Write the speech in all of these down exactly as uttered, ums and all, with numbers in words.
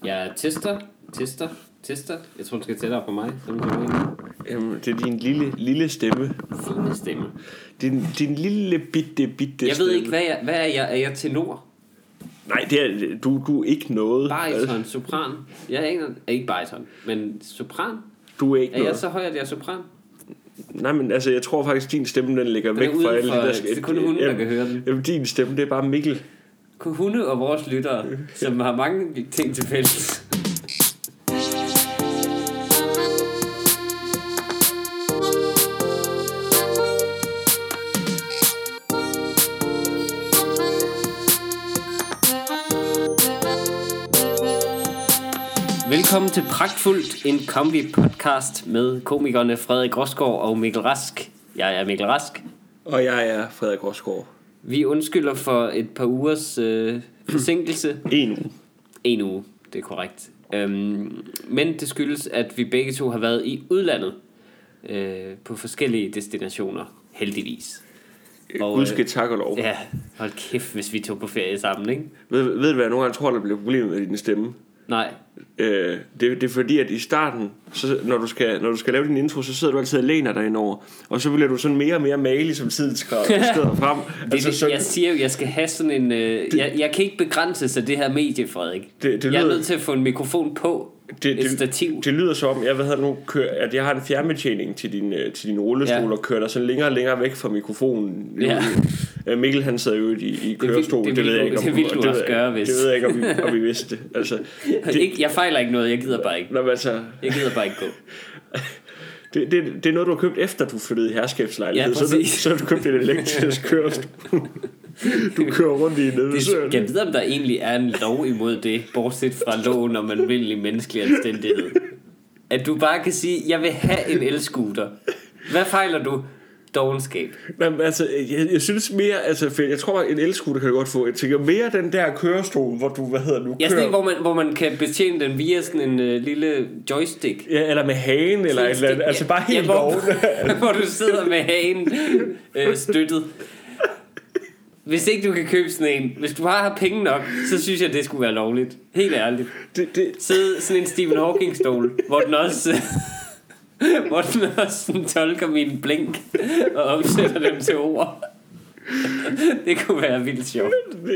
Jeg tester, tester, tester. Jeg tror, du skal tættere på mig. Jamen, det er din lille, lille stemme. Fine stemme. Din, din lille bitte, bitte Jeg stemme. ved ikke, hvad, jeg, hvad er jeg? Er jeg tenor? Nej, det er, du, du er ikke noget. Bariton, sopran. Jeg er ikke, er ikke bariton, men sopran. Du er ikke er noget. Er jeg så høj, at jeg er sopran? Nej, men altså, jeg tror faktisk, din stemme, den ligger den væk fra alle. For, der skal, det er kun hunde, der kan høre den. Jamen, din stemme, det er bare Mikkel. Hunde og vores lyttere, som har mange ting til fælles. Velkommen til Pragtfuldt, en kombi-podcast med komikerne Frederik Rosgaard og Mikkel Rask. Jeg er Mikkel Rask. Og jeg er Frederik Rosgaard. Vi undskylder for et par ugers øh, forsinkelse. En uge. En uge, det er korrekt. Øhm, men det skyldes, at vi begge to har været i udlandet øh, på forskellige destinationer, heldigvis. Gudske tak og lov. Ja, hold kæft, hvis vi tog på ferie sammen, ikke? Ved, ved du hvad, nogle gange tror, der bliver problemer med din stemme? Nej. Øh, det, det er fordi, at i starten, så, når, du skal, når du skal lave din intro, så sidder du altid og læner dig indover. Og så bliver du sådan mere og mere malig, som tiden skrider frem. det, altså, det, så, jeg siger jo, jeg skal have sådan en... Øh, det, jeg, jeg kan ikke begrænse sig det her medie, Frederik. Det, det jeg er lyder, nødt til at få en mikrofon på. det, et det, stativ. Det lyder som, jeg ved, nu kører, at jeg har en fjernbetjening til din, til din rullestol, ja. Og kører dig sådan længere og længere væk fra mikrofonen. Ja. Mikkel, han sidder jo i, i kørestol. Det, det, det, det, det, det vil du også gøre, hvis... Det ved jeg ikke, om vi, om vi vidste det. Altså, det ikke, jeg fejler ikke noget, jeg gider bare ikke. Nå, altså, jeg gider bare ikke gå. Det, det, det er noget, du har købt efter, du flyttede i herskabslejlighed. Ja, så, så har du købt en elektrisk kørestol. Du kører rundt i nede. Det, jeg ved, om der egentlig er en lov imod det, bortset fra loven om almindelig menneskelig anstændighed. At du bare kan sige, jeg vil have en elscooter. Hvad fejler du? Dovenskab. Men altså, jeg, jeg synes mere, altså, jeg tror, at en elscooter kan du godt få. Jeg tænker mere den der kørestol, hvor du, hvad hedder nu, ja, sådan en, hvor man, hvor man kan betjene den via sådan en uh, lille joystick. Ja, eller med hagen, eller et eller andet. Altså bare helt ja, hvor, doven. hvor du sidder med hagen øh, støttet. Hvis ikke du kan købe sådan en, hvis du bare har penge nok, så synes jeg, det skulle være lovligt. Helt ærligt. Det, det... Sidde sådan en Stephen Hawking stol, hvor den også... hvor den også sådan tolker min blink og omsætter dem til ord. Det kunne være vildt sjovt.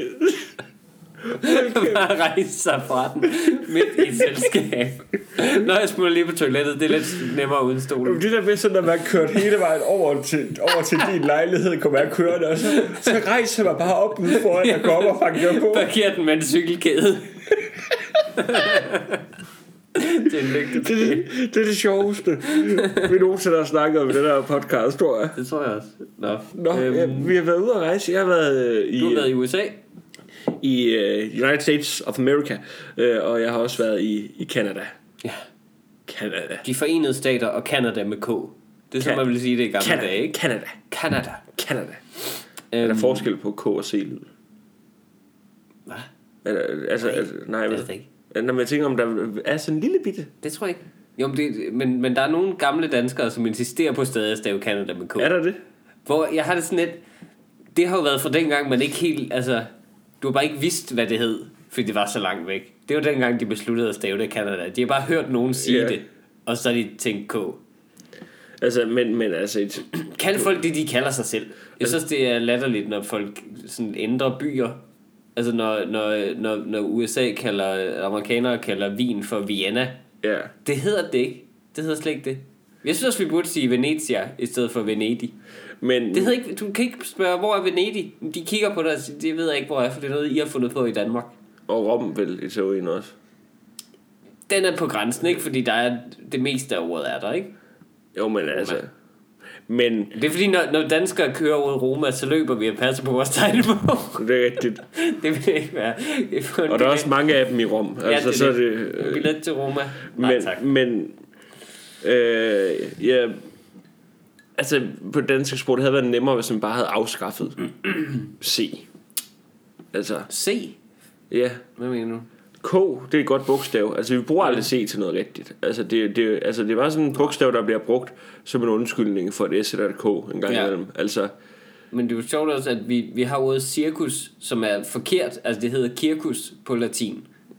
Bare rejse sig fra den midt i et selskab. Når jeg smutter lige på toilettet, det er lidt nemmere uden stolen. Det der med sådan, når man kørt hele vejen over til, over til din lejlighed, kommer jeg kørende, og så, så rejser man bare op ude foran, der kommer og fanger på. Parkerer den med en cykelkæde. Det er en lygte. Det, det, det er det sjoveste vi nogensinde har snakket om i den her podcast, tror jeg. Det tror jeg også. Nå, Nå øhm, ja, vi har været ude at rejse. Jeg har været i, du har været i U S A. I uh, United States of America. uh, Og jeg har også været i, i Canada. Ja. Canada. De Forenede Stater og Canada med K. Det er som man vil sige det i gamle Canada. dage, ikke? Canada. Canada. Canada. Um, er der forskel på K og C-lyd? Hvad? Eller, altså, nej, altså, nej, det er det ikke. Når man tænker om der er sådan en lille bitte. Det tror jeg ikke. Jo, men, det, men, men der er nogle gamle danskere, som insisterer på stadig at stave Canada med K. Er der det? Hvor jeg har det sådan lidt. Det har jo været fra dengang, man ikke helt. Altså, du har bare ikke vidst, hvad det hed, fordi det var så langt væk. Det var dengang, de besluttede at stave det Canada. De har bare hørt nogen sige yeah. det, og så har de tænkt K. Altså, men, men altså et... Kan folk det, de kalder sig selv? Jeg synes, det er latterligt, når folk sådan ændrer byer. Altså når, når, når, når U S A kalder, amerikanere kalder Wien for Vienna. Ja. Det hedder det ikke. Det hedder slet ikke det. Jeg synes også, vi burde sige Venezia i stedet for Venedig. Men det hedder ikke, du kan ikke spørge, hvor er Venedig? De kigger på dig og siger, det ved jeg ikke, hvor er, for det er noget, I har fundet på i Danmark. Og Rom vel i teorien også. Den er på grænsen, ikke? Fordi der er det meste af ordet er der, ikke? Jo, men altså... Men det er fordi, når, når danskere kører over Roma, så løber vi og passer på vores tegnebog. Det er rigtigt. Det vil ikke være. Og der er også mange af dem i Rom. Ja, altså, det, så det, øh, billet til Roma. Nej, men, tak. Men øh, ja, altså på dansk sprog, det havde været nemmere, hvis man bare havde afskaffet C. Altså C? Ja. Hvad mener du? K, det er et godt bogstav. Altså vi bruger aldrig C til noget rigtigt. Altså det, det, altså det var sådan en bogstav, der bliver brugt som en undskyldning for et S eller et K en gang imellem. Ja. Altså, men det er jo sjovt også, at vi, vi har ordet cirkus, som er forkert. Altså det hedder circus på latin.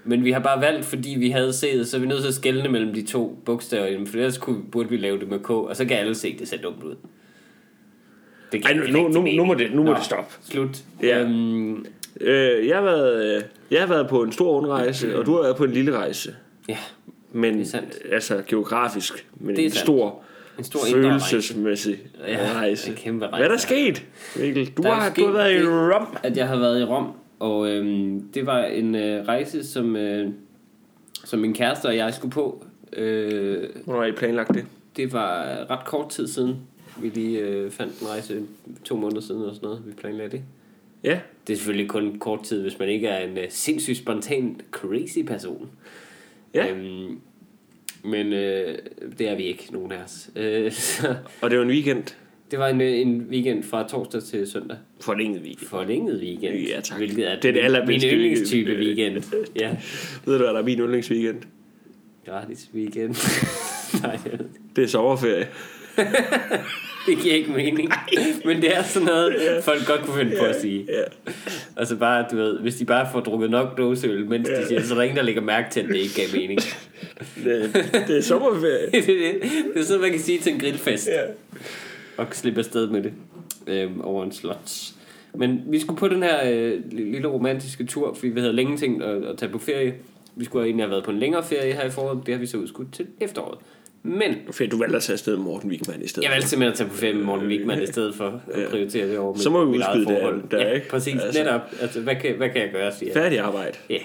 Men vi har bare valgt, fordi vi havde set, så er vi nødt til at skelne mellem de to bogstaver, for ellers kunne, burde vi lave det med K, og så kan alle se, det ser dumt ud. Det Ej, nu, nu, nu må det, nu må Nå, det stoppe. Slut. Ja. Øhm, øh, jeg, har været, jeg har været på en stor rundrejse, og du har været på en lille rejse. Ja, men, det er sandt. Altså geografisk, men det er en stor, en stor følelsesmæssig ja, rejse. En kæmpe rejse. Hvad er der sket, Mikkel? Du, der har, du har været i Rom. At jeg har været i Rom, og øhm, det var en øh, rejse, som, øh, som min kæreste og jeg skulle på. Øh, Hvornår har I planlagt det? Det var ret kort tid siden. Vi lige øh, fandt en rejse to måneder siden og sådan noget. Vi planlagde det. Ja. Det er selvfølgelig kun kort tid, hvis man ikke er en øh, sindssygt spontan, crazy person. Ja. Øhm, men øh, det er vi ikke, nogen af os. Øh, og det var en weekend? Det var en, en weekend fra torsdag til søndag. Forlænget weekend. Forlænget weekend. Ja, tak. Hvilket er, det er det allerbedste min yndlingstype weekend. Ja. Ved du hvad, der er min yndlingsweekend? Gratis weekend. Nej, jeg ved det. Det er sommerferie. Det giver ikke mening. Men det er sådan noget, yeah. folk godt kunne finde yeah. på at sige. Yeah. Altså bare, du ved, hvis de bare får drukket nok dåseøl, mens yeah. de siger, så er der ingen, der lægger mærke til, at det ikke gav mening. det, det er sommerferie. det, det, det er sådan, man kan sige til en grillfest. Yeah. Og slippe afsted med det øhm, over en slot. Men vi skulle på den her øh, lille romantiske tur, fordi vi havde længe tænkt at, at tage på ferie. Vi skulle egentlig have været på en længere ferie her i foråret. Det har vi så udskudt til efteråret. Men fedt, du valgte at tage afsted med Morten Wigman i stedet. Jeg valgte simpelthen at tage på ferie med Morten Wigman i stedet for at ja. prioritere det over mit, så må vi mit eget forhold. Det der, ja, ikke? præcis. Altså. Netop. Altså, hvad, kan, hvad kan jeg gøre, siger jeg. Færdig arbejde. Ja.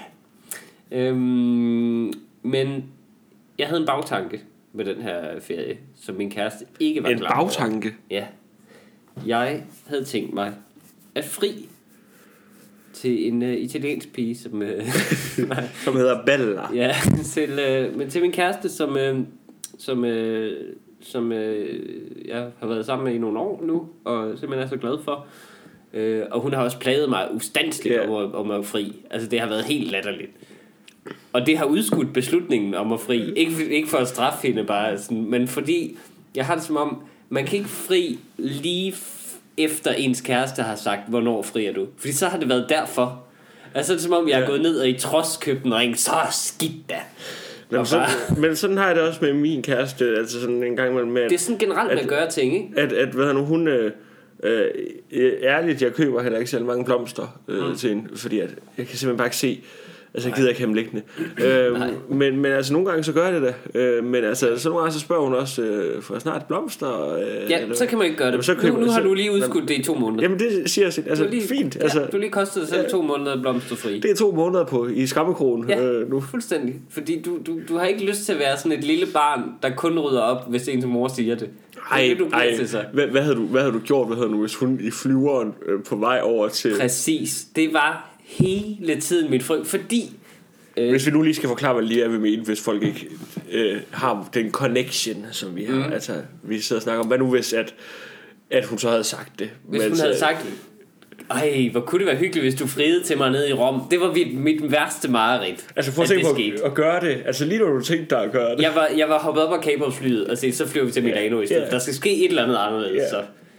Øhm, men jeg havde en bagtanke med den her ferie, som min kæreste ikke var en klar over. En bagtanke? Ja. Jeg havde tænkt mig at fri til en uh, italiensk pige, som uh, som hedder Bella. Ja, til, uh, men til min kæreste, som uh, som uh, som uh, jeg har været sammen med i nogle år nu, og simpelthen er så glad for. Uh, og hun har også plaget mig ustandsligt yeah. om, om at fri. Altså det har været helt latterligt. Og det har udskudt beslutningen om at fri. Ikke, ikke for at straffe hende bare, sådan, men fordi jeg har det som om, man kan ikke fri lige efter ens kæreste har sagt, hvornår frier du. Fordi så har det været derfor. Altså det er som om, jeg er ja. gået ned og i trods købt en ring. Så skidt da. Men, så, men sådan har jeg det også med min kæreste. Altså sådan en gang imellem med, at, det er sådan generelt med at gøre ting, ikke? At, at hvad nu, hun øh, øh, ærligt, jeg køber heller ikke selv mange blomster øh, mm. til hende. Fordi at, jeg kan simpelthen bare ikke se. Altså jeg gider ikke have dem liggende. øhm, men, men altså nogle gange så gør jeg det da. øh, Men altså så nogle gange så spørger hun også øh, for snart blomster. øh, Ja, eller, så kan man ikke gøre det. Jamen, køber, nu, nu har du lige udskudt det i to måneder. Jamen det siger jeg. Altså lige, fint altså, ja, du lige kostet dig selv ja, to måneder blomsterfri. Det er to måneder på i skammekrogen ja, øh, nu. Fuldstændig. Fordi du, du, du har ikke lyst til at være sådan et lille barn, der kun rydder op, hvis en til mor siger det. Ej, det, du ej, til sig. Hvad, hvad, havde du, hvad havde du gjort, hvad havde du, hvis hun i flyveren øh, på vej over til... Præcis. Det var hele tiden mit frygt, fordi... Hvis vi nu lige skal forklare, hvad lige er, vi mener, hvis folk ikke øh, har den connection, som vi har. Mm. Altså, vi sidder og snakker om, hvad nu hvis, at, at hun så havde sagt det. Hvis hun så, havde sagt, ej, hvor kunne det være hyggeligt, hvis du friede til mig nede i Rom. Det var mit, mit værste mareridt. Altså, prøv at tænke på at gøre det. Altså, lige når du tænkte dig at gøre det. Jeg var, jeg var hoppet op på Capers-flyet og sagde, så flyver vi til Milano yeah. i stedet. Yeah. Der skal ske et eller andet anderledes. Yeah. Så.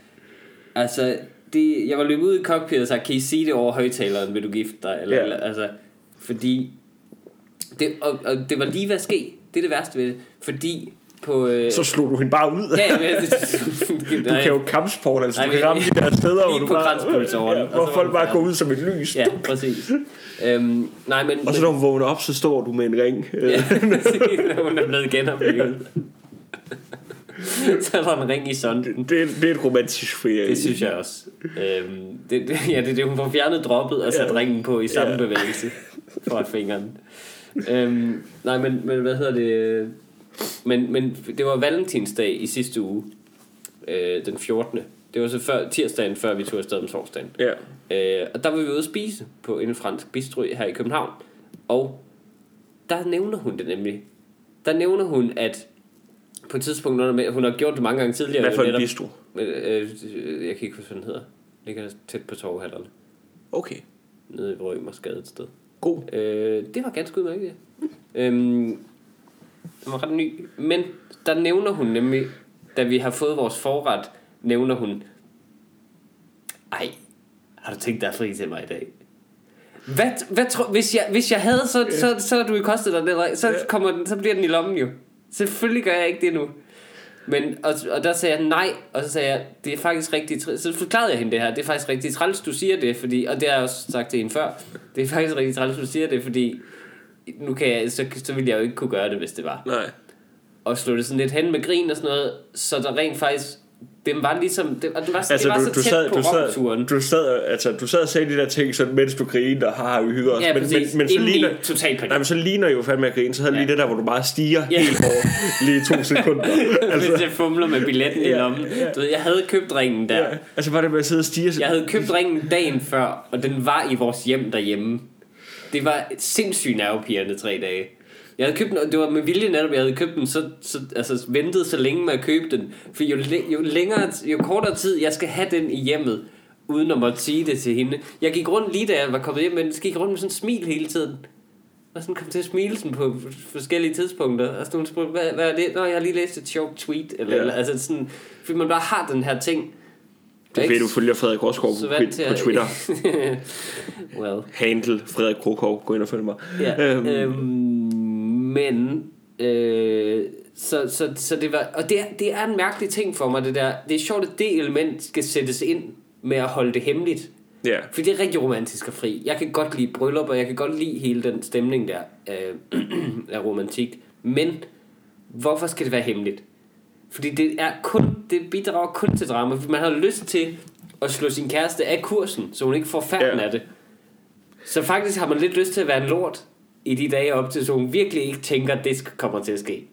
Altså, det, jeg var løbet ud i cockpit og sagt, kan I sige det over højtaleren, vil du gifte dig? Eller, yeah. eller, altså, fordi... Det, og, og det var lige hvad ske. Det er det værste ved det. Fordi på... Øh... Så slog du hende bare ud. Ja, ja, det, du kan jo kampsport, altså nej, du kan ramme de der steder, hvor du bare... Ja, hvor folk bare går ud som et lys. Ja, præcis. øhm, nej, men, og så når hun vågner op, så står du med en ring. Ja, hun er blevet genopbygget. Så er der en ring i sonden. Det, det, det er et romantisk ferie. Det synes jeg også. øhm, det, det, ja, det er det, hun får fjernet droppet og sat ja. ringen på i samme ja. bevægelse. For at fingeren. øhm, nej, men, men hvad hedder det? Men, men det var valentinsdag i sidste uge, øh, den fjortende Det var så før, tirsdagen, før vi tog afsted om torsdagen. Ja. øh, Og der var vi ude at spise på en fransk bistro her i København. Og der nævner hun det nemlig. Der nævner hun, at på et tidspunkt, når hun har gjort det mange gange tidligere. Hvad for en bistro? Øh, øh, jeg kan ikke huske, hvad den hedder. Ligger tæt på Torvehallerne. Okay. Nede i Rømersgade et sted. God. Øh, det var ganske udmærket, ja. øhm, Den var ret ny. Men der nævner hun nemlig, da vi har fået vores forret, nævner hun, ej, har du tænkt dig fri til mig i dag? Hvad, hvad tro, hvis, jeg, hvis jeg havde, så, yeah. så, så, så er du i kostet dig den, så, yeah. kommer den, så bliver den i lommen jo. Selvfølgelig gør jeg ikke det nu. Men, og, og der sagde jeg nej, og så sagde jeg, det er faktisk rigtig træls. Så forklarede jeg hende det her, det er faktisk rigtig træls, du siger det, fordi, og det har jeg også sagt til hende før, det er faktisk rigtig træls, du siger det, fordi nu kan jeg, så, så ville jeg jo ikke kunne gøre det, hvis det var. Nej. Og slå det sådan lidt hen med grin og sådan noget, så der rent faktisk, det var ligesom, det, og det var, altså, det var du, så du tæt sad, på du sad, rockturen. Du sad, altså, du sad og sagde de der ting, sådan, mens du grinede, og har vi hygget os. Ja, men, præcis. men, men så ligner, totalt panik. nej, men så ligner jo fandme at grine, så havde ja. lige det der, hvor du bare stiger ja. helt hårdt, lige i to sekunder. Altså. Hvis jeg fumler med billetten ja, i lommen. Ja. Du ved, jeg havde købt ringen der. Ja. Altså var det med at sidde og stige? Jeg havde købt ringen dagen før, og den var i vores hjem derhjemme. Det var sindssygt nervepirrende tre dage. Jeg havde købt den, og det var med vilje netop, jeg havde købt den, så, så altså ventet så længe med at købe den. For jo, jo længere, jo kortere tid, jeg skal have den i hjemmet, uden at måtte sige det til hende. Jeg gik rundt lige da jeg var kommet hjem, men jeg gik rundt med sådan en smil hele tiden. Og sådan kom til at smile sådan på forskellige tidspunkter. Og sådan spurgte, hvad, hvad er det? Nå, jeg har lige læst et sjovt tweet. Eller, ja. eller, altså sådan, fordi man bare har den her ting. Det er fedt, du følger Frederik Rosgaard på, på Twitter. Well. Handle Frederik Rosgaard, gå ind og følg mig. Ja, øhm. Øhm, men øh, så, så, så det var, og det er, det er en mærkelig ting for mig, det der. Det er sjovt, at det element skal sættes ind med at holde det hemmeligt. Yeah. For det er rigtig romantisk og fri. Jeg kan godt lide bryllup, og jeg kan godt lide hele den stemning der øh, af romantik. Men hvorfor skal det være hemmeligt? Fordi det er kun, det bidrager kun til drama. For man har lyst til at slå sin kæreste af kursen, så hun ikke får færden yeah. af det. Så faktisk har man lidt lyst til at være en lort i de dage op til, så hun virkelig ikke tænker, at det kommer til at ske.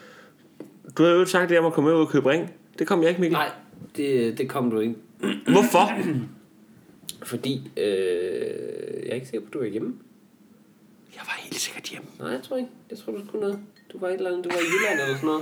Du har jo sagt, at jeg må komme ud og købe ring. Det kom jeg ikke, Mikkel. Nej, det, det kom du ikke. Hvorfor? Fordi øh, jeg er ikke sikker på, at du er hjemme. Jeg var helt sikkert hjemme. Nej, jeg tror ikke. Jeg tror, du skulle noget. Du var et eller andet, du var i Jylland eller sådan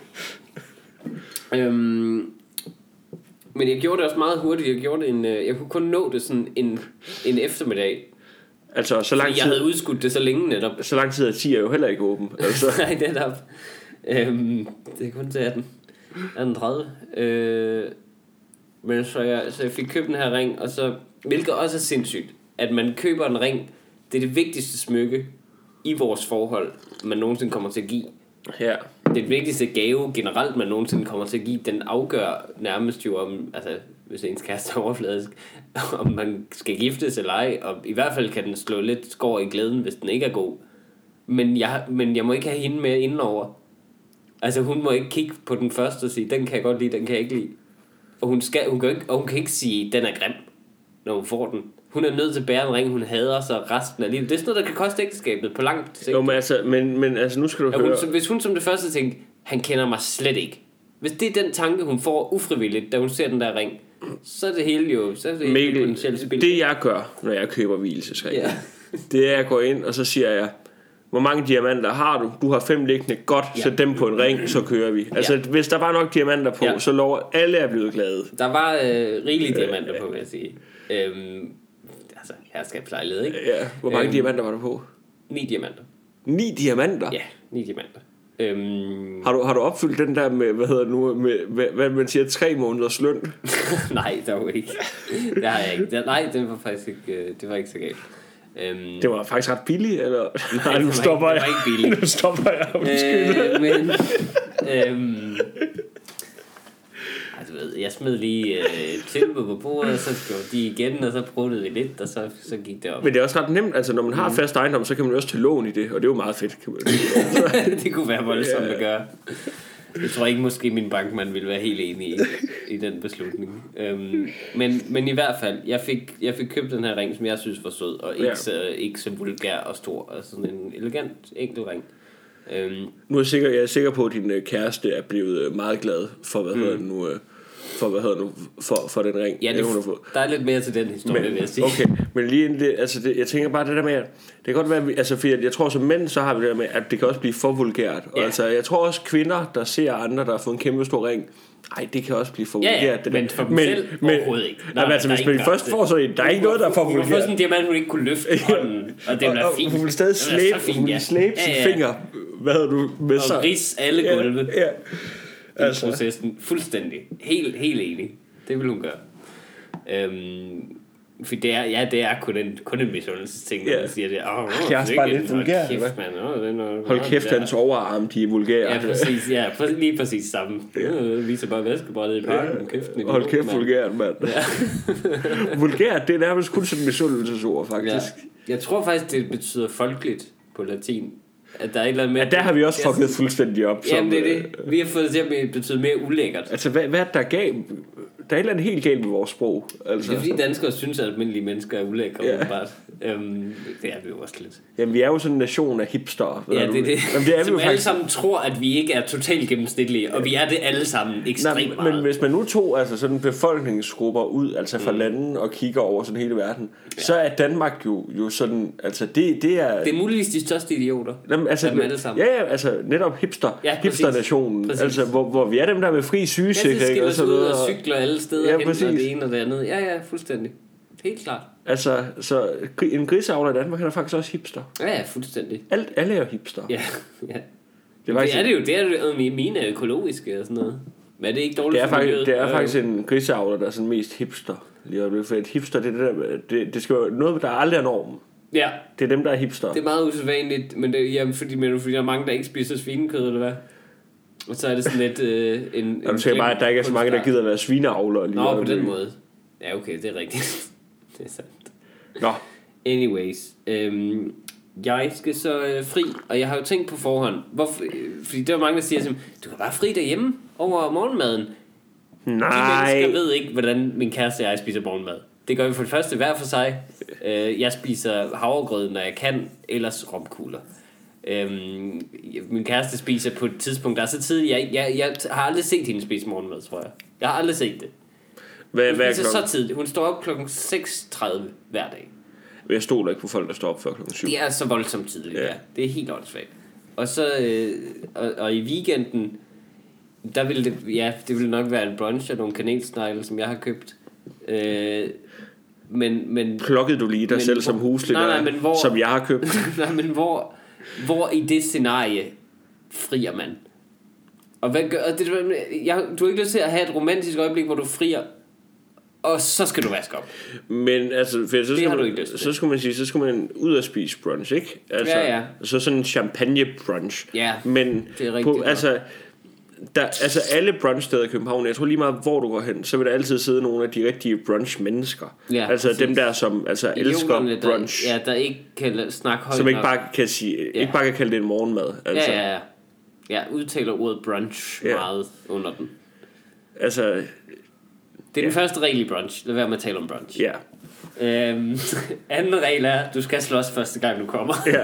noget. øhm, men jeg gjorde det også meget hurtigt. Jeg gjorde det en, jeg kunne kun nå det sådan en, en eftermiddag. Altså, så lang tid... Jeg havde udskudt det så længe netop. Så lang tid er ti er jo heller ikke åben. Altså. Nej, netop. Øhm, det er kun til atten. atten tredive. Øh, men så jeg, så jeg fik købt den her ring, og så... Hvilket også er sindssygt, at man køber en ring. Det er det vigtigste smykke i vores forhold, man nogensinde kommer til at give. Ja. Det er det vigtigste gave generelt, man nogensinde kommer til at give. Den afgør nærmest jo om... Altså, hvis ens kæreste er overfladisk, om man skal giftes eller ej, og i hvert fald kan den slå lidt skår i glæden, hvis den ikke er god. Men jeg, men jeg må ikke have hende med indenover. Altså hun må ikke kigge på den første og sige, den kan jeg godt lide, den kan jeg ikke lide. Og hun, skal, hun, kan, ikke, og hun kan ikke sige, den er grim, når hun får den. Hun er nødt til at bære en ring, hun hader så resten af livet. Det er sådan noget, der kan koste ægteskabet på langt sigt. Jo, men altså, men, men altså nu skal du ja, høre... Hun, hvis hun som det første tænker, han kender mig slet ikke. Hvis det er den tanke, hun får ufrivilligt, da hun ser den der ring, så er det hele jo... Så er det Mikkel, det, det jeg gør, når jeg køber hvilesesring, ja. det er, at jeg går ind, og så siger jeg, hvor mange diamanter har du? Du har fem liggende. Godt, ja. Sæt dem på en ring, så kører vi. Altså, ja. Hvis der var nok diamanter på, ja. så lover alle er blevet glade. Der var øh, rigelige diamanter på, vil jeg sige. Øhm, altså, herskabslejlighed, ikke? Ja, hvor mange øhm, diamanter var der på? Ni diamanter. Ni diamanter? Ja, ni diamanter. Øhm... Har, du, har du opfyldt den der med, hvad hedder nu, med, med, hvad man siger, tre måneders løn? Nej, der var ikke. Det har jeg ikke. Nej, det var faktisk ikke, det var ikke så galt. Øhm... Det var faktisk ret billigt, eller? Nej, Nej nu stopper ikke, jeg. Ikke nu stopper jeg, undskyld. Øh, men, øhm... Altså, ved, jeg smed lige øh, tilbud på bordet, og så gjorde de igen, og så prøvede vi lidt, og så, så gik det op. Men det er også ret nemt, altså når man har fast ejendom, så kan man også tage lån i det, og det er jo meget fedt. Kan man det kunne være voldsomt at gøre. Jeg tror ikke måske min bankmand ville være helt enig i, i den beslutning. Øhm, men, men i hvert fald, jeg fik, jeg fik købt den her ring, som jeg synes var sød, og ikke, ja. så, ikke så vulgær og stor, altså sådan en elegant enkel ring. Øhm, nu er jeg, sikker, jeg er sikker på, at din kæreste er blevet meget glad for, hvad mm. hedder nu... for hvad hedder nu for for den ring. Ja, det, hun har fået. Der er lidt mere til den historie, men, vil jeg sige. Okay, men lige inden det, altså det, jeg tænker bare det der med, at det kan godt være, altså for jeg, jeg tror som mænd så har vi det der med, at det kan også blive for vulgært. Og ja. Altså jeg tror også kvinder der ser andre der har fået en kæmpe stor ring. Ej, det kan også blive for vulgært. Ja, ja, det men for dem men, selv men, overhovedet ikke. Nej, men altså hvis man først får så en, der er ikke noget der er for vulgært. Hun får sådan en diamant, hun ikke kunne løfte hånden, og det er fint. Hun vil stadig slæbe, hun vil slæbe sine fingre. Hvad hedder du med så? Og ris alle gulve. Ja. Altså processen fuldstændig helt helt enig. Det vil hun gøre. Øhm, For det er, ja, det er kun en, kun en misundelsesting, når Ja. man siger det. Oh, oh, Jeg er også bare lidt vulgær. Hold kæft, man. Oh, det er noget, Hold kæft, hans overarm, de er vulgære. Ja, præcis. Ja, præ- lige præcis samme. Ja. Øh, viser bare vaskebrættet i parken. Ja. Kæft, Hold kæft, mand. Vulgært, mand. Ja. Vulgært, det er nærmest kun sådan et misundelsesord, faktisk. Ja. Jeg tror faktisk, det betyder folkeligt på latin. At der er et eller andet med, ja, der har vi også fucket fuldstændig op. Jamen, som, det er det. Vi har fået det til at betyde mere ulækkert. Altså, hvad, hvad er der galt? Der er et eller andet helt galt med vores sprog. Altså. Det er fordi danskere synes, at almindelige mennesker er ulækre. Ja. Øhm, det er vi jo også lidt. Jamen, vi er jo sådan en nation af hipster. Ja, det er det. Jamen, det er som vi jo alle faktisk... sammen tror, at vi ikke er totalt gennemsnitlige. Og vi er det alle sammen ekstremt Nej, meget. men hvis man nu tog altså sådan befolkningsgrupper ud, altså fra mm. lande og kigger over sådan hele verden, ja. så er Danmark jo, jo sådan, altså det, det er... Det er muligvis de største idioter. Jamen, altså, af dem alle sammen. Ja, ja, altså netop hipster, ja, hipsternationen, altså hvor, hvor vi er dem der med fri sygesikring og sådan noget. Og cykler alle steder, ja, hen og det ene og det andet. Ja, ja, fuldstændig. Helt klart. Altså, så en griseavler i Danmark, han er faktisk også hipster. Ja, ja, fuldstændig. Alt, alle er jo hipster. Ja, ja. Det, var det er det jo, det er jo mine økologiske og sådan noget. Men er det ikke dårligt det er for faktisk, miljøet? det er faktisk en griseavler, der er sådan mest hipster. Lige for et hipster, det er det der, det, det skal være noget, der aldrig er normen. Ja. Det er dem, der er hipster. Det er meget usædvanligt, men det, jamen, fordi, men, fordi der er mange, der ikke spiser svinekød, eller hvad? Og så er det sådan lidt øh, en... Og du siger bare, at der ikke er så mange, der gider at være svineavler. Lige Nå, på den måde. Ja, okay, det er rigtigt. Det er sandt. Nå. Anyways. Øhm, jeg skal så øh, fri, og jeg har jo tænkt på forhånd. Hvorfor, øh, fordi der er mange, der siger sådan, du kan bare fri derhjemme over morgenmaden. Nej. De mennesker ved ikke, hvordan min kæreste og jeg spiser morgenmad. Det gør vi for det første hver for sig. Øh, jeg spiser havregrød, når jeg kan, ellers romkugler. Øhm, min kæreste spiser på et tidspunkt, der er så tidligt. Jeg, jeg, jeg har aldrig set hende spise morgenmad, tror jeg. Jeg har aldrig set det. Hvad, hun hvad spiser så tidligt. Hun står op klokken seks tredive hver dag. Jeg stoler ikke på folk, der står op før klokken syv. Det er så voldsomt tidligt, ja. Ja. Det er helt åndssvagt. Og så øh, og, og i weekenden, der ville det, ja, det ville nok være en brunch og nogle kanelsnegle, som jeg har købt. Øh, men, men Klokkede du lige dig men, selv som huslig, nej, nej, men hvor, som jeg har købt? Nej, men hvor, hvor i det scenarie frier man? Og hvad gør det? Jeg, du har ikke lyst til at have et romantisk øjeblik, hvor du frier, og så skal du vaske op. Men altså, for så, skal man, så, så skulle man sige, så skulle man ud og spise brunch, ikke? Altså, ja, ja. Så sådan en champagne brunch. Ja, men det er rigtigt. På, altså, der, altså alle brunchsteder i København, jeg tror lige meget hvor du går hen, så vil der altid sidde nogle af de rigtige brunch mennesker. Ja, altså præcis. Dem der som altså elsker brunch. Der, ja, der ikke kan snakke højt. Som ikke bare kan sige, ja. ikke bare kan kalde det en morgenmad. Altså. Ja, ja, ja. Jeg udtaler ordet brunch ja. meget under den. Altså, det er den ja. første regel i brunch. Lad være med at tale om brunch. Ja. Øhm, anden regel er, du skal slås første gang du kommer. Ja.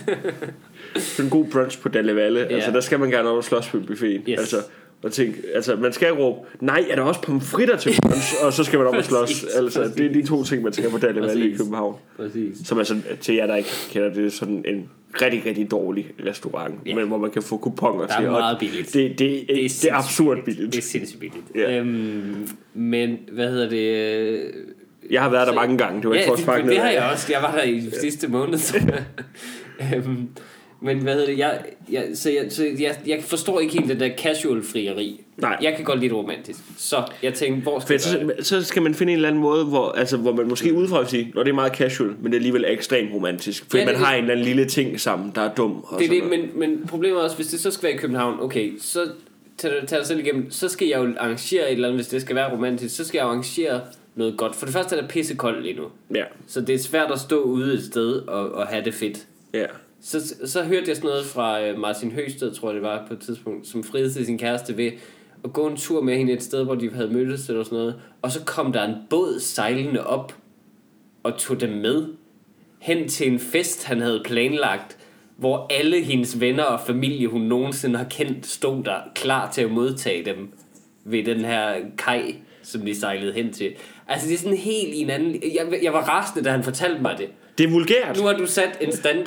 En god brunch på Dalle Valle. Ja. Altså der skal man gerne over slås på buffeten. Yes. Altså og tænke, altså man skal råbe, nej, er der også pomfritter til brunch? Og så skal man op og slås. Altså præcis. Det er de to ting man skal på Dalle Valle i København. Præcis. Som altså til jer der ikke kender det, er sådan en rigtig rigtig dårlig restaurant, ja. Men hvor man kan få kuponer til. Det er meget billigt. Det, det, det, det, er, det er absurd billigt. Det er sindssygt billigt. Ja. Øhm, men hvad hedder det? Jeg har været så, der mange gange. Det var ikke ja, for at sparke det, ned. Det har jeg også. Jeg var der i de sidste måned. øhm, men hvad hedder det? Jeg, jeg, så jeg, så jeg, jeg forstår ikke helt det der casual frieri. Nej. Jeg kan godt lide det romantisk. Så jeg tænkte, hvor skal så, så skal man finde en eller anden måde, hvor, altså, hvor man måske udefra vil sige, når det er meget casual, men det er alligevel ekstremt romantisk. Fordi ja, man det, har en eller anden lille ting sammen, der er dum. Og det er det, men, men problemet er også, hvis det så skal være i København, okay, så tager det selv igennem, så skal jeg jo arrangere et eller andet, hvis det skal være romantisk, så skal jeg arrangere noget godt. For det første er der pissekoldt lige nu. Ja. Så det er svært at stå ude et sted og, og have det fedt. Ja. Så, så hørte jeg sådan noget fra Martin Høsted, tror jeg det var på et tidspunkt, som friede til sin kæreste ved at gå en tur med hende et sted, hvor de havde mødtes eller sådan noget. Og så kom der en båd sejlende op og tog dem med hen til en fest, han havde planlagt, hvor alle hendes venner og familie, hun nogensinde har kendt, stod der klar til at modtage dem ved den her kaj, som de sejlede hen til. Altså det er sådan helt i en anden... Jeg, jeg var rasende, da han fortalte mig det. Det er vulgært. Nu har du sat en standard,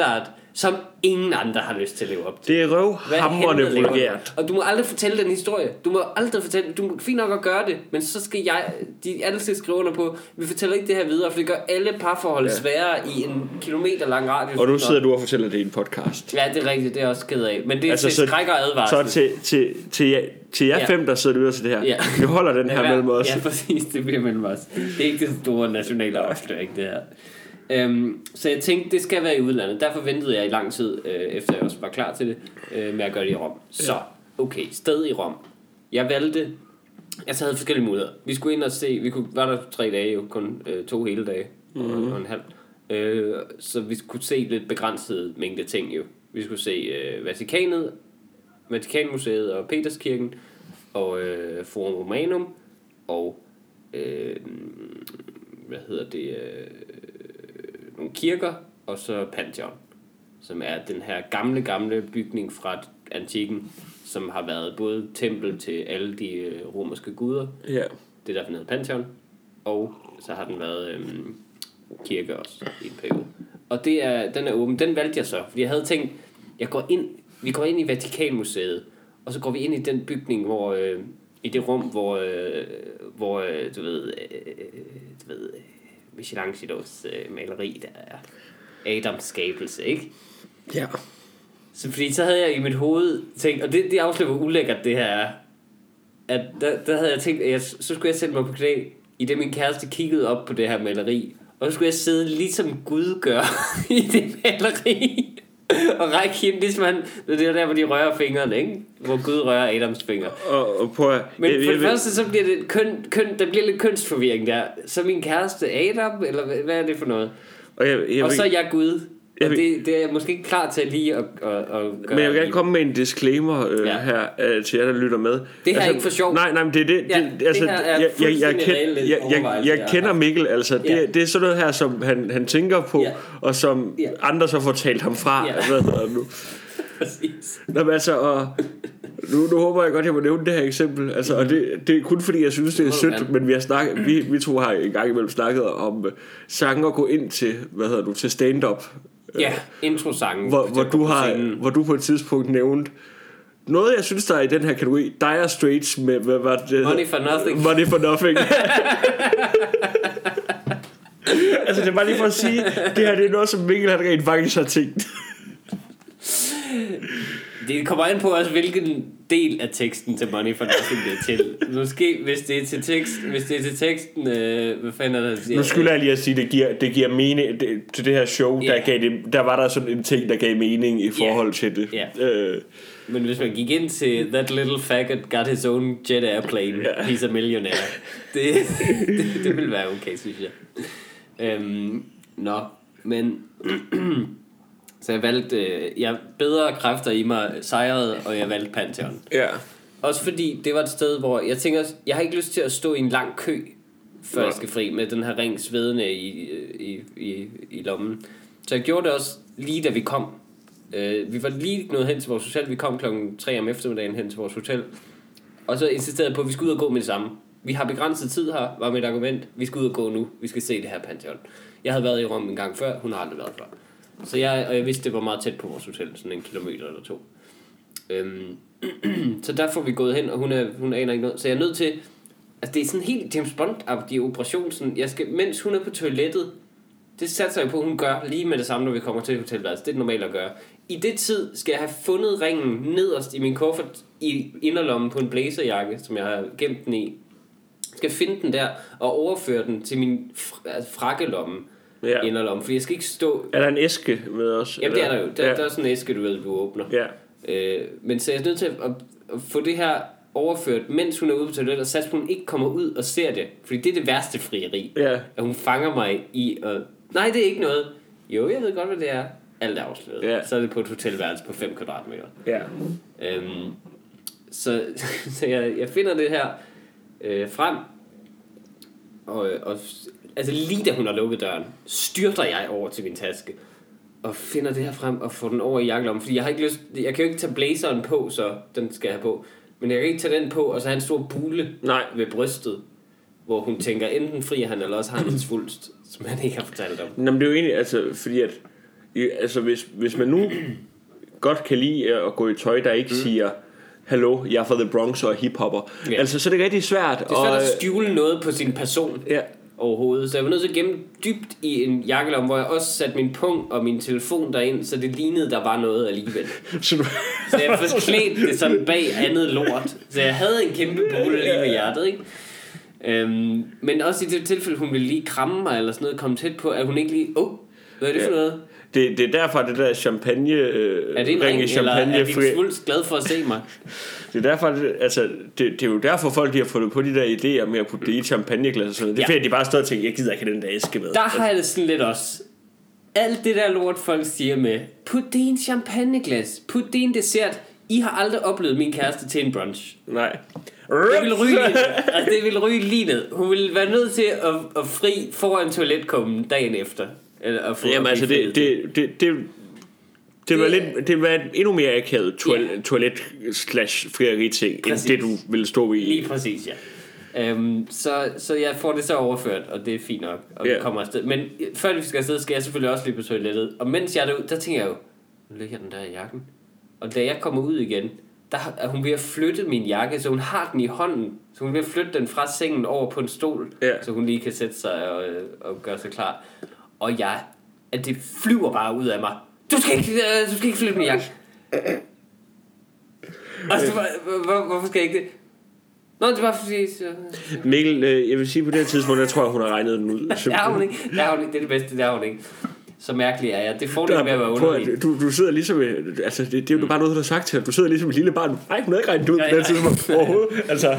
som ingen andre har lyst til at leve op til. Det er røvhamrende vulgært. Og du må aldrig fortælle den historie. Du må aldrig fortælle, du må fint nok at gøre det, men så skal jeg, de alle skal skrive under på, vi fortæller ikke det her videre, for det gør alle parforhold ja. sværere i en kilometer lang radius. Og nu sidder du og fortæller det i en podcast. Ja, det er rigtigt, det er også ked af. Men det er altså, til skræk og advarsel. Så til, til, til, jer, til jer ja. fem, der sidder ude til det her, ja. vi holder den her mellem os. Ja, præcis, det bliver mellem os. Det er ikke det store nationale afsløring, det her. Um, så jeg tænkte, det skal være i udlandet. Derfor ventede jeg i lang tid, øh, efter jeg også var klar til det, øh, med at gøre det i Rom. Så, okay, sted i Rom. Jeg valgte, altså havde forskellige muligheder. Vi skulle ind og se, vi kunne, var der tre dage jo, kun øh, to hele dage mm-hmm. og, og en halv. Øh, så vi kunne se lidt begrænset mængde ting jo. Vi skulle se øh, Vatikanet, Vatikanmuseet og Peterskirken, og øh, Forum Romanum, og øh, hvad hedder det... Øh, nogle kirker, og så Pantheon, som er den her gamle, gamle bygning fra antikken, som har været både tempel til alle de romerske guder. Ja. Det der hedder Pantheon. Og så har den været øhm, kirke også i en periode. Og det er, den er åben. Den valgte jeg så, fordi jeg havde tænkt, jeg går ind, vi går ind i Vatikanmuseet, og så går vi ind i den bygning, hvor øh, i det rum, hvor, øh, hvor øh, du ved, øh, du ved, Michelangelos øh, maleri, der er Adams skabelse, ikke? Ja. Så fordi så havde jeg i mit hoved tænkt, og det, det afslører, hvor ulækkert det her er, at der, der havde jeg tænkt, at jeg, så skulle jeg sætte mig på knæ, i det min kæreste kiggede op på det her maleri, og så skulle jeg sidde ligesom Gud gør i det maleri, og række hende, ligesom han, det er der, hvor de rører fingrene, ikke? Hvor Gud rører Adams fingre. Og, og prøv at, Men jeg, for det jeg, første, så bliver det køn, køn, der bliver lidt kønsforvirring der. Så min kæreste Adam, eller hvad, hvad er det for noget? Og, jeg, jeg, og så er jeg Gud. Jeg, og det, det er jeg måske ikke klar til lige at, at, at gøre. Men jeg vil gerne komme med en disclaimer øh, ja. her øh, til jer, der lytter med. Det her altså, er ikke for sjov. Nej, nej, men det er det. Ja, det, altså, det her er jeg, jeg, jeg, kend, jeg, jeg, jeg kender Mikkel, altså. Ja. Det, det er sådan noget her, som han, han tænker på, ja. og som ja. andre så får talt ham fra. Ja. Hvad hedder nu? Præcis. Nå, men altså, og nu, nu håber jeg godt, jeg må nævne det her eksempel. Altså, og det, det er kun fordi, jeg synes, det er sødt, men vi har snakket, vi, vi to har en gang imellem snakket om uh, sange at gå ind til, hvad hedder du, til stand-up. Ja, introsangen. Hvor, hvor, du har, hvor du på et tidspunkt nævnte noget, jeg synes, der er i den her kategori, Dire Straits med, hvad var det? Money for Nothing. Money for Nothing. Altså, det er bare lige for at sige, det her det er noget, som Mikkel han rent faktisk har tænkt. Det kommer an på også, hvilken del af teksten til Money for Nothing det er til. Måske, hvis det er til, tekst, hvis det er til teksten, øh, hvad fanden er det? Nu skulle jeg lige at sige, det giver, det giver mening det, til det her show, yeah. der, gav det, der var der sådan en ting, der gav mening i forhold yeah. til det. Yeah. Øh. Men hvis man gik ind til That Little Faggot Got His Own Jet Airplane, yeah. He's a Millionaire, det, det, det ville være okay, synes jeg. Øhm, nå, men... Så jeg valgte, øh, jeg bedre kræfter i mig sejrede, og jeg valgte Pantheon. Ja. Også fordi det var et sted, hvor jeg tænker, jeg har ikke lyst til at stå i en lang kø, før ja. jeg skal fri, med den her ring svedende i, i, i, i lommen. Så jeg gjorde det også lige da vi kom. Øh, vi var lige nået hen til vores hotel, vi kom klokken tre om eftermiddagen hen til vores hotel. Og så insisterede jeg på, at vi skulle ud og gå med det samme. Vi har begrænset tid her, var mit argument. Vi skal ud og gå nu, vi skal se det her Pantheon. Jeg havde været i Rom en gang før, hun har aldrig været før. Så jeg, og jeg vidste, det var meget tæt på vores hotel, sådan en kilometer eller to. Øhm, så der får vi gået hen, og hun, er, hun aner ikke noget. Så jeg er nødt til, altså det er sådan helt James Bond-agtig operation, sådan, jeg skal, mens hun er på toilettet, det satser jeg på, hun gør lige med det samme, når vi kommer til hotelværelset. Det er normalt at gøre. I det tid skal jeg have fundet ringen nederst i min kuffert, i inderlommen på en blazerjakke, som jeg har gemt den i. Jeg skal finde den der, og overføre den til min fr- altså frakkelomme. Ja. Inderlom, for jeg skal ikke stå. Er der en æske med os? Jamen det er der jo. Der, ja. der er sådan en æske, du ved, du åbner. Ja. Øh, men så jeg er nødt til at, at, at få det her overført, mens hun er ude på toilettet, og sats på, hun ikke kommer ud og ser det. Fordi det er det værste frieri. Ja. At hun fanger mig i at... Nej, det er ikke noget. Jo, jeg ved godt, hvad det er. Alt er afsløret. Ja. Så er det på et hotelværelse på fem kvadratmeter. Ja. Øhm, så så jeg, jeg finder det her øh, frem, og... og altså lige da hun har lukket døren, styrter jeg over til min taske og finder det her frem og får den over i jakkelommen, fordi jeg har ikke lyst, jeg kan jo ikke tage blazeren på, så den skal jeg have på, men jeg kan ikke tage den på og så have en stor bule Nej. ved brystet, hvor hun tænker enten fri han eller også har han en svulst, som han ikke har fortalt om. Nå, men det er jo egentlig altså fordi at altså hvis, hvis man nu godt kan lide at gå i tøj, der ikke mm. siger hallo, jeg er fra The Bronx og hiphopper, yeah. altså så er det rigtig svært. Det er svært at skjule noget på sin person. Ja. Overhovedet. Så jeg var nødt til at gemme dybt i en jakkelom, hvor jeg også satte min pung og min telefon derind, så det lignede, der var noget alligevel. så, du... så jeg forklædte det sådan bag andet lort. Så jeg havde en kæmpe bule lige ved hjertet, ikke? Øhm, men også i det tilfælde, hun ville lige kramme mig eller sådan noget, komme tæt på, at hun ikke lige, åh, oh, hvad er det for ja. noget? Det, det er derfor, det der champagne øh, er det en ring, champagne eller er din svulst glad for at se mig? Det er derfor, det, altså, det, det er jo derfor folk de har fundet på de der idéer med at putte det i champagneglas og sådan noget. Det er ja. fordi, de bare stod og tænkte, jeg gider ikke have den der æske med. Der har jeg det sådan lidt også. Alt det der lort folk siger med, put det i en champagneglas, put det i en dessert. I har aldrig oplevet min kæreste til en brunch. Nej. Det vil ryge, altså det vil ryge lige ned. Hun vil være nødt til at, at fri foran toiletkummen dagen efter. Eller at få Jamen altså det det det det det var lidt det var endnu mere akavet toilet yeah. toilet slash frieri ting end det du ville stå i. Lige præcis, ja. Um, så så jeg får det så overført, og det er fint nok, og yeah. vi kommer afsted. Men før vi skal afsted, skal jeg selvfølgelig også lige på toilettet. Og mens jeg er derude, der tænker jeg jo, nu ligger den der i jakken. Og da jeg kommer ud igen, der er hun ved at flytte min jakke, så hun har den i hånden. Så hun er ved at flytte den fra sengen over på en stol, yeah. så hun lige kan sætte sig og, og gøre sig klar. Og jeg, at det flyver bare ud af mig. Du skal ikke, du skal ikke flytte min jakke. Og så, hvor, hvorfor skal jeg ikke det? Nå, det var fordi så... Mikkel, jeg vil sige på det her tidspunkt, jeg tror jeg hun har regnet den ud. Det er hun ikke. Det er hun ikke. Det er det bedste. Det er hun ikke. Så mærkelig er jeg. Det får det med at være underlig. Du, du sidder ligesom altså det, det er jo mm. bare noget du har sagt til dig. Du sidder ligesom et lille barn. Nej, hun har ikke regnet ud på det tidspunkt overhovedet. Altså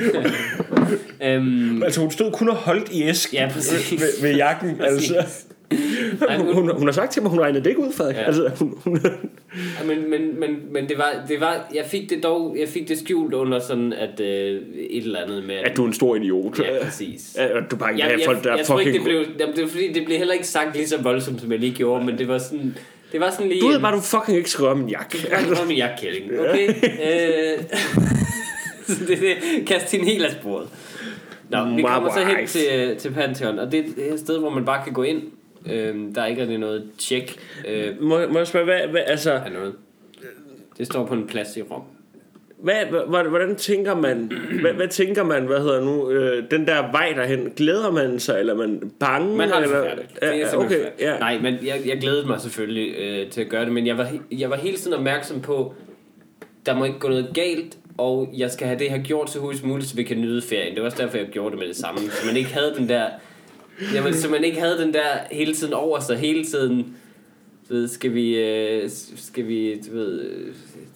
um, altså hun stod kun og holdt i æsk ja, præcis. Ved, ved jakken altså. Ej, hun, hun, hun har sagt til mig, hun regnede det ikke ud, Frederik. Ja. Altså, hun, hun... ja, men, men, men, men det var, det var, jeg fik det dog, jeg fik det skjult under sådan, at øh, et eller andet med... At du er en stor idiot. Ja, præcis. At du bare ikke ja, folk, der jeg, er jeg fucking... Ikke, det blev, jamen, det var fordi, det blev heller ikke sagt lige så voldsomt, som jeg lige gjorde, men det var sådan... Det var sådan lige... Du ved bare, du fucking ikke skal røre min jakke. Du skal ikke røre min jakke, Kælling. Okay? øh, det, det kaster hende helt af sporet. Nå, vi kommer så hen til, til Pantheon, og det er et sted, hvor man bare kan gå ind. Øhm, der er ikke rigtig noget tjek. Øh, må, må jeg spørge, hvad, hvad altså... noget. Det står på en plads i Rom. Hvad, hvordan, hvordan tænker man, hvad, hvad tænker man, hvad hedder nu, øh, den der vej derhen, glæder man sig, eller er man bange? Man har det eller? færdigt. Det er okay, ja. Nej, men jeg, jeg glædede mig selvfølgelig øh, til at gøre det, men jeg var, jeg var hele tiden opmærksom på, der må ikke gå noget galt, og jeg skal have det her gjort så hurtigt muligt, så vi kan nyde ferien. Det var også derfor, jeg gjorde det med det samme, så man ikke havde den der... Jamen, så man ikke havde den der hele tiden over sig, hele tiden, ved, skal vi, øh, skal vi, du ved, øh,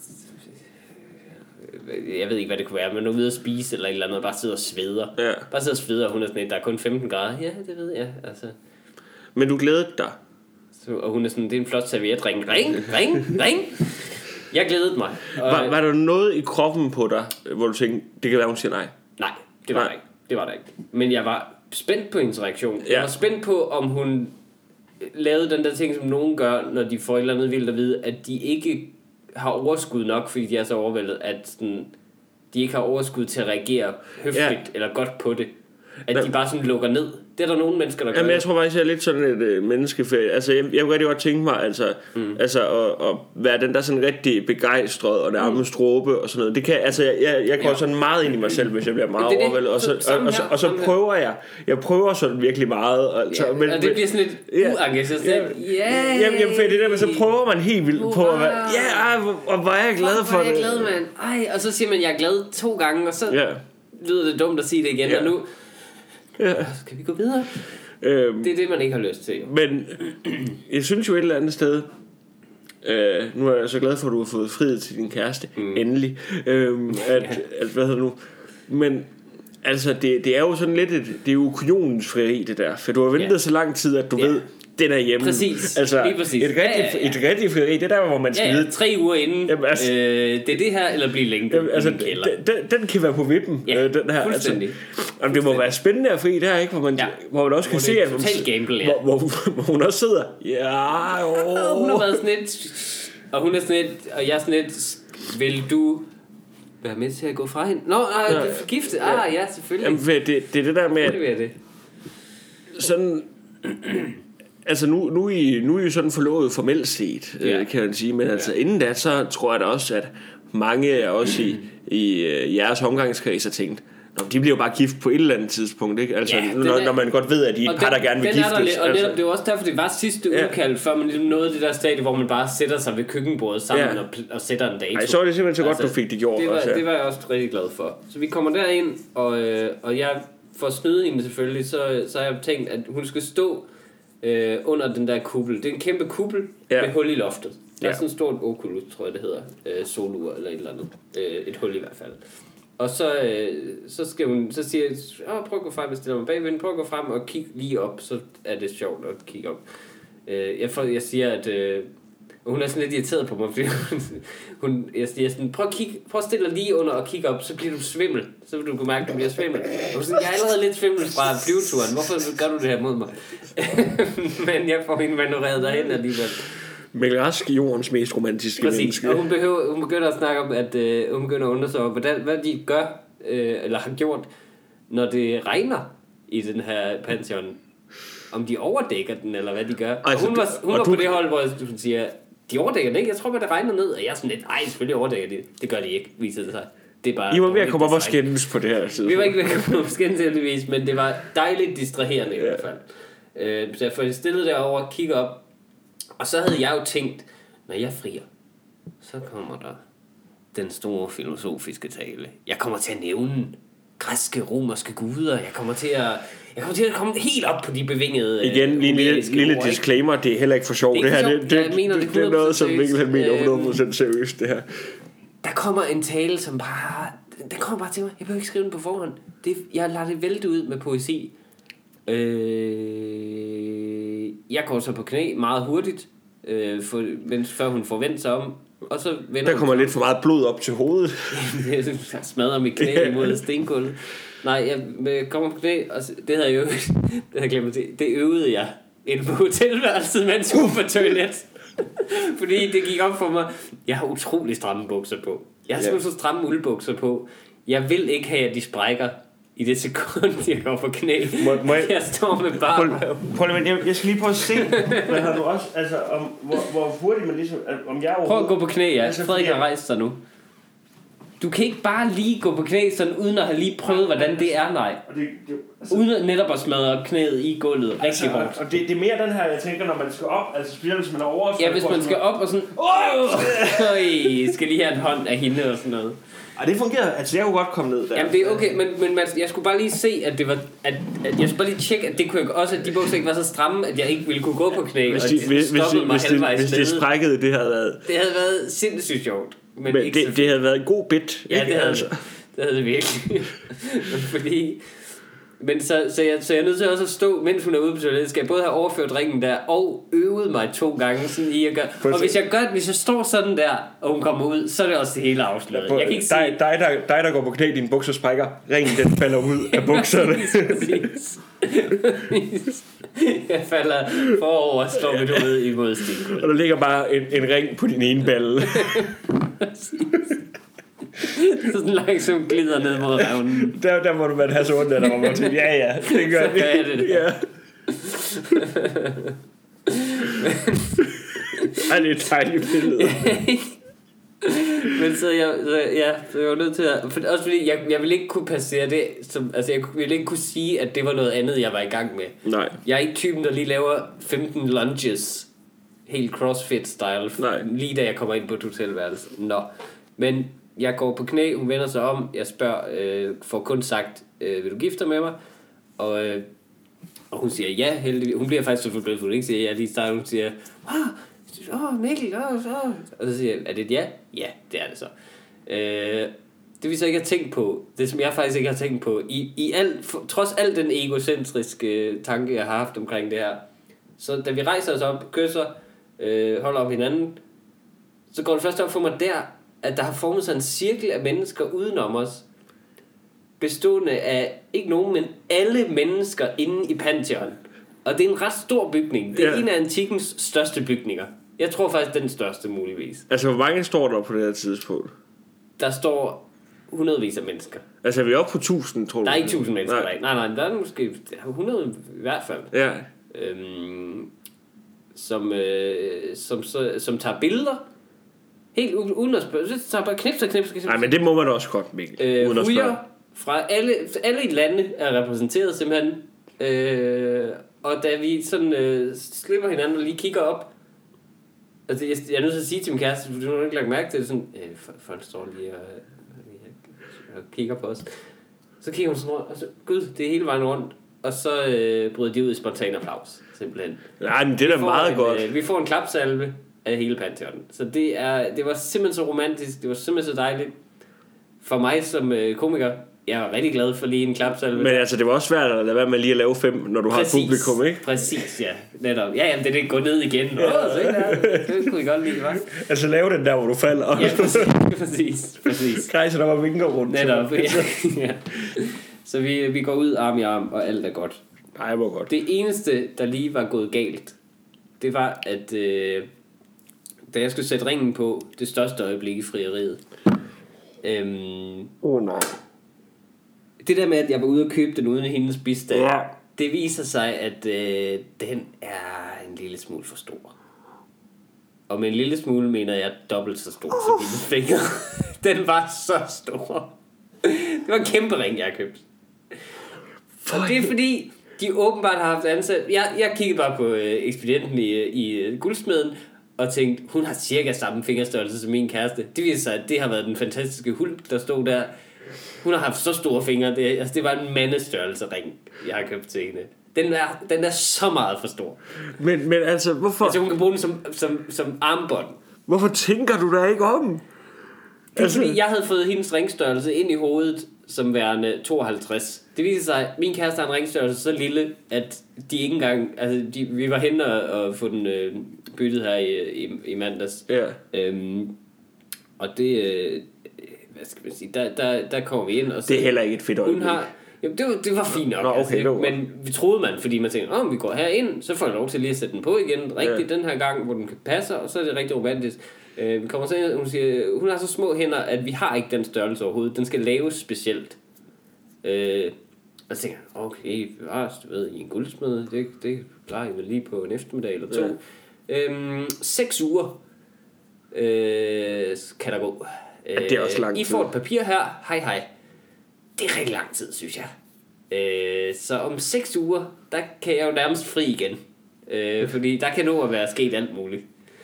jeg ved ikke, hvad det kunne være, men nu ude at spise eller et eller andet, og bare sidder og sveder. Ja. Bare sidder og sveder, og hun er sådan et, der er kun femten grader. Ja, det ved jeg, altså. Men du glædede dig? Så, og hun er sådan, det er en flot serviet, ring, ring, ring, ring. Jeg glædede mig. Og, var, var der noget i kroppen på dig, hvor du tænkte, det kan være, hun siger nej? Nej, det var nej. der ikke. Det var der ikke. Men jeg var spændt på hendes reaktion. Ja. Jeg var spændt på, om hun lavede den der ting, som nogen gør, når de får et eller andet vildt at vide, at de ikke har overskud nok, fordi de er så overvældet, at sådan, de ikke har overskud til at reagere høfligt ja. eller godt på det. At men, de bare sådan lukker ned. Det er der nogle mennesker, der gør. Jamen, jeg tror faktisk, jeg er lidt sådan et øh, menneskeferie. Altså, jeg, jeg kunne rigtig godt tænke mig, altså, mm. altså at, at være den der sådan rigtig begejstret og nærmest mm. råbe og sådan noget. Det kan, altså, jeg, jeg, jeg går ja. sådan meget ind i mig selv, hvis jeg bliver meget det, overvældet. Og så, og, og, og, så, og så prøver jeg. Jeg prøver sådan virkelig meget. Og, så, ja, men, og det bliver sådan lidt ja, uengageret. Ja, ja, jamen, jamen, det der, men så prøver man helt vildt på at være, ja, ej, og hvor er jeg glad for det. Hvor er jeg glad, mand. Ej, og så siger man, jeg er glad to gange, og så ja. lyder det dumt at sige det igen, ja. og nu... Ja. Skal vi gå videre? Øhm, det er det, man ikke har lyst til. Men jeg synes jo et eller andet sted, øh, nu er jeg så glad for, at du har fået frihed til din kæreste, mm. endelig, øh, at, at, hvad hedder nu, men altså, det, det er jo sådan lidt et, det er jo kujonens frieri, det der, for du har ventet ja. så lang tid, at du ja. ved, den er hjemme. Præcis, altså, lige præcis. Et rigtig, ja, ja, ja. et rigtig frieri, det er der, hvor man skal ja, ja. vide. Tre uger inden, jamen, altså, øh, det er det her, eller blive længe jamen, altså, den, den, den kan være på vippen, ja, øh, den her. fuldstændig. Altså, jamen, det må være spændende at fri, det her, ikke? Hvor man, ja. hvor man også kan se, at hun, gamble, ja. hvor, hvor, hvor hun også sidder. Ja, åh. Hun har været sådan et, og hun er sådan et, og jeg er sådan et, vil du være med til at gå fra hende? Nå, nej, det er forgiftet. Ah, ja, selvfølgelig. Jamen, det, det er det der med, det. sådan... altså nu, nu, er I, nu er I sådan forlovet formelt set, ja. øh, kan man sige. Men ja. altså inden da, så tror jeg da også, at mange af os i, i uh, jeres omgangskreds har tænkt, Nå, de bliver jo bare gift på et eller andet tidspunkt, ikke? Altså, ja, når, er, når man godt ved, at de er et par, der gerne vil giftes. Og altså. det, det er jo også derfor, det var sidste ja. udkald, før man ligesom nåede det der stadie, hvor man bare sætter sig ved køkkenbordet sammen ja. og, og sætter en dato. Ej, så er det simpelthen så godt, altså, du fik det gjort. Det var, også, ja. det var jeg også rigtig glad for. Så vi kommer derind, og, øh, og jeg for at snyde hende selvfølgelig, så, så har jeg tænkt, at hun skal stå øh, under den der kuppel. Det er en kæmpe kuppel ja. med hul i loftet. Der er ja. sådan et stort oculus, tror jeg det hedder. Øh, solur eller et eller andet. Øh, et hul i hvert fald. Og så, øh, så, skal hun, så siger jeg, åh, prøv at gå frem, jeg stiller mig bagved, prøv at gå frem og kigge lige op, så er det sjovt at kigge op. Øh, jeg, får, jeg siger, at øh, hun er sådan lidt irriteret på mig, fordi hun, hun, jeg siger sådan, prøv at, kigge, prøv at stille dig lige under og kigge op, så bliver du svimmel. Så vil du kunne mærke, at du bliver svimmel. Og sådan, jeg er allerede lidt svimmel fra flyveturen, hvorfor gør du det her mod mig? Men jeg får hende manøvreret derhen alligevel. Mikkel Rask, jordens mest romantiske Præcis. menneske. Og hun, behøver, hun begynder at snakke om, at øh, hun begynder at undersøge, hvordan, hvad de gør, øh, eller har gjort, når det regner i den her pension. Om de overdækker den, eller hvad de gør. Altså, og hun var, hun og var du... på det hold, hvor hun siger, de overdækker den ikke, jeg tror bare, det regner ned. Og jeg er sådan lidt, ej, selvfølgelig overdækker de det. Det gør de ikke, viser det sig. Det er bare I var ved at komme op og skændes på det her side. Vi var ikke ved at komme op og skændes heldigvis, men det var dejligt distraherende i hvert fald. Øh, så jeg får stillet derovre og kigger op. Og så havde jeg jo tænkt, når jeg frier, så kommer der den store filosofiske tale. Jeg kommer til at nævne græske, romerske guder. Jeg kommer til at, jeg kommer til at komme helt op på de bevingede. Igen, lige en lille, lille disclaimer, det er heller ikke for sjov. Det, det her, det, det, mener, det, det, det er noget, som Mikkel han mener hundrede procent seriøst, det her. Der kommer en tale, som bare, den kommer bare til mig. Jeg behøver ikke skrive den på forhånd. Det, jeg lader det vælte ud med poesi. Øh, jeg går så på knæ meget hurtigt, øh, for, mens før hun får vendt sig om, og så vender der kommer lidt for meget blod op til hovedet. Jeg smadrer mit knæ imod stengulvet. Nej, jeg kommer på knæ, og det havde jeg jo, det havde jeg glemt til. Det øvede jeg inde på hotelværelset, mens jeg var på toilet. Fordi det gik op for mig. Jeg har utrolig stramme bukser på. Jeg har simpelthen så stramme uldbukser på. Jeg vil ikke have, at de sprækker i det sekund, jeg går på knæ. Må, må jeg, jeg står med bare. Prøv, jeg, jeg skal lige prøve at se, hvad har du også, altså, om, hvor, hvor hurtigt man ligesom, om jeg prøv at gå på knæ, ja. Altså, Frederik har rejst sig nu. Du kan ikke bare lige gå på knæ, sådan uden at have lige prøvet, hvordan det er, nej. Det, det, altså, uden netop at smadre knæet i gulvet rigtig altså, hårdt. Og det, det er mere den her, jeg tænker, når man skal op, altså specielt hvis man er over. Ja, hvis man skal op og sådan, åh, øh, skal lige have en hånd af hende og sådan noget. Og det fungerede, altså jeg kunne godt komme ned der. Jamen det er okay, men, men man, jeg skulle bare lige se, at det var, at, at jeg skulle bare lige tjekke, at det kunne jeg også, at de bukser ikke var så stramme, at jeg ikke ville kunne gå på knæ, hvis de, og det hvis, stoppede mig hvis halvvejs Hvis det sprækkede, det havde været... Det havde været sindssygt sjovt. Men, men ikke det, det havde været en god bit. Ja, det havde, altså. det havde det virkelig. Fordi... Men så, så, jeg, så jeg er nødt til også at stå, mens hun er ude på toilettet, skal jeg både have overført ringen der, og øvet mig to gange sådan i at gøre. Og hvis jeg gør, hvis jeg står sådan der, og hun kommer ud, så er det også det hele afsløret. Jeg kan ikke dig, sige... dig, der, dig, der går på knæ, dine bukser sprækker, ringen den falder ud af bukserne. Jeg falder forover og slår mit hoved imod stikken. Og der ligger bare en, en ring på din ene balle. Så sådan langsomt glider ned mod revnen. Der, der må du man have så ondt af, der må man sige, ja ja, det gør så det. Gør det, det. Ja. Ej, det er et dejligt billede. Men så jeg, så, ja, så jeg var nødt til at... For, også fordi jeg, jeg ville ikke kunne passere det som, altså jeg ville ikke kunne sige, at det var noget andet, jeg var i gang med. Nej. Jeg er ikke typen, der lige laver femten lunges, helt CrossFit-style, Nej. lige da jeg kommer ind på et hotelværelse. Nå, men... Jeg går på knæ, hun vender sig om, jeg spørger, øh, får kun sagt, øh, vil du gifte dig med mig? Og, øh, og hun siger ja, heldigvis. Hun bliver faktisk så forblødt, for hun ikke siger ja lige starten. Hun siger, åh, oh, Mikkel, åh, oh, oh. Og så siger jeg, er det et ja? Ja, det er det så. Øh, det vi så ikke har tænkt på, det som jeg faktisk ikke har tænkt på, i, i alt, for, trods alt den egocentriske tanke, jeg har haft omkring det her, så da vi rejser os op, kysser, øh, holder om hinanden, så går det først op for mig der, at der har formet sig en cirkel af mennesker udenom os, bestående af ikke nogen, men alle mennesker inde i Pantheon. Og det er en ret stor bygning. Det er ja. en af antikkens største bygninger. Jeg tror faktisk den største muligvis. Altså hvor mange står der på det her tidspunkt? Der står hundredvis af mennesker. Altså er vi oppe på tusind, tror du? Der er ikke tusind mennesker. Nej, nej, nej, der er måske hundrede i hvert fald. Ja. Øhm, som, øh, som, så, som tager billeder. Helt u- uden at spørge. Så tager bare knipser, knipser, knipser. Nej, men det må man også godt, Mikkel. Øh, uden at spørge. Fra alle, alle i lande er repræsenteret simpelthen. Øh, og da vi sådan øh, slipper hinanden og lige kigger op. Altså jeg, jeg er nødt til at sige til min kæreste, for du har ikke lagt mærke til det sådan. Øh, folk står lige og, og kigger på os. Så kigger hun sådan rundt, og så, gud, det er hele vejen rundt. Og så øh, bryder de ud i spontan applaus, simpelthen. Nej, men det er da meget en, godt. Øh, vi får en klapsalve af hele Pantheon. Så det, er, det var simpelthen så romantisk, det var simpelthen så dejligt. For mig som øh, komiker, jeg var rigtig glad for lige en klapsalve. Men altså, det var også svært at lade være med lige at lave fem, når du præcis, har et publikum, ikke? Præcis, ja. Netop. Ja, jamen, det er det, gå ned igen. Åh, oh, så der. Det kunne jeg godt lide, hva'? Altså, lave den der, hvor du falder. Ja, præcis, præcis. præcis. Kajser, der var vinker rundt. Netop, ja. ja. Så vi, vi går ud arm i arm, og alt er godt. Nej, hvor godt. Det eneste, der lige var gået galt, det var, at øh, da jeg skulle sætte ringen på, det største øjeblik i frieriet. Øhm, oh, nej. Det der med, at jeg var ude og købe den uden hendes bistand, ja. Det viser sig, at øh, den er en lille smule for stor. Og med en lille smule mener jeg dobbelt så stor som mine fingre. Den var så stor. Det var en kæmpe ring, jeg har købt. Og det er fordi, de åbenbart har haft ansat. Jeg, jeg kiggede bare på øh, ekspedienten i, i guldsmeden og tænkte, hun har cirka samme fingerstørrelse som min kæreste. Det viser sig, at det har været den fantastiske Hulk, der stod der. Hun har haft så store fingre. Det, altså, det var en mandestørrelse ring, jeg har købt til hende. Den er, den er så meget for stor. Men, men altså, hvorfor... Altså, hun kan bruge den som, som, som armbånd. Hvorfor tænker du der ikke om? Det er altså... fordi, jeg havde fået hendes ringstørrelse ind i hovedet som værende tooghalvtreds. Det viser sig, at min kæreste har en ringstørrelse så lille, at de ikke engang... Altså, de, vi var henne og, og få den øh, byttet her i, i, i mandags. Ja. Øhm, og det... Øh, hvad skal man sige? Der, der, der kommer vi ind og så... Det er heller ikke et fedt øjeblik. Hun har... Jamen, det var, det var fint nok. Nå, okay, altså, men vi troede man, fordi man tænkte, åh, vi går herind, så får jeg lov til lige at sætte den på igen, rigtigt ja. Den her gang, hvor den kan passe, og så er det rigtig romantisk. Uh, vi kommer så ind, hun siger, hun har så små hænder, at vi har ikke den størrelse overhovedet. Den skal laves specielt. Uh, og så tænker jeg, okay, bevares, du ved, i en guldsmed, det, det plejer jeg vel lige på en eftermiddag eller to. Ja. Um, seks uger uh, kan der gå. Ja, det er også lang tid. I får et papir her, hej hej. Det er rigtig lang tid, synes jeg. Øh, så om seks uger, der kan jeg jo nærmest fri igen. Øh, fordi der kan nå at være sket alt muligt.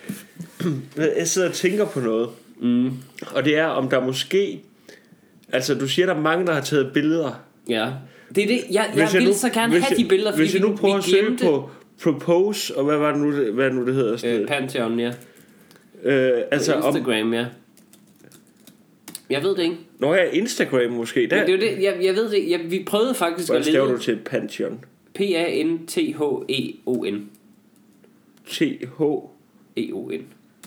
Jeg sidder og tænker på noget. Mm. Og det er, om der måske... Altså, du siger, der er mange, der har taget billeder. Ja. Det er det. Jeg, jeg, jeg vil nu, så gerne have jeg, de billeder, fordi hvis jeg nu vi, prøver vi at søge glemte... på Propose, og hvad var det nu, det, hvad nu det hedder? Øh, Pantheon, ja. Øh, altså Instagram, om, ja. Jeg ved det ikke. Nå ja, Instagram måske. Der... Det er jo det, jeg, jeg ved det. Jeg, vi prøvede faktisk Hvad at lede... Hvad staver du til Pantheon? P-A-N-T-H-E-O-N. T-H... E-O-N.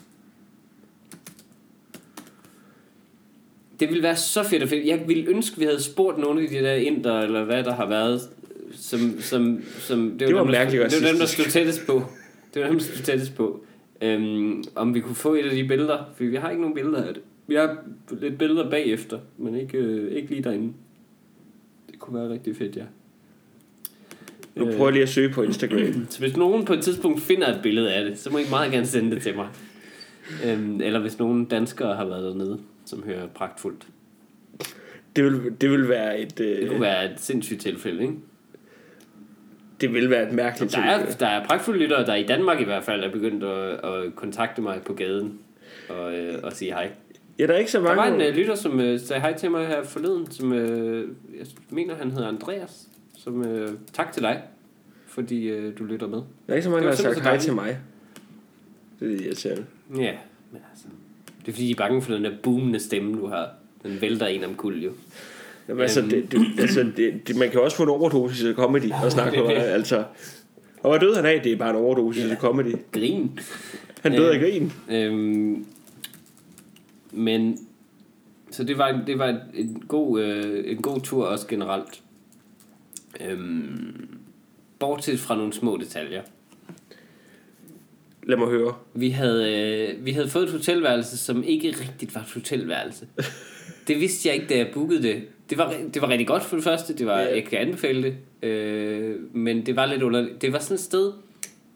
Det ville være så fedt og fedt. Jeg ville ønske, vi havde spurgt nogle af de der inder, eller hvad der har været, som... som, som det, det var, var mærkeligt. Det var dem, der stod tættest på. Det var dem, der stod tættest på. Øhm, om vi kunne få et af de billeder, for vi har ikke nogen billeder af det. Vi har lidt billeder bagefter, men ikke, øh, ikke lige derinde. Det kunne være rigtig fedt, ja. Nu prøver jeg lige at søge på Instagram. Så hvis nogen på et tidspunkt finder et billede af det, så må I meget gerne sende det til mig. Øhm, eller hvis nogen danskere har været dernede, som hører pragtfuldt. Det vil, det vil være et... Øh... Det kunne være et sindssygt tilfælde, ikke? Det vil være et mærkeligt der er, der er pragtfulde lyttere, der i Danmark i hvert fald er begyndt at, at kontakte mig på gaden og, øh, og sige hej. Ja, der er ikke så mange... Der var en uh, lytter, som uh, sagde hej til mig her forleden, som uh, jeg mener, han hedder Andreas, som uh, tak til dig, fordi uh, du lytter med. Der er ikke så mange, der har sagt hej til mig. Det er irriterende. Ja, men altså, det er fordi, de er bange for den der boomende stemme, du har. Den vælter en om kul, jo. Jamen, altså, det, det, altså det, det, man kan også få en overdosis af comedy og snakke om, altså... Og hvad døde han af? Det er bare en overdosis af ja. comedy. Grin. Han døde af grin. Øhm, men... Så det var, det var en, god, øh, en god tur også generelt. Øhm, bortset fra nogle små detaljer. Lad mig høre. Vi havde, øh, vi havde fået et hotelværelse, som ikke rigtigt var et hotelværelse. Det vidste jeg ikke, da jeg bookede det. Det var, det var rigtig godt for det første. Det var, jeg kan anbefale det. Øh, men det var lidt underligt. Det var sådan et sted,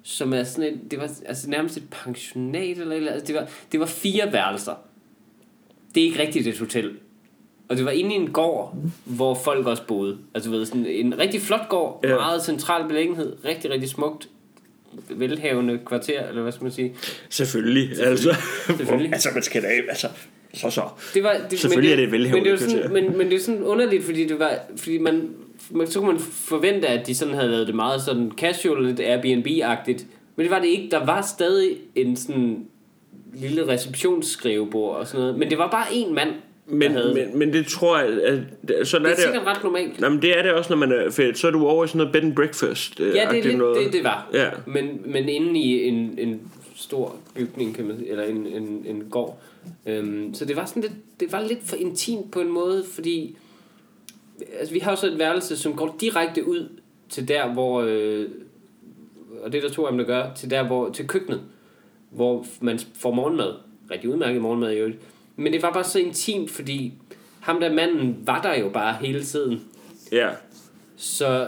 som er sådan et, det var altså nærmest et pensionat eller eller altså det var det var fire værelser. Det er ikke rigtigt et hotel. Og det var inde i en gård, hvor folk også boede. Altså ved sådan en rigtig flot gård, ja. Meget central beliggenhed, rigtig rigtig smukt, velhavende kvarter, eller hvad skal man sige? Selvfølgelig, Selvfølgelig. altså. Selvfølgelig. altså man skal da altså så så. Det var det, Selvfølgelig men det, er det velhavende men det var sådan, men men det er sådan underligt, fordi det var fordi man, man så kunne man forvente at de sådan havde lavet det meget sådan casual, lidt Airbnb-agtigt, men det var det ikke. Der var stadig en sådan lille receptionsskrivebord og sådan noget, men det var bare en mand. Men, men, men det tror jeg at, sådan det er, er sikkert ret normalt. Jamen det er det også, når man er fedt. Så er du over i sådan noget bed and breakfast. Ja, det er lidt noget. det, det var. Ja. Men, men inde i en, en stor bygning, kan man sige, eller en, en, en gård. Øhm, så det var sådan lidt, det var lidt for intimt på en måde, fordi altså, vi har jo så et værelse, som går direkte ud til der, hvor øh, og det er der to af dem, der gør, til der, hvor til køkkenet, hvor man får morgenmad. Rigtig udmærket morgenmad i øvrigt. Men det var bare så intimt, fordi ham der manden var der jo bare hele tiden. Ja. Så,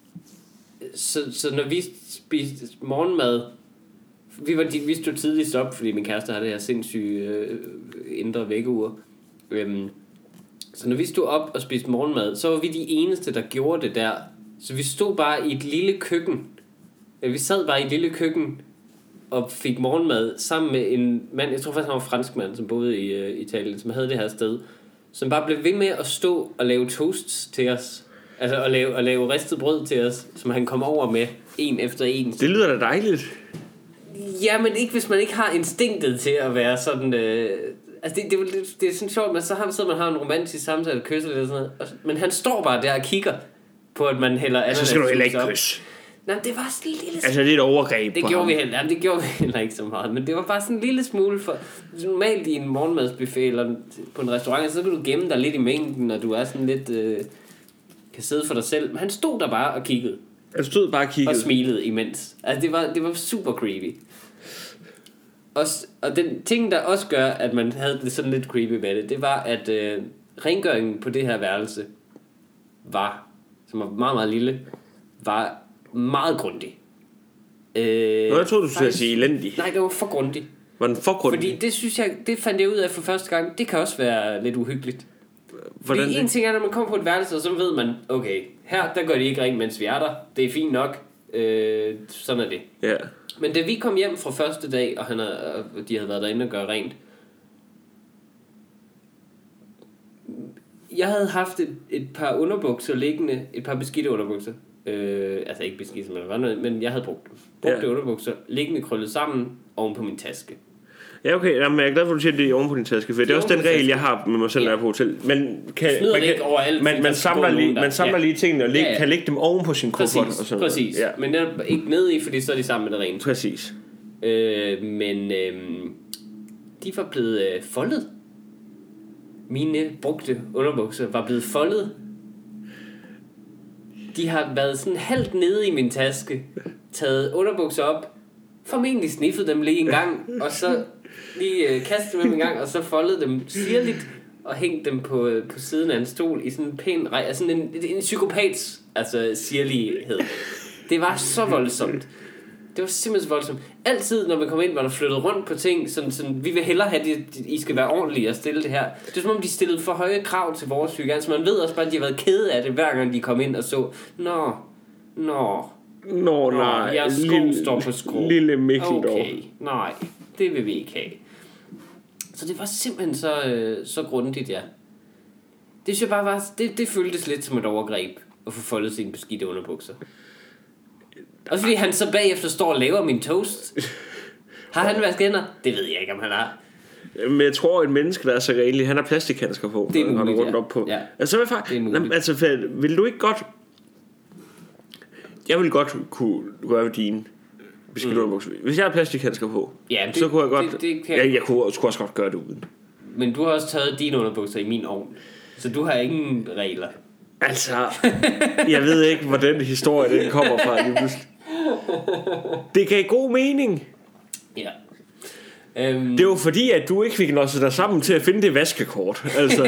så, så når vi spiste morgenmad, vi, var, vi stod tidligst op, fordi min kæreste har det her sindssyge øh, indre vækkeur. Øhm, så når vi stod op og spiste morgenmad, så var vi de eneste, der gjorde det der. Så vi stod bare i et lille køkken. Ja, vi sad bare i et lille køkken og fik morgenmad sammen med en mand, jeg tror faktisk han var franskmand, som boede i uh, Italien, som havde det her sted, som bare blev ved med at stå og lave toasts til os, altså at lave, at lave ristet brød til os, som han kom over med en efter en. Det lyder da dejligt. Ja, men ikke hvis man ikke har instinktet til at være sådan øh, altså det, det, det, det er sådan sjovt, men så har, så man har en romantisk samtale og kysser lidt og sådan noget, og, men han står bare der og kigger på at man hælder ananas. Så skal du heller ikke kysse. Nej, det var sådan en lille smule. Altså det er et overgreb. Det gjorde vi heller, jamen, det gjorde vi heller ikke så meget, men det var bare sådan en lille smule for normalt i en morgenmadsbuffet eller på en restaurant, så kan du gemme dig lidt i mængden, og du er sådan lidt øh, kan sidde for dig selv. Men han stod der bare og kiggede. Han stod bare og kiggede og smilede imens. Altså det var det var super creepy. Og, og den ting der også gør at man havde det sådan lidt creepy med det, det var at øh, rengøringen på det her værelse var, som var meget meget lille, var meget grundig. Øh, Nå, jeg troede du skulle sige elendig. Nej, det var for grundig. Var den for grundig? Fordi det synes jeg, det fandt jeg ud af for første gang. Det kan også være lidt uhyggeligt. Hvordan fordi en ting er, når man kommer på et værelse, så ved man, okay, her der gør de ikke rent, mens vi er der. Det er fint nok. Øh, sådan er det. Ja. Men da vi kom hjem fra første dag, og han havde, de havde været derinde og gøre rent, jeg havde haft et, et par underbukser liggende, et par beskidte underbukser. Øh, altså ikke beskidte, som var noget, men jeg havde brugt dem. Brugte ja. underbukser, liggende krøllet sammen oven på min taske. Ja, okay. Jamen, jeg er glad for, at du siger, at det er oven på din taske, for det, det er også den regel, jeg har med mig selv, når jeg er på hotel. Men kan, man, kan, overalt, man, man, samler lige, man samler ja. lige tingene og lig, ja, ja. kan lægge dem oven på sin kuffert. Præcis, og sådan præcis. Ja. Men den er ikke nede i, fordi så er de sammen med det rene. Præcis. Øh, men øh, de var blevet øh, foldet. Mine brugte underbukser var blevet foldet. De har været sådan halvt nede i min taske, taget underbukser op, formentlig sniffet dem lige en gang, og så lige øh, kastet dem en gang, og så foldet dem sirligt og hængt dem på, øh, på siden af en stol i sådan en pæn rej, altså en, en, en psykopats altså sirlighed. Det var så voldsomt. Det var simpelthen så voldsomt. Altid når vi kom ind, var der flyttet rundt på ting, sådan, sådan, vi vil hellere have, at I skal være ordentlige og stille det her. Det er som om, de stillede for høje krav til vores psyke. Altså man ved også bare, at de har været kede af det, hver gang de kom ind og så, nå, nå, nå, nej, jeres sko lille, står på skrå. Lille Mikkel dog. Okay, nej, det vil vi ikke have. Så det var simpelthen så, øh, så grundigt, ja. Det synes jeg bare var, det, det føltes lidt som et overgreb at få foldet sine beskidte underbukser. Også fordi han så bagefter står og laver min toast. Har han vasket hænder? Det ved jeg ikke, om han har. Men jeg tror, at et menneske, der er så regelig, han har plastikhandsker på. Det er muligt, han rundt ja. op på. Ja. Altså, hvad faktisk, altså, vil du ikke godt... Jeg vil godt kunne gøre dine beskidte underbukser. Mm. Hvis jeg har plastikhandsker på, ja, det, så kunne jeg godt... Det, det kan... jeg, jeg kunne, skulle også godt gøre det uden. Men du har også taget dine underbukser i min ovn. Så du har ingen regler. Altså, jeg ved ikke, hvor den historie den kommer fra. Det gav god mening. Ja. Um... Det var fordi, at du ikke fik noget dig sammen til at finde det vaskekort. Altså.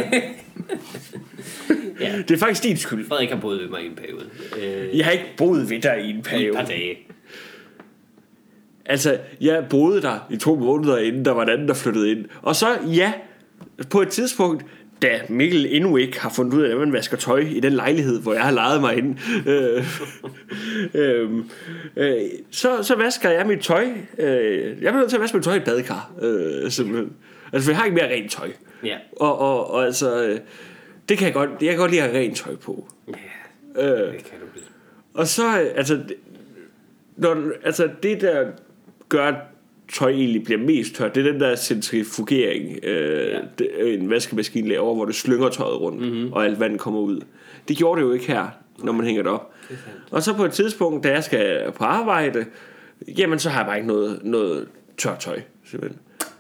Ja. Det er faktisk din skyld. Frederik har boet ved mig i en periode. Uh... Jeg har ikke boet ved dig i en periode. I et par dage. altså, jeg boede der i to måneder, inden der var en anden, der flyttede ind. Og så, ja, på et tidspunkt, da Mikkel endnu ikke har fundet ud af, at man vasker tøj i den lejlighed, hvor jeg har lejet mig ind, øh, øh, øh, så, så vasker jeg mit tøj. Øh, jeg bliver nødt til at vaske mit tøj i et badekar, øh, simpelthen. Altså, for jeg har ikke mere rent tøj. Ja. Og, og, og altså, øh, det kan jeg godt, jeg kan godt lide at have rent tøj på. Ja, øh, det kan du blive. Og så, altså, når, altså, det der gør, at tøj egentlig bliver mest tørt, det er den der centrifugering, øh, ja. det, en vaskemaskine laver, hvor det slynger tøjet rundt, mm-hmm. og alt vand kommer ud. Det gjorde det jo ikke her, når man hænger det op. Det og så på et tidspunkt, da jeg skal på arbejde, jamen så har jeg bare ikke noget, noget tørt tøj, simpelthen.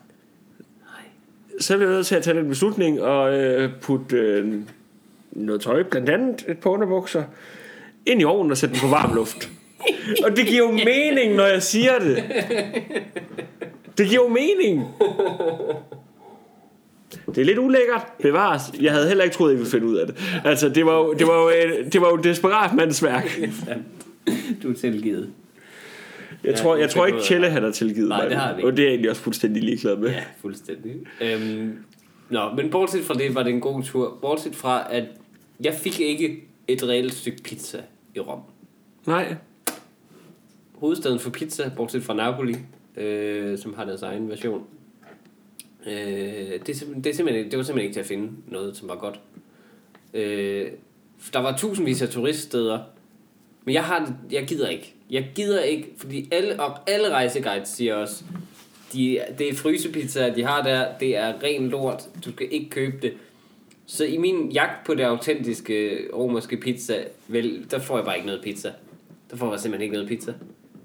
Så bliver jeg nødt til at tage den beslutning og øh, putte øh, noget tøj, blandt andet et par underbukser, ind i ovnen og sætte den på varm luft. Og det giver jo mening, når jeg siger det. Det giver jo mening. Det er lidt ulækkert, bevares. Jeg havde heller ikke troet, jeg ville finde ud af det. Altså, det var jo, det var jo, det var jo desperat mandsværk. Du er tilgivet. Jeg ja, tror, jeg tror ikke, Tjelle han har tilgivet mig. Nej, det har vi ikke. Og det er jeg egentlig også fuldstændig ligeglad med. Ja, fuldstændig. Øhm, nå, men bortset fra det, var det en god tur. Bortset fra, at jeg fik ikke et reelt stykke pizza i Rom. Nej. Hovedstaden for pizza, bortset fra Napoli, øh, som har deres egen version. Øh, det, er simpelthen, det, er simpelthen, det var simpelthen ikke til at finde noget, som var godt. Øh, der var tusindvis af turiststeder, men jeg har, jeg gider ikke. Jeg gider ikke, fordi alle, og alle rejseguides siger også, de, det er frysepizza, de har der, det er ren lort, du skal ikke købe det. Så i min jagt på det autentiske romerske pizza, vel, der får jeg bare ikke noget pizza. Der får jeg simpelthen ikke noget pizza.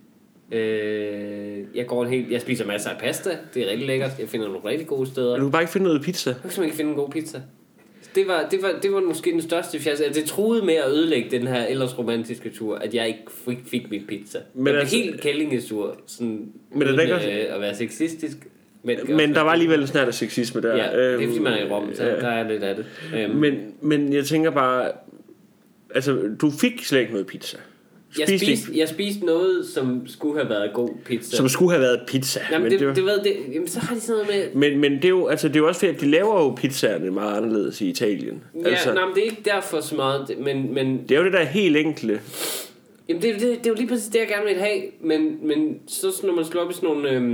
Øh, jeg går en helt, jeg spiser masser af pasta, det er rigtig lækkert, jeg finder nogle rigtig gode steder. Du kan bare ikke finde noget pizza. Jeg kan simpelthen ikke finde en god pizza. Det var, det, var, det var måske den største fjerde. Altså, det troede med at ødelægge den her ellers romantiske tur, at jeg ikke fik, fik mit pizza. Men jeg blev altså, helt kællingesur, sådan men uden øh, at være sexistisk. Men, men der var alligevel snart af sexisme der. Ja, det er fordi man er i Rom, så ja. Der er lidt af det. Um, men, men jeg tænker bare, altså du fik slet ikke noget pizza. Jeg spiste, jeg spiste noget, som skulle have været god pizza. Som skulle have været pizza. Jamen, men det, det, det, ved, det, jamen så har de sådan noget med... Men, men det er jo, altså, det er jo også fordi, at de laver jo pizzaerne meget anderledes i Italien. Ja, altså, nej, men det er ikke derfor så meget, men... men det er jo det der helt enkle. Jamen, det, det, det er jo lige præcis det, jeg gerne vil have, men, men så når man slår op i sådan nogle øhm,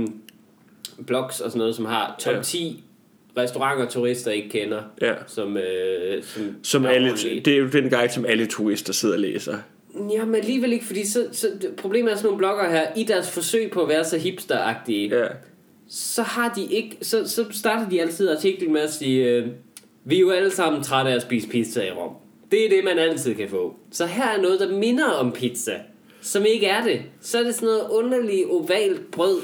blogs og sådan noget, som har top ja. ti restauranter, turister ikke kender, ja. som... Øh, som, som alle, det er jo den guide, som alle turister sidder og læser. Ja, men alligevel ikke, fordi så, så problemet er sådan nogle blogger her, i deres forsøg på at være så hipsteragtige, ja. så har de ikke, så, så starter de altid artiklen med at sige, øh, vi er jo alle sammen trætte af at spise pizza i Rom. Det er det, man altid kan få. Så her er noget, der minder om pizza, som ikke er det. Så er det sådan noget underligt ovalt brød,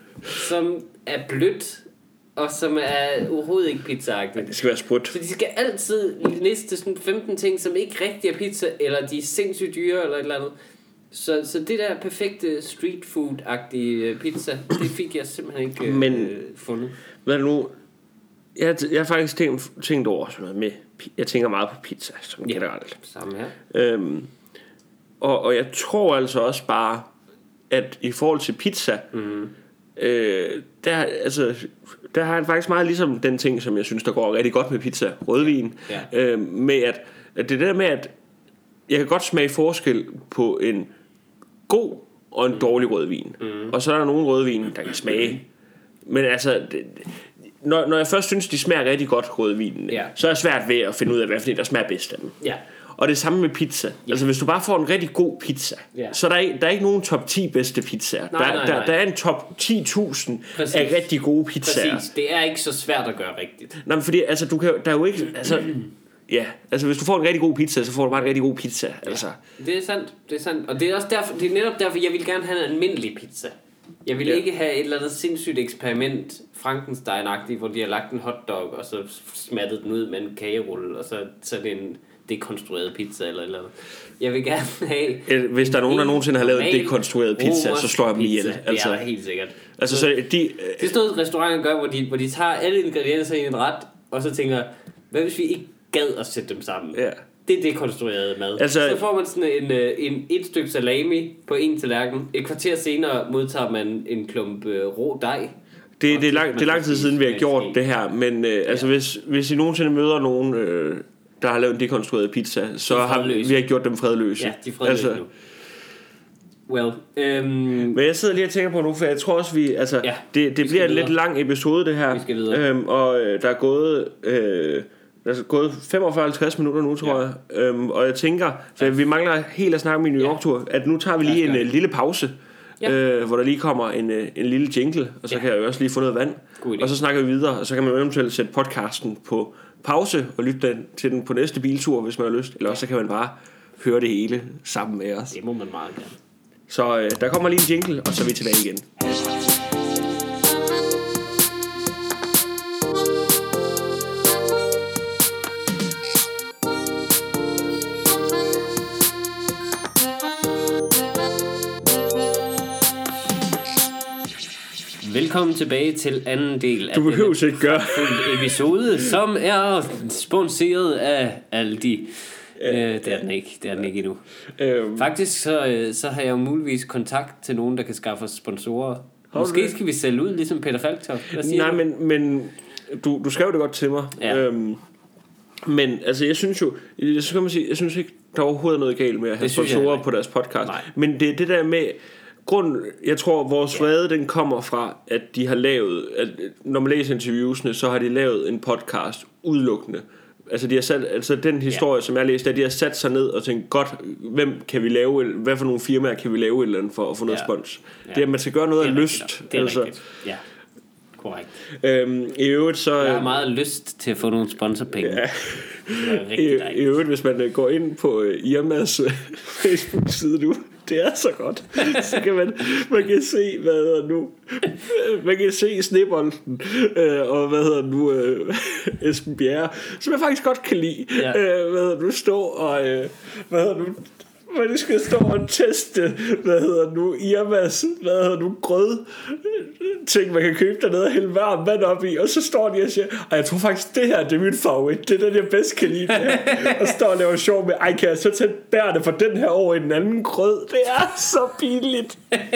som er blødt, og som er overhovedet ikke pizza-agtigt. Det skal være sprødt. Så de skal altid liste sådan femten ting, som ikke rigtig er pizza, eller de er sindssygt dyre, eller et eller andet. Så, så det der perfekte street food-agtige pizza, det fik jeg simpelthen ikke Men, øh, fundet. Hvad nu? Jeg, jeg har faktisk tænkt, tænkt over sådan noget med, jeg tænker meget på pizza, som ja, generelt. Samme her. Øhm, og, og jeg tror altså også bare, at i forhold til pizza, mm-hmm. øh, der, altså, der har jeg faktisk meget ligesom den ting, som jeg synes, der går rigtig godt med pizza, rødvin, ja. øh, med at, at det der med, at jeg kan godt smage forskel på en god og en dårlig rødvin. Mm. Og så er der nogle rødvin, der kan smage. Men altså, det, når, når jeg først synes, de smager rigtig godt, rødvinen, ja. så er det svært ved at finde ud af, hvad for en, der smager bedst af dem. Ja. Og det samme med pizza. Ja. Altså, hvis du bare får en rigtig god pizza, ja. så er der, ikke, der er ikke nogen top ti bedste pizzaer. Nej, der, nej, nej. Der, der er en top ti tusind af rigtig gode pizzaer. Præcis. Det er ikke så svært at gøre rigtigt. Nej, men fordi, altså, du kan, der er jo ikke... Altså, ja, altså hvis du får en rigtig god pizza, så får du bare en rigtig god pizza. Ja, altså. Det er sandt, det er sandt. Og det er også derfor, det er netop derfor, jeg vil gerne have en almindelig pizza. Jeg vil ja. ikke have et eller andet sindssygt eksperiment, Frankenstein-agtigt, hvor de har lagt en hotdog, og så smattet den ud med en kagerulle, og så, så er det en dekonstrueret pizza eller eller andet. Jeg vil gerne have... Hvis der er nogen, der nogensinde har lavet en dekonstrueret pizza, så slår jeg dem ihjel. Altså, det er helt sikkert. Altså, så, så de, det er sådan noget, restauranter gør, hvor de, hvor de tager alle ingredienser i en ret, og så tænker, hvad hvis vi ikke gad at sætte dem sammen? Ja. Det er dekonstrueret mad. Altså, så får man sådan en, en et stykke salami på en tallerken. Et kvarter senere modtager man en klump øh, rå dej. Det, det, er lang, det er lang tid siden, vi har gjort det her, men øh, altså, ja. hvis, hvis I nogensinde møder nogen, øh, der har lavet en dekonstrueret pizza, så har vi, vi har gjort dem fredløse. Ja, de er fredløse altså, nu. Well, øhm, men jeg sidder lige og tænker på nu, for jeg tror også, vi, altså, ja, det, det bliver en lidt lang episode, det her. Vi skal videre. Øhm, og øh, der er gået... Øh, der er gået femogfyrre til halvtreds minutter nu, tror ja. jeg. Øhm, og jeg tænker, så ja. vi mangler helt at snakke om i New York-tur, at nu tager vi lige en uh, lille pause, ja. øh, hvor der lige kommer en, uh, en lille jingle, og så ja. kan jeg også lige få noget vand. Og så snakker vi videre, og så kan man eventuelt sætte podcasten på pause og lytte den, til den på næste biltur, hvis man har lyst. Eller også så kan man bare høre det hele sammen med os. Det må man meget gerne. Så øh, der kommer lige en jingle, og så er vi tilbage igen. Velkommen tilbage til anden del af du behøver ikke gøre episode, som er sponsoreret af Aldi. Øh, det er den ikke, det er den ikke endnu. Øhm. Faktisk så, så har jeg jo muligvis kontakt til nogen, der kan skaffe os sponsorer. Måske skal vi sælge ud, ligesom Peter Falktoft. Nej, men, men du, du skrev det godt til mig. Ja. Øhm, men altså, jeg synes jo, jeg, så kan man sige, jeg synes ikke, der er overhovedet noget galt med at have sponsorer på deres podcast. Nej. Men det er det der med... Grund, jeg tror, vores vrede, den kommer fra, at de har lavet, at når man læser interviewsene, så har de lavet en podcast udelukkende. Altså, de har sat, altså den historie, ja. som jeg læste, at de har sat sig ned og tænkt, godt, hvem kan vi lave, hvad for nogle firmaer kan vi lave et eller andet for at få noget ja. spons. Ja. Det er, at man skal gøre noget af lyst. Det er altså. rigtigt, ja. Korrekt. Øhm, I øvrigt så... Jeg har meget lyst til at få nogle sponsorpenge. Ja. I, I øvrigt, hvis man går ind på Irmas Facebook-side nu, det er så godt. Så kan man, man kan se, hvad hedder nu, man kan se Snebolden, øh, og hvad hedder nu, øh, Esben Bjerre, som jeg faktisk godt kan lide. Ja. Øh, hvad hedder nu, stå og, øh, hvad hedder nu, hvor de skal stå og teste, hvad hedder nu, Irmas, hvad hedder nu, grød ting, man kan købe dernede og hælde varm vand op i, og så står de og siger, og jeg tror faktisk, det her, det er min favorit, det er den, jeg bedst kan lide, og står og laver sjov med, ej, kan jeg så tage bærene fra den her over i den anden grød? Det er så pinligt.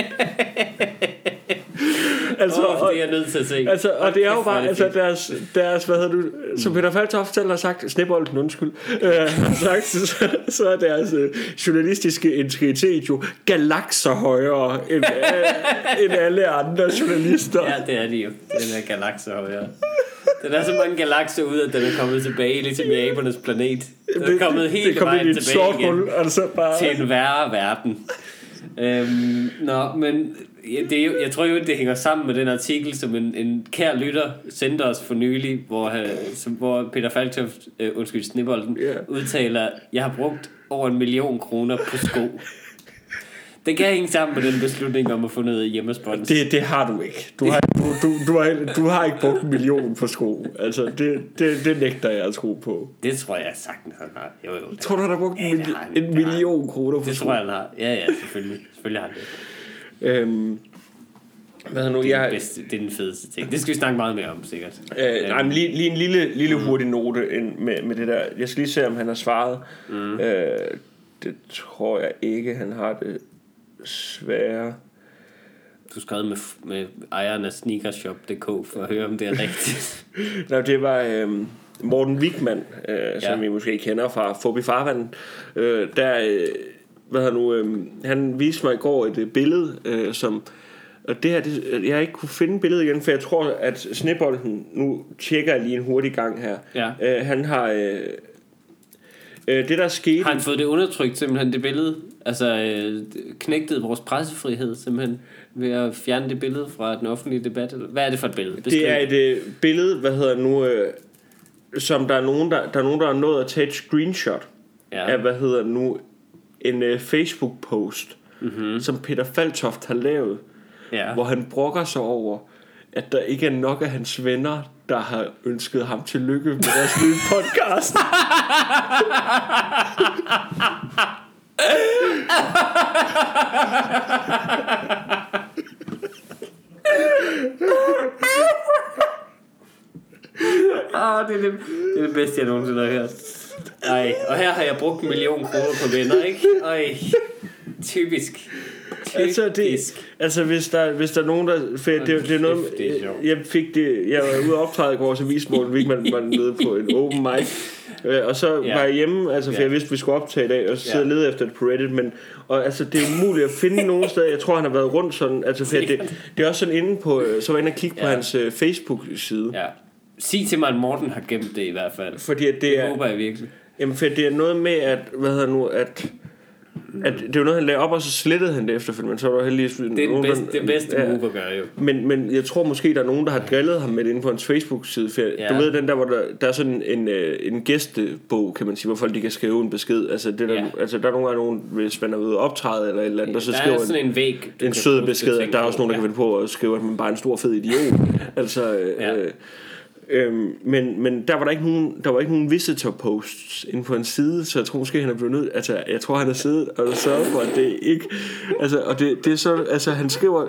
Altså, oh, og, det er jeg nødt til at se. Altså, og det er jo bare, altså deres, deres hvad hedder du, som Peter Falktoft selv har sagt, Snebolden, undskyld, øh, har sagt, så, så er deres øh, journalistiske integritet jo galakser højere end, øh, end alle andre journalister. Ja, det er de jo. Den er galakser højere. Den er så mange galakser ud, at den er kommet tilbage, ligesom i abernes planet. Den er kommet helt vejen tilbage igen hul, altså bare... til en værre verden. Øhm, nå, men det er jo, jeg tror jo, det hænger sammen med den artikel, som en, en kær lytter sendte os for nylig, hvor, uh, som, hvor Peter Falktoft, uh, undskyld, Snebolden, yeah. udtaler, jeg har brugt over en million kroner på sko. Det kan hænge sammen med den beslutning om at få noget hjemmespons. Det, det har du ikke. Du har, du, du, du, har, du har ikke brugt en million på sko. Altså, det, det, det nægter jeg at tro på. Det tror jeg sagtens, han har. Jo, jo, tror du, han har brugt ja, en, mili- en million kroner på det sko? Det tror jeg, han har. Ja, ja, selvfølgelig. Selvfølgelig har han det. Øhm, hvad nu? Det er, jeg... bedste, det er den fedeste ting. Det skal vi snakke meget mere om, sikkert. Øh, nej, men lige, lige en lille, lille hurtig note med, med det der. Jeg skal lige se, om han har svaret. Mm. Øh, det tror jeg ikke, han har det svære. Du skrev med, med ejeren af sneakershop punktum d k for at høre, om det er rigtigt. Nej, det var øh, Morten Wigman, øh, som ja. I måske kender fra Fobi Farvand. Øh, der, øh, hvad hedder nu, øh, han viste mig i går et øh, billede, øh, som, og det her, det, jeg har ikke kunne finde billedet igen, for jeg tror, at Snebolden, nu tjekker jeg lige en hurtig gang her. Ja. Øh, han har... Øh, Øh, det der skete... Har han fået det undertrykt simpelthen, det billede? Altså øh, knægtet vores pressefrihed simpelthen ved at fjerne det billede fra den offentlige debat? Eller? Hvad er det for et billede? Beskriv. Det er et øh, billede, hvad hedder nu, øh, som der er nogen der, der er nogen der har nået at tage et screenshot ja. af, hvad hedder nu, en øh, Facebook post, mm-hmm. som Peter Falktoft har lavet, ja. hvor han brokker sig over, at der ikke er nok af hans venner, der har ønsket ham tillykke med deres nye podcast. Ah, det, er det, det er det bedste, jeg nogensinde har hørt. Ej, og her har jeg brugt en million kroner på venner, ikke? Ej, typisk. Altså, det, altså hvis der hvis der er nogen der for det, det, det er noget jeg fik det jeg var ude og optræde i går så viste Morten Wigman var nede på en open mic og så ja. var jeg hjemme altså for ja. jeg vidste vi skulle optage i dag og så sidde ja. og lede efter det på Reddit men og altså det er umuligt at finde nogen steder jeg tror han har været rundt sådan altså for det, det er også sådan inde på så var jeg inde og kigge ja. på hans uh, Facebook side ja. Sig til mig at Morten har gemt det i hvert fald fordi at det, det er håber jeg virkelig jamen for det er noget med at hvad hedder nu at at det var noget han lagde op og så slettede han det efterfølgende men så var der heldigvis det er den bedste, det bedste ja. move at gøre jo men, men jeg tror måske der er nogen der har drillet ham med det inde på hans Facebook side for ja. du ved den der hvor der, der er sådan en, en, en gæstebog kan man sige hvor folk de kan skrive en besked altså, det der, ja. altså der er nogle gange nogen hvis man er ude og optræde eller et eller andet ja, og så der skriver er sådan en væg en sød besked der er også nogen der ja. kan vende på og skrive at man bare er en stor fed idiot altså ja. øh, Øhm, men, men der var der ikke nogen der var ikke nogen visitor posts inde på en side så jeg tror måske han er blevet nødt altså jeg tror han har siddet og sørget for at det ikke altså og det, det er så altså han skriver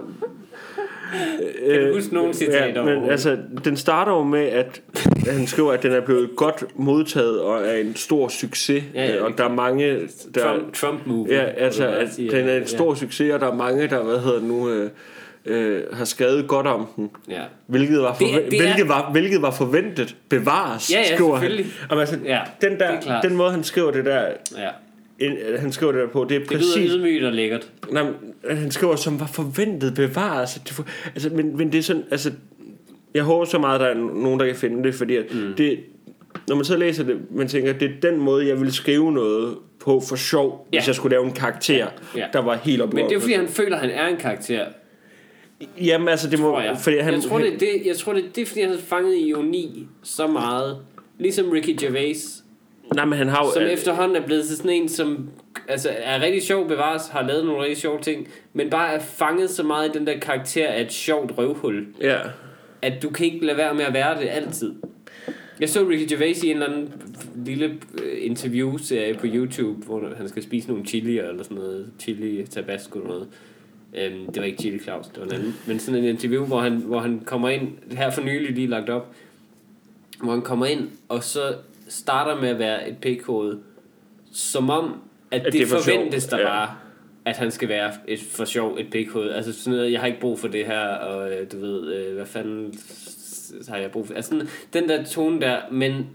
kan du huske nogen citater ja, men altså den starter jo med at han skriver at den er blevet godt modtaget og er en stor succes ja, ja, og der er mange der, Trump, Trump move ja altså at den er en stor ja. succes og der er mange der hvad hedder nu øh, Øh, har skrevet godt om den ja. hvilket, var forve- det, det hvilket, er... var, hvilket var forventet bevares ja, ja, skriver han altså, ja, den, der, den måde han skriver det der ja. en, han skriver det der på det er præcis det lyder ydmygt og lækkert nej, han skriver som var forventet bevares altså, men, men det er sådan altså, jeg håber så meget der er nogen der kan finde det fordi at mm. det når man så læser det man tænker det er den måde jeg vil skrive noget på for sjov ja. hvis jeg skulle lave en karakter ja. Ja. der var helt op men det er jo fordi han føler han er en karakter. Jamen altså det må jeg. Fordi han, jeg tror det, det jeg tror det, det er fordi han har fanget ironi så meget ligesom Ricky Gervais nej, men han har, som efterhånden er blevet til sådan en som altså er rigtig sjov bevares har lavet nogle rigtig sjove ting men bare er fanget så meget i den der karakter af et sjovt røvhul ja. at du kan ikke lade være med at være det altid. Jeg så Ricky Gervais i en eller anden lille interviewserie på YouTube hvor han skal spise nogle chili eller sådan noget chili tabasco eller noget. Um, det var ikke Chili Claus, det var en anden. Men sådan en interview, hvor han, hvor han kommer ind, her for nylig lige lagt op, hvor han kommer ind, og så starter med at være et pikhoved, som om, at, at det, det forventes der ja. bare, at han skal være et for sjov et pikhoved. Altså sådan noget, jeg har ikke brug for det her, og du ved, hvad fanden har jeg brug for. Altså sådan, den der tone der, men...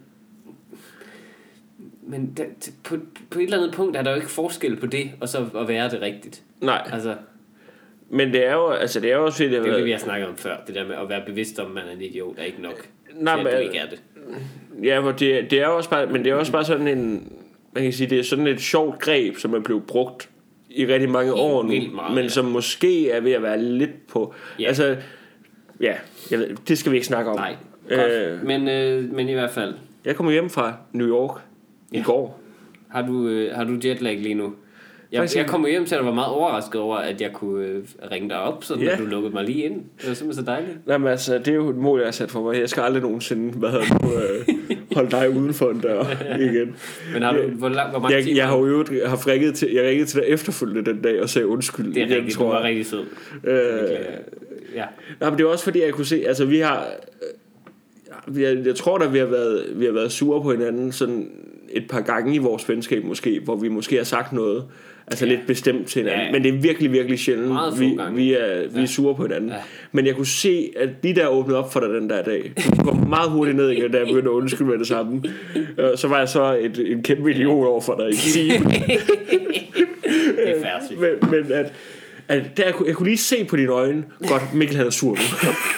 Men der, på, på et eller andet punkt er der jo ikke forskel på det, og så at være det rigtigt. Nej. Altså... Men det er jo altså det er jo også det, det er det vi har snakket om før. Det der med at være bevidst om man er en idiot er ikke nok. Nej, til, at du ikke er det. Ja, for det, det er jo også bare, men det er også bare sådan en, man kan sige det er sådan et sjovt greb som er blevet brugt i rigtig mange helt år nu, meget, men ja. som måske er ved at være lidt på. Ja. Altså, ja, jeg ved, det skal vi ikke snakke om. Nej. Øh, men øh, men i hvert fald. Jeg kommer hjem fra New York ja. i går. Har du øh, har du jetlag lige nu? Jeg, jeg kom hjem til, at jeg var meget overrasket over, at jeg kunne øh, ringe dig op, så ja. du lukkede mig lige ind. Det var simpelthen så dejligt. Nej, men altså, det er jo et mål, jeg har sat for mig. Jeg skal aldrig nogensinde hvad hedder du, øh, holde dig uden for en dør igen. Men har du, hvor, lang, hvor mange jeg, timer? Jeg har jo haft ringet til, jeg ringede til dig efterfølgende den dag og sagde undskyld. Det er rigtigt, du var rigtig sød. Øh, ja. Nej, men det er også fordi, jeg kunne se, altså vi har... Vi har, jeg tror da vi har været vi har været sure på hinanden sådan et par gange i vores venskab måske, hvor vi måske har sagt noget altså ja. lidt bestemt til hinanden, ja. men det er virkelig virkelig sjældent vi, vi er vi er sure på hinanden. Ja. Men jeg kunne se at de der åbnede op for dig den der dag. Du kom meget hurtigt ned igen, da jeg begyndte at undskylde med det samme. Så var jeg så et, en kæmpe idiot over for dig i timen. Det er færdigt. Men, men at, at der, jeg, kunne, jeg kunne lige se på dine øjne, godt Mikkel han er sur nu.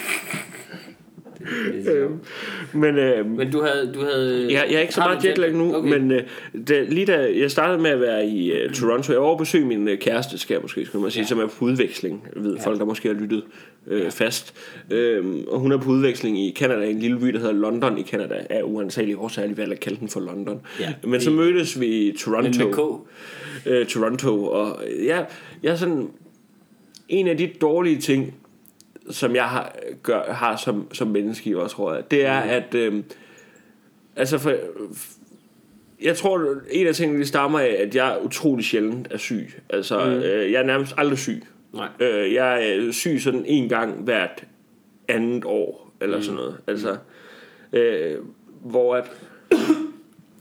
øhm, men, øh, men du havde, du havde jeg, jeg er ikke så meget jetlag nu okay. Men øh, da, lige da jeg startede med at være i øh, Toronto, jeg var over besøg min øh, kæreste skal jeg måske skal man sige, ja. som er på udveksling ved ja. folk der måske har lyttet øh, ja. fast øh, og hun er på udveksling i Canada, en lille by der hedder London i Canada, af uansagelige årsager lige valgt at kalde den for London ja. men det, så mødtes vi i Toronto øh, Toronto og ja, jeg er sådan en af de dårlige ting som jeg har, gør, har som, som menneske også, tror jeg, det er, mm. at øh, altså for, jeg tror, en af tingene, det stammer af, at jeg utrolig sjældent er syg. Altså, mm. øh, jeg er nærmest aldrig syg. Nej. Øh, jeg er syg sådan en gang hvert andet år, eller mm. sådan noget. Altså, øh, hvor at,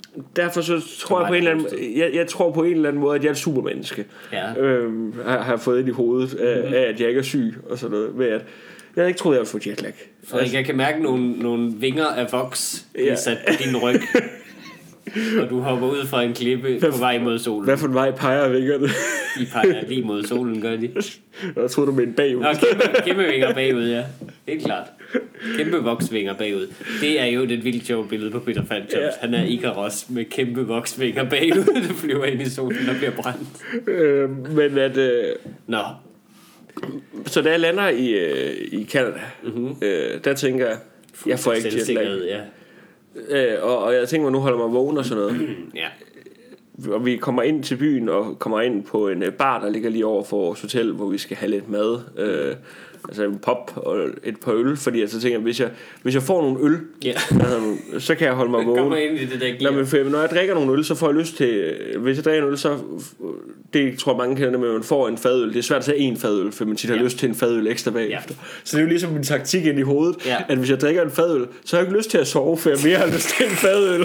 derfor så tror jeg på en eller anden, jeg, jeg tror på en eller anden måde, at jeg er et supermenneske. Ja. Øhm, har, har fået ind i hovedet af, mm-hmm. af, at jeg ikke er syg og sådan noget. Med at jeg havde ikke troet, jeg ville få jetlag. Frederik, jeg kan mærke nogle, nogle vinger af voks blive ja. sat på din ryg. Og du hopper ud fra en klippe hvad, på vej mod solen. Hvad for en vej peger vingerne? De peger lige mod solen, gør de. Jeg troede, du med en bagud. Nå, kæmpe, kæmpe vinger bagud, ja. Helt klart. Kæmpe voksvinger bagud. Det er jo et vildt sjovt billede på Peter Phantoms. Ja. Han er Icarus med kæmpe voksvinger bagud, der flyver ind i solen og bliver brændt. Øh, men at... Øh... Nå. Så da jeg lander i, øh, i Canada, mm-hmm. øh, der tænker jeg, jeg får ikke jetlag. Ja. Øh, og, og jeg tænker mig, nu holder mig vågen og sådan noget. Ja. Og vi kommer ind til byen og kommer ind på en bar, der ligger lige over for vores hotel, hvor vi skal have lidt mad. Øh, altså en pop og et par øl. Fordi jeg så tænker, hvis jeg, hvis jeg får nogle øl, yeah. altså, så kan jeg holde mig vågen. Kommer ind i det der Nå, men for, når jeg drikker nogle øl, så får jeg lyst til... Hvis jeg drikker en øl, så... Det tror jeg mange kender, men man får en fadøl. Det er svært at tage en fadøl, for man tit har yeah. lyst til en fadøl ekstra bagefter. Yeah. Så det er jo ligesom min taktik ind i hovedet, yeah. at hvis jeg drikker en fadøl, så har jeg ikke lyst til at sove, for jeg mere har lyst til en fadøl.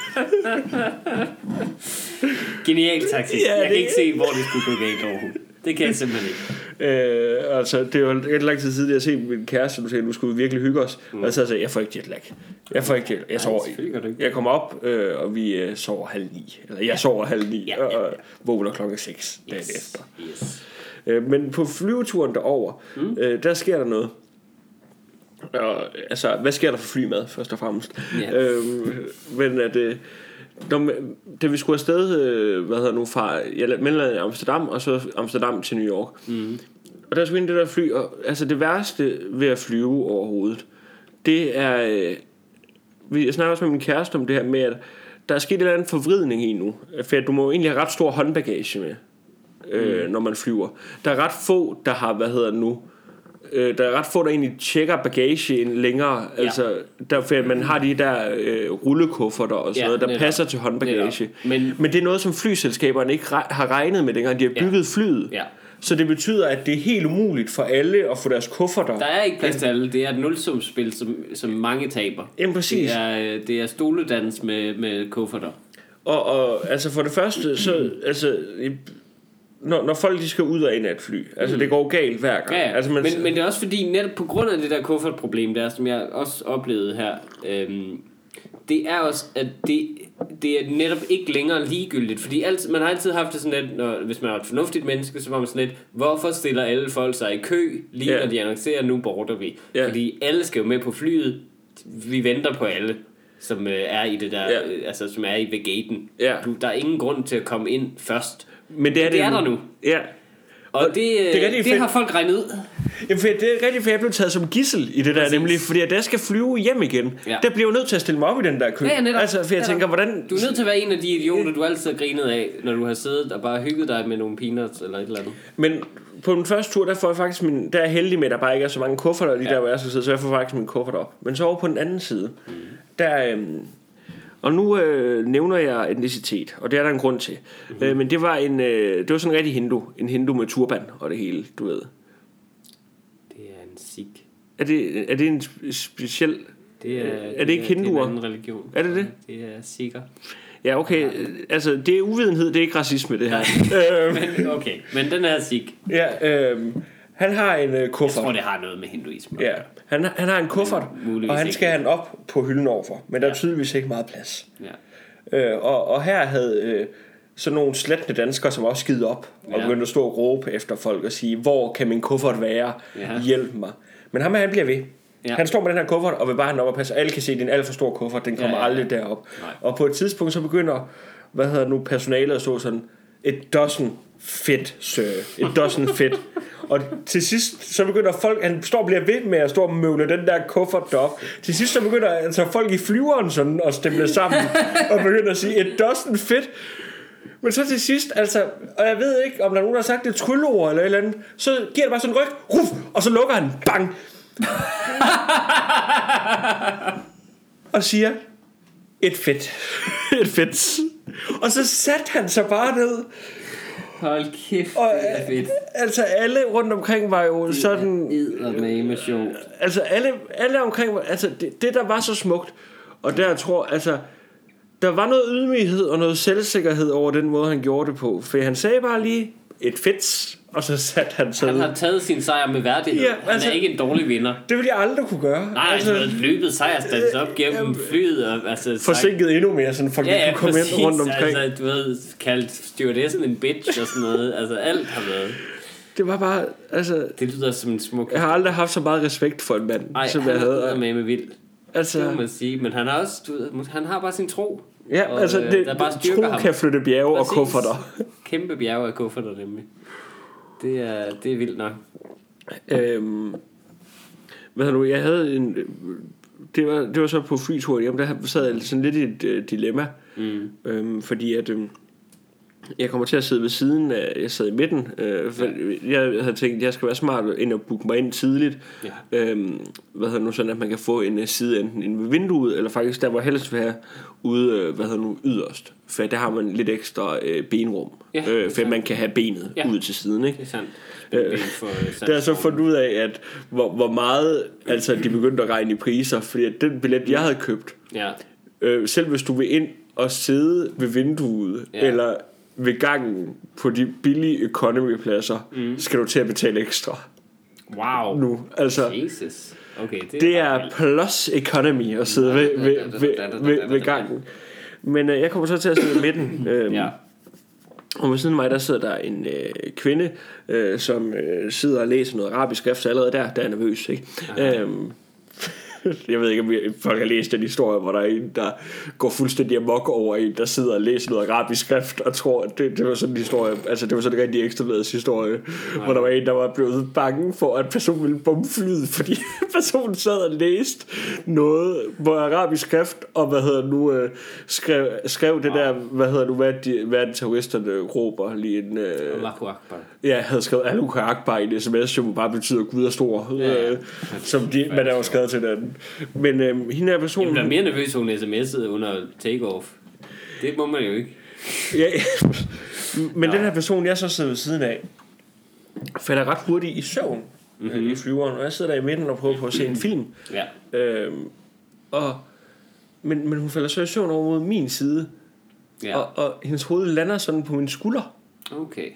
Genial taktik. Ja, jeg kan det... ikke se, hvor det skulle gå galt overhovedet. Det kan jeg simpelthen ikke. Øh, altså, det var et lang tid siden, jeg set min kæreste, du sagde, nu skulle vi virkelig hygge os. Mm. Og så sagde jeg, jeg får ikke jetlag. Jeg får ikke jetlag. Jeg sover. Nej, jeg kommer op, øh, og vi øh, sover halv ni. Eller jeg ja. sover halv ni, ja, ja, ja. og vågner klokken seks dagen yes. efter. Yes. Øh, men på flyveturen derover, mm. øh, der sker der noget. Og, altså, hvad sker der for flymad, først og fremmest? Yeah. Øh, men at... Øh, Når, da vi skulle afsted, øh, hvad hedder nu, fra mellemlandet Amsterdam, og så Amsterdam til New York. Mm. Og der skulle ind det der fly, og altså det værste ved at flyve overhovedet, det er, øh, jeg snakker også med min kæreste om det her med, at der er sket en eller anden forvridning i nu, for at du må egentlig have ret stor håndbagage med, øh, mm. når man flyver. Der er ret få, der har, hvad hedder nu, Øh, der er ret få, der egentlig tjekker bagagen længere. Ja. Altså, derfor man har de der øh, rullekufferter og sådan ja, noget, der netop. passer til håndbagage. Men, Men det er noget, som flyselskaberne ikke re- har regnet med, dengang de har bygget ja. flyet. Ja. Så det betyder, at det er helt umuligt for alle at få deres kufferter. Der er ikke plads til alle. Det er et nulsumsspil, som, som mange taber. Jamen præcis. Det er, det er stoledans med, med kufferter. Og, og altså for det første, så... altså, Når, når folk de skal ud og ind af et fly, altså mm. det går galt hver gang. Ja, ja. Altså, man... men, men det er også fordi, netop på grund af det der kuffertproblem der, som jeg også oplevede her, øhm, det er også, at det, det er netop ikke længere ligegyldigt, fordi alt, man har altid haft det sådan lidt, når, hvis man er et fornuftigt menneske, så var man sådan lidt, hvorfor stiller alle folk sig i kø, lige ja. når de annoncerer, nu border vi? Ja. Fordi alle skal jo med på flyet, vi venter på alle, som øh, er i det der, ja. øh, altså som er i ved gaten. Ja. Du, der er ingen grund til at komme ind først. Men det er, det, det er der nu. Ja. Og, og det, det, det, det har folk regnet ud. Jamen, for det er rigtigt, for jeg blev taget som gidsel i det der. Præcis. Nemlig, fordi at jeg skal flyve hjem igen, ja. der bliver jeg nødt til at stille mig op i den der kø. Ja, ja, altså, for jeg ja, tænker, hvordan... Du er nødt til at være en af de idioter, du altid har grinet af, når du har siddet og bare hygget dig med nogle peanuts eller et eller andet. Men på den første tur, der får jeg faktisk min... Der er jeg heldig med, at der bare ikke er så mange kufferter lige ja. der, hvor jeg skal sidde, så jeg får faktisk min kuffert op. Men så over på den anden side, mm. der... Øhm, og nu øh, nævner jeg etnicitet, og det er der en grund til. Mm-hmm. Øh, men det var en, øh, det var sådan en rigtig hindu, en hindu med turban og det hele, du ved. Det er en sikh. Er det er det en speciel? Det er, er det, det ikke hinduer? Det er en anden religion. Er det det? Det er sikher. Ja, okay. Ja. Altså, det er uvidenhed, det er ikke racisme, det her. men, okay, men den er sikh. Ja, øh, han har en øh, kuffert. Jeg tror, det har noget med hinduisme. Ja, han, han har en kuffert, og han skal have den op på hylden overfor. Men der er ja. tydeligvis ikke meget plads. Ja. Øh, og, og her havde øh, sådan nogle slættende danskere, som også skidt op, og ja. begyndte at stå og råbe efter folk og sige, hvor kan min kuffert være? Ja. Hjælp mig. Men ham her, han bliver ved. Ja. Han står med den her kuffert og vil bare have den op og passe. Alle kan se, at det er en alt for stor kuffert. Den kommer ja, ja, ja. aldrig derop. Nej. Og på et tidspunkt så begynder, hvad hedder nu, personalet at stå sådan, et dozen fedt, sir. Et dozen fedt. Og til sidst så begynder folk, han står og bliver ved med at stå og møvle den der kuffert derop. Til sidst så begynder altså folk i flyveren sådan at stemple sammen og begynder at sige et dozen fedt. Men så til sidst, altså, og jeg ved ikke om der er nogen der har sagt det trylleord eller et eller andet, så giver det bare sådan en ryg, ruf, og så lukker han, bang. Og siger et fedt. Et fedt. Og så satte han sig bare ned. Hold kæft, og, det er fedt. Altså alle rundt omkring var jo det sådan eddermame sjovt. Altså alle, alle omkring var, altså det, det der var så smukt. Og der tror altså der var noget ydmyghed og noget selvsikkerhed over den måde, han gjorde det på. For han sagde bare lige et fedt, og så satte han sig. Han har taget sin sejr med værdighed. Ja, altså, han er ikke en dårlig vinder. Det ville jeg aldrig kunne gøre. Nej, altså, han har løbet sejrstans op gennem flyet. Og, altså, forsinket endnu mere, sådan folk ja, ja, kunne komme ind rundt omkring. Altså, du ved, kaldt stewardessen en bitch og sådan noget. Altså, alt har været. Det var bare, altså... Det lyder som en smuk... Jeg har aldrig haft så meget respekt for en mand, Ej, som jeg havde. Ej, han er med med vild. Altså... Det må man sige. Men han har også... Du ved, han har bare sin tro. Ja, og, altså, det, der bare tro ham. Kan flytte bjerge og kufferter. Kæmpe bjerge og kufferter, nemlig. Det er, det er vildt nok. Øhm, hvad har du, jeg havde en... Det var, det var så på flyturen hjem, der sad jeg sådan lidt i et uh, dilemma. Mm. Øhm, fordi at... Um, jeg kommer til at sidde ved siden af, jeg sad i midten, øh, for ja. Jeg havde tænkt, at jeg skal være smart ind og booke mig ind tidligt, ja. øhm, hvad hedder nu, sådan at man kan få en side enten inde ved vinduet, eller faktisk der hvor helst vil have ude, øh, hvad hedder nu, yderst, for der har man lidt ekstra øh, benrum, ja, øh, for man kan have benet ja. ud til siden, ikke? Det er sandt. Øh, det er så fundet ud af, at hvor, hvor meget, altså de begyndte at regne i priser, fordi at den billet jeg havde købt, ja. øh, selv hvis du vil ind og sidde ved vinduet, ja. eller ved gangen på de billige economy-pladser, mm. skal du til at betale ekstra. Wow. Nu, altså. Jesus. Okay, det, det er, er plus economy at sidde ved, ved, ved, ved, ved gangen. Men øh, jeg kommer så til at sidde i midten. Øh, ja. Og ved siden af mig, der sidder der en øh, kvinde, øh, som øh, sidder og læser noget arabisk skrift, så allerede der, der er nervøs, ikke? Øhm, jeg ved ikke om folk har læst den historie, hvor der er en der går fuldstændig amok over en der sidder og læser noget arabisk skrift og tror at det, det var sådan en historie, altså det var sådan en rigtig ekstraladets historie. Nej. Hvor der var en der var blevet bange for at personen ville bomflyde, fordi personen sad og læste noget på arabisk skrift og hvad hedder nu øh, skrev, skrev det der, hvad hedder nu hvad, de, hvad de terroristerne råber lige en øh, Allahu Akbar. Ja, havde skrevet Allahu Akbar i en sms, som bare betyder Gud er stor, ja, øh, som de, man er jo skrevet til den. Men øhm, hende er personen... Jamen, der er mere nervøs, hun sms'ede under take-off. Det må man jo ikke. Ja, men ja. Den her person, jeg så sidder ved siden af, falder ret hurtigt i søvn mm-hmm. i flyveren, og jeg sidder der i midten og prøver på at se en film. Ja. Øhm, og, men, men hun falder så i søvn over mod min side, ja. og, og hendes hoved lander sådan på min skulder. Okay.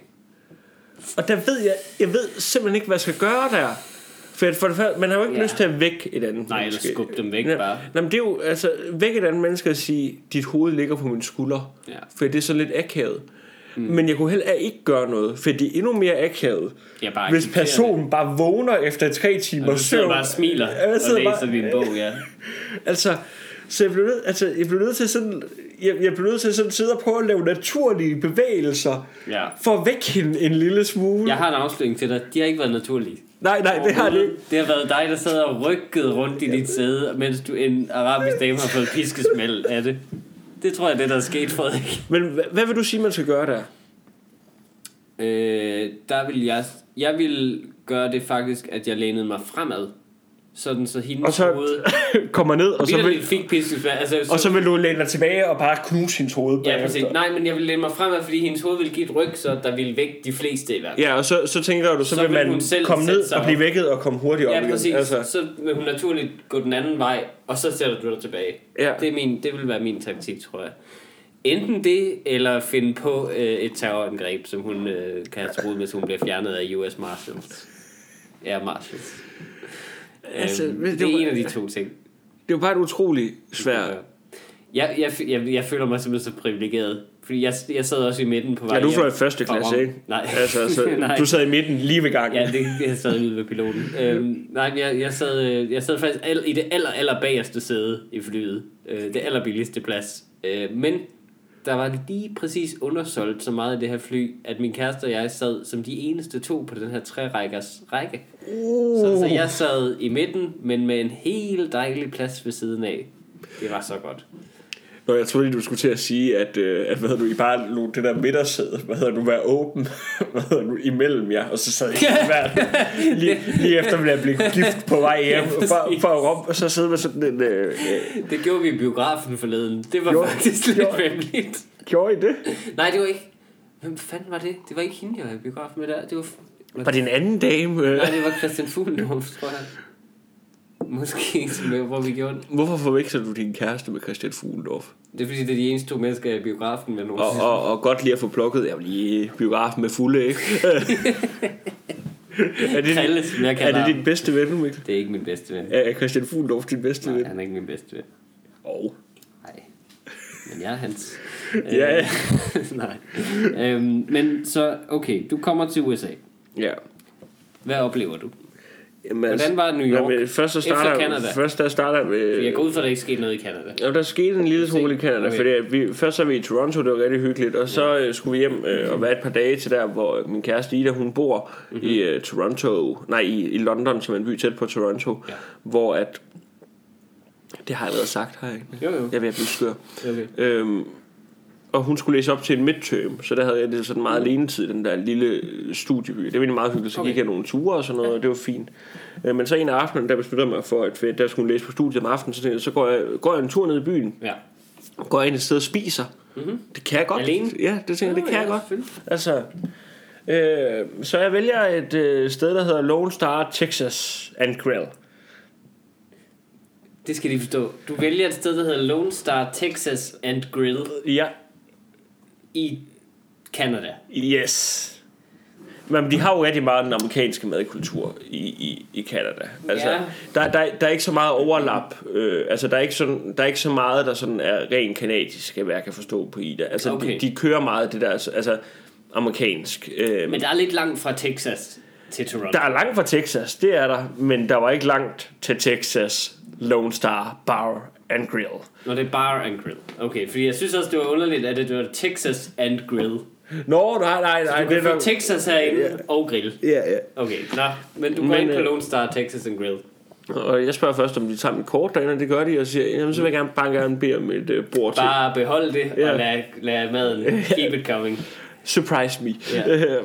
Og der ved jeg, jeg ved simpelthen ikke, hvad jeg skal gøre der. For, for det første, man har jo ikke ja. lyst til at vække et andet Nej, menneske. eller skubbe dem væk ja. bare. Nå, men det er jo, altså, vække et andet menneske og sige, dit hoved ligger på min skulder. Ja. For det er så lidt akavet. Mm. Men jeg kunne heller ikke gøre noget, for det er endnu mere akavet, ja, hvis personen det. bare vågner efter tre timer søvn. Og du sidder bare og smiler og læser bare... din bog, ja. Altså, så jeg blev nødt, altså, jeg blev nødt til sådan... Jeg, jeg blev nødt til sådan at sidde og prøve at lave naturlige bevægelser ja. for at vække hende en lille smule. Jeg har en afsløring til dig. De har ikke været naturlige. Nej, nej, det har det ikke. Det har været dig, der sad og rykket rundt i dit sæde, mens du en arabisk dame har fået piskesmæld af det. Det tror jeg, det der er sket, Frederik. Men hvad, hvad vil du sige, man skal gøre der? Øh, der vil jeg... Jeg vil gøre det faktisk, at jeg lænede mig fremad. Sådan så hendes og så hoved kommer ned og så vil, fik piskesmæld. Altså, så, og så vil du læne dig tilbage og bare knuse hendes hoved. Ja, præcis. Nej, men jeg vil læne mig fremad, fordi hendes hoved vil give et ryg, så der vil vække de fleste i hvert fald. Ja, og så, så tænker du, så, så vil man komme ned og blive vækket og komme hurtigt op. Ja, præcis. Igen. Altså. Så vil hun naturligt gå den anden vej, og så sætter du dig tilbage. Ja. Det, er min, det vil være min taktik, tror jeg. Enten det, eller finde på øh, et terrorangreb, som hun øh, kan have troet, hvis hun bliver fjernet af U S Marshals. Air Marshals. Altså, øhm, det, det er en af de to ting. Det er jo bare et utroligt svært. Jeg, jeg, jeg, jeg føler mig simpelthen så privilegeret, fordi jeg, jeg sad også i midten på vej. Ja, du var i første klasse, ikke? Nej. Altså, altså, nej. Du sad i midten lige ved gangen. Ja, det jeg sad ude ved piloten. øhm, nej, jeg, jeg, sad, jeg sad faktisk al, i det aller, aller bagerste sæde i flyet. Øh, det allerbilligste plads. Øh, men der var lige præcis undersolgt så meget af det her fly, at min kæreste og jeg sad som de eneste to på den her tre-rækkers række. Uh. Så, så jeg sad i midten, men med en helt dejlig plads ved siden af. Det var så godt. Nå, jeg troede lige, du skulle til at sige, at, øh, at hvad hedder du, I bare lå det der midtersæde, hvad hedder du, være åben, hvad hedder du, imellem jer, og så sad jeg i hvert lige, lige efter, at blive gift på vej hjem, ja, for, for at råbe, og så sidde med sådan en... Øh, øh. Det gjorde vi i biografen forleden. Det var gjorde, faktisk lidt vemmeligt. Gjorde I det? Nej, det var ikke... Hvem fanden var det? Det var ikke hende, jeg var i biografen med der. Det var... Var det en anden dame? Nej, det var Christian Fuglendorf, tror jeg. Måske, hvor vi gjorde det. Hvorfor forveksler du din kæreste med Christian Fuglendorf? Det er fordi, det er de eneste to mennesker i biografen med nogen. Og, og, og godt lige at få plukket, jeg vil lige biografen med fulde, ikke? er det, Krille, som jeg er det din bedste ven, Mikkel? Det er ikke min bedste ven. Er Christian Fuglendorf din bedste Nej, ven? han er ikke min bedste ven. Åh. Oh. Nej, men jeg er hans. Ja. øh, nej. Øhm, men så, okay, du kommer til U S A. Ja. Hvad oplever du? Jamen, Hvordan var New York jamen, først så starter, efter Canada? Først der starter med, jeg går ud for, at der ikke skete noget i Canada. Og der skete en lille smule i Canada, okay. fordi vi, først så var vi i Toronto, det var rigtig hyggeligt, og så ja. skulle vi hjem øh, og være et par dage til der, hvor min kæreste Ida, hun bor mm-hmm. i uh, Toronto, nej i, i London, som er en by tæt på Toronto, ja. hvor at, det har jeg allerede sagt her, ikke? Jo, jo. Jeg er ved at blive skør. Okay. Øhm, og hun skulle læse op til en midterm, så der havde jeg det sådan meget alenetid, den der lille studieby. Det var egentlig meget hyggeligt, så okay. gik jeg nogle ture og sådan noget, ja. og det var fint. Øh, men så en af aftenen, der besluttede jeg mig for, at der skulle læse på studiet om aftenen, så tænkte jeg, så går jeg, går jeg en tur ned i byen, ja. går jeg ind et sted og spiser. Mm-hmm. Det kan jeg godt. Alene? Ja, det tænker jeg, det kan ja, jeg godt. Altså, øh, så jeg vælger et øh, sted, der hedder Lone Star Texas and Grill. Det skal de forstå. Du vælger et sted, der hedder Lone Star Texas and Grill. Ja. I Canada. Yes. Men de har jo rigtig meget den amerikanske madkultur i, i, i Canada. Altså, ja. der, der, der er ikke så meget overlap. Øh, altså, der er, ikke sådan, der er ikke så meget, der sådan er rent kanadisk, hvad jeg kan forstå på Ida. Altså, okay. de, de kører meget det der, altså amerikansk. Øh, men der er lidt langt fra Texas til Toronto. Der er langt fra Texas, det er der. Men der var ikke langt til Texas Lone Star Bar and Grill. Nå, det er Bar and Grill. Okay, fordi jeg synes også, det var underligt, at det var Texas and Grill. Nå, nej, nej, nej. Så du kan det få er Texas herinde ja. og grill. Ja, ja. Okay, nå, men du går men, ind på Lone Star Texas and Grill. Og jeg spørger først, om de tager mit kort derinde, og det gør de, og siger, jamen så vil jeg gerne bare gerne bede om et uh, bord til. Bare behold det, ja. og lad, lad maden keep it coming. Surprise me. Ja.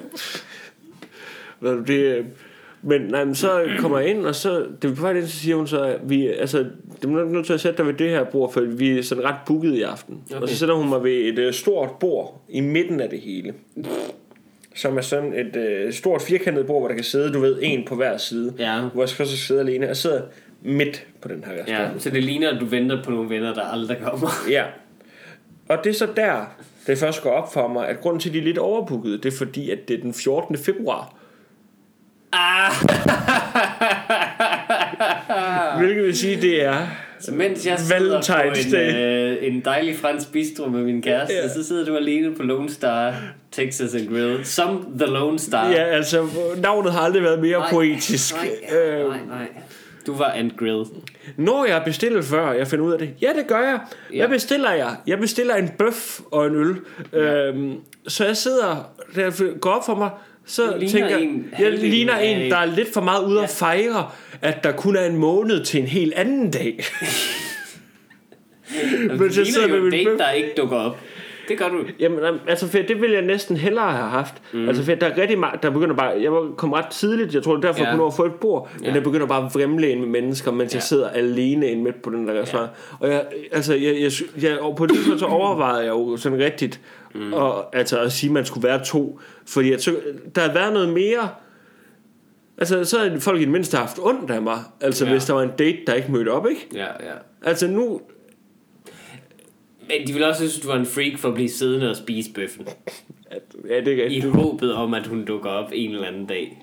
det, men nej, men så kommer jeg ind, og så, det er på vej ind, så siger hun så, at vi, altså, det er nødt til at sætte dig ved det her bord, for vi er sådan ret booket i aften. Okay. Og så sætter hun mig ved et uh, stort bord i midten af det hele. Som er sådan et uh, stort firkantet bord, hvor der kan sidde, du ved, en på hver side. Ja. Hvor jeg skal så sidde alene. Jeg sidder midt på den her restaurant. Ja, så det ligner, at du venter på nogle venner, der aldrig kommer. Ja. Og det er så der, det først går op for mig, at grunden til, at de er lidt overbooket, det er fordi, at det er den fjortende februar. Ah. Hvilket vil sige, det er så mens jeg sidder på en, øh, en dejlig fransk bistro med min kæreste, ja. så sidder du alene på Lone Star Texas and Grill som The Lone Star. Ja, altså navnet har aldrig været mere nej, poetisk. Nej, øh, nej, nej. Du var and Grill. Når jeg bestiller før, jeg finder ud af det. Ja, det gør jeg. Ja. Hvad bestiller jeg? Jeg bestiller en bøf og en øl. Ja. Øhm, så jeg sidder, der går op for mig. Så tænker en, jeg ligner en, der er lidt for meget ude ja. at fejre, at der kun er en måned til en helt anden dag. Men det ligner jo en date, der ikke dukker op. Det gør du. Jamen, altså, for det ville jeg næsten hellere have haft. Mm. Altså, for der er rigtig meget, der begynder bare, jeg kom ret tidligt, jeg tror det derfor, ja. jeg kunne nå at få et bord, ja. men der begynder bare at vrimle ind med mennesker, mens ja. jeg sidder alene ind midt på den der restaurant. Ja. Og jeg, altså, jeg, jeg, jeg, og på det tidspunkt så overvejede jeg jo sådan rigtigt, mm. og, altså, at sige, at man skulle være to, fordi at, så, der har været noget mere. Altså, så har folk i det mindste haft ondt af mig. Altså, ja. hvis der var en date, der ikke mødte op, ikke? Ja, ja. Altså, nu... Men de vil også synes, at du var en freak for at blive siddende og spise bøffen. Ja, det er I håbet om, at hun dukker op en eller anden dag.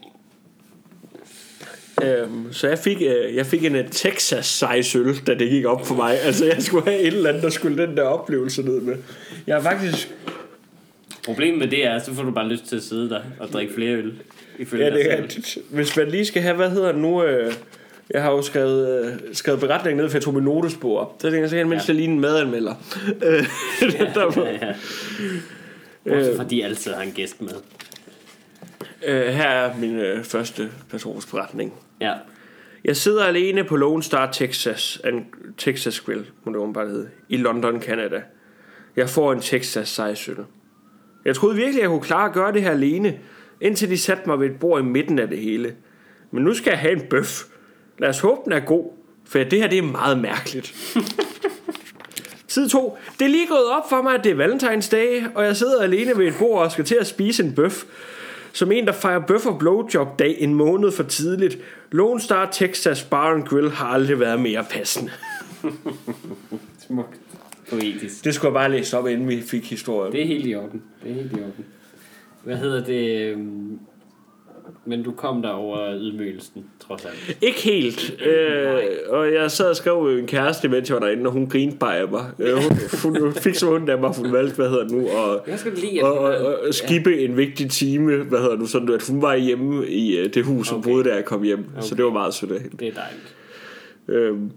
Øhm, så jeg fik, øh, jeg fik en uh, Texas size øl, da det gik op for mig. Altså, jeg skulle have et eller andet, der skulle den der oplevelse ned med. Jeg har faktisk... Problemet med det er, så får du bare lyst til at sidde der og drikke flere øl. Ja, det er, hvis man lige skal have, hvad hedder det nu... Øh, jeg har jo skrevet, øh, skrevet beretningen ned, for jeg tog min notesbog op. Så tænker jeg, så kan mindst ja. lige en madanmelder. ja, ja, ja. Også fordi de altid har en gæst med. Øh, her er min øh, første persons beretning. Ja. Jeg sidder alene på Lone Star Texas, en Texas Grill, må det bare hedde, i London, Canada. Jeg får en Texas size. Jeg troede virkelig, jeg kunne klare at gøre det her alene, indtil de satte mig ved et bord i midten af det hele. Men nu skal jeg have en bøf. Lad os håbe, den er god, for det her det er meget mærkeligt. Side to. Det er lige gået op for mig, at det er Valentinsdag, og jeg sidder alene ved et bord og skal til at spise en bøf. Som en, der fejrer bøf og blowjob dag en måned for tidligt. Lone Star Texas Bar and Grill har aldrig været mere passende. Smukt. Poetisk. Det skulle jeg bare læse op, inden vi fik historien. Det er helt i orden. Det er helt i orden. Hvad hedder det? Men du kom der over ydmygelsen, trods alt. Ikke helt. Øh, og jeg sad og skrev en kæreste, mens jeg var derinde, og hun grinede bare af mig. Øh, hun, hun fik så ondt af mig, hun valgte, hvad hedder det nu, og, jeg skal lide, og, og, og skippe ja. en vigtig time, hvad hedder du, sådan at hun var hjemme i uh, det hus, hun okay. boede, da jeg kom hjem. Okay. Så det var meget sødt af hende. Det er dejligt. Øhm,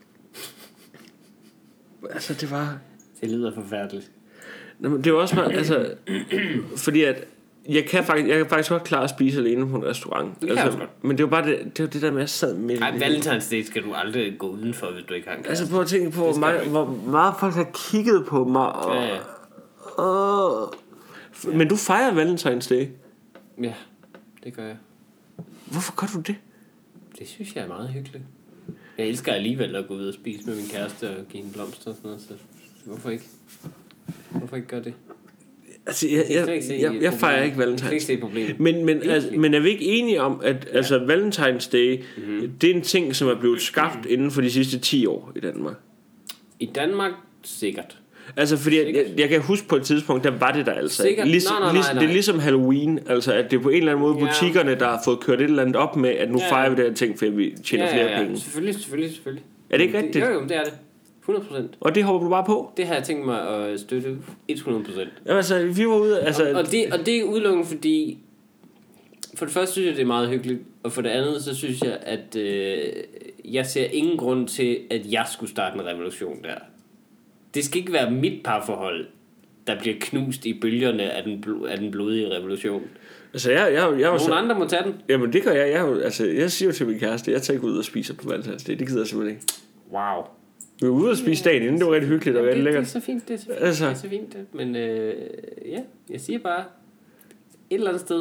altså, det var... Det lyder forfærdeligt. Det var også meget, altså, fordi at Jeg kan faktisk, jeg kan faktisk godt klare at spise alene på en restaurant. Altså, men det var bare det, det, var det der med, at jeg sad med... Nej, Valentine's Day skal du aldrig gå udenfor, hvis du ikke har en kæreste. Altså prøv at tænke på, hvor meget, hvor meget folk har kigget på mig. Og, ja, ja. Og, men du fejrer Valentine's Day? Ja, det gør jeg. Hvorfor gør du det? Det synes jeg er meget hyggeligt. Jeg elsker alligevel at gå ud og spise med min kæreste og give hende blomster og sådan noget, så hvorfor ikke? Hvorfor ikke gøre det? Altså, jeg, jeg, jeg, jeg, jeg fejrer ikke Valentine's Day. Men, men, altså, men er vi ikke enige om, at ja. altså, Valentine's Day, mm-hmm. det er en ting, som er blevet skabt inden for de sidste ti år i Danmark? I Danmark sikkert. Altså, fordi jeg, jeg, jeg kan huske på et tidspunkt, der var det der altså. Ligesom, nej, nej, nej, nej. Det er ligesom Halloween, altså at det er på en eller anden måde butikkerne, der har fået kørt et eller andet op med, at nu ja, ja. fejrer vi det her ting, for vi tjener ja, ja, ja. flere penge. Selvfølgelig, selvfølgelig, selvfølgelig. Er det ikke rigtigt? Jo, jo, det er det. hundrede procent. Og det hopper du bare på? Det har jeg tænkt mig at støtte hundrede procent. Jamen altså, vi var ude... Altså... Og, og, det, og det er udelukkende, fordi... For det første synes jeg, det er meget hyggeligt. Og for det andet, så synes jeg, at... Øh, jeg ser ingen grund til, at jeg skulle starte en revolution der. Det skal ikke være mit parforhold, der bliver knust i bølgerne af den, blo- af den blodige revolution. Altså, jeg, jeg, jeg, jeg Nogle så... andre må tage den. Jamen, det gør jeg. Jeg, altså, jeg siger jo til min kæreste, jeg tager ikke ud og spiser på Valentine's Day. Det gider jeg simpelthen ikke. Wow. Vi var ude og spise dagen inden, det var rigtig hyggeligt og rigtig lækkert. Det er så fint, det er så fint, altså. det er så fint. Men øh, ja, jeg siger bare, et eller andet sted,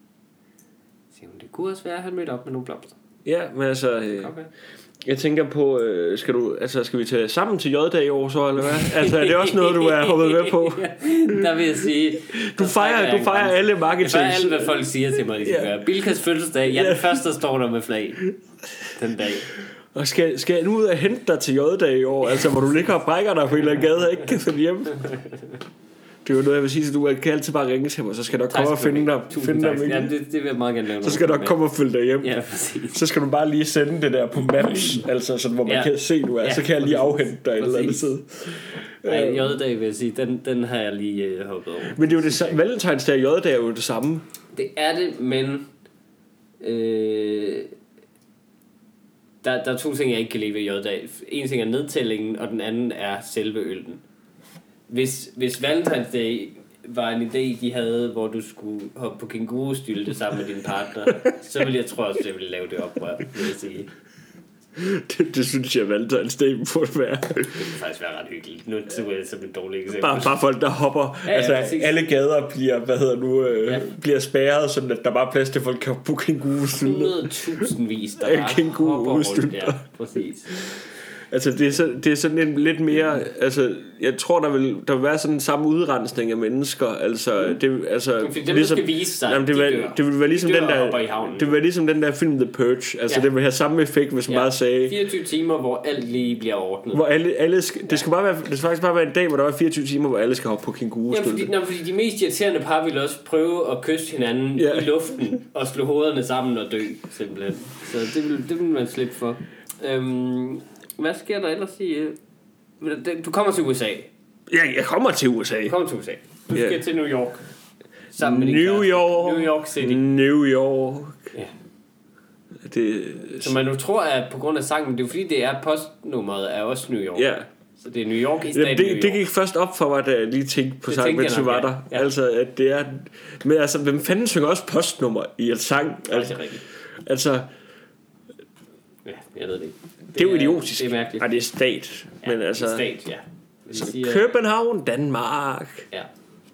siger hun, det kunne også være, at han mødte op med nogle blomster. Ja, men altså, øh, okay. jeg tænker på, øh, skal du, altså skal vi tage sammen til J-dag i år så, eller hvad? Altså er det også noget, du er hoppet med på? Ja, der vil jeg sige, du fejrer, du fejrer alle marketings. Jeg fejrer alt, hvad folk siger til mig, de skal gøre. Bilkas fødselsdag, jeg er den første, der står der med flag den dag. Og skal, skal jeg nu ud og hente dig til J-dag i år? Altså hvor du ligger og brækker dig på en eller anden gade og ikke kan finde hjem. Det er jo noget, jeg vil sige, så du kan altid bare ringe til mig, så skal du komme og finde dig. Finde dig ja, det, det vil jeg meget gerne lave. Så skal du komme og følge dig hjem. Ja, præcis. Så skal du bare lige sende det der på Maps, altså sådan, hvor man ja. kan se, du er. Ja. Så kan jeg lige afhente dig et eller andet sted. Ej, J-dag vil jeg sige, den, den har jeg lige uh, hoppet over. Men det er jo det samme. Valentine's Day og J-dag er jo det samme. Det er det, men... Øh, der, der er to ting, jeg ikke kan lide ved J-dag. En ting er nedtællingen, og den anden er selve øllen. Hvis, hvis Valentine's Day var en idé, de havde, hvor du skulle hoppe på kængurustylte sammen med din partner, så ville jeg tro også, jeg ville lave det oprør, vil jeg sige. Det, det synes jeg, Valentine's Day burde være. Det kunne faktisk være ret hyggeligt. Nu tror jeg som et dårligt eksempel. Bare, bare folk, der hopper. Ja, ja, altså, præcis. Alle gader bliver, hvad hedder nu, øh, ja. bliver spærret, sådan at der bare er plads til, folk kan hoppe på kængurustylte. hundrede tusindvis, der bare hopper rundt. Ja, præcis. Altså det er, så, det er sådan en lidt mere, altså jeg tror der vil der vil være sådan en samme udrensning af mennesker, altså det altså dem, ligesom, skal vise sig, jamen, det, de vil, det vil være ligesom de den der det vil være ligesom den der film The Purge, altså ja. det vil have samme effekt, hvis man ja. bare sagde fireogtyve timer, hvor alt lige bliver ordnet. Hvor alle alle skal, det skal bare være, det skal faktisk bare være en dag, hvor der er fireogtyve timer, hvor alle skal hoppe på kængurustylte. Ja, fordi, nej, fordi de mest irriterende par vil også prøve at kysse hinanden ja. i luften og slå hovederne sammen og dø simpelthen. Så det vil det vil man slippe for. Øhm, Hvad sker der ellers i... Du kommer til U S A. Ja, jeg kommer til U S A. Du kommer til U S A. Du skal yeah. til New York. Sammen med New York. New York City. New York. Ja. Det... Så man nu tror, at på grund af sangen, det er jo fordi, det er postnummeret er også New York. Ja. Så det er New York i staten det, New York. Det gik først op for mig, da jeg lige tænkte på sangen, mens du var der. Ja. Altså, at det er... Men altså, hvem fanden synger også postnummer i en sang? Altså, det er rigtigt. Altså... Ja, jeg ved det ikke. Det, det er jo idiotisk. Det er mærkeligt. Ej, det er stat. Ja, men altså, det er stat, ja. Siger, København, Danmark. Ja.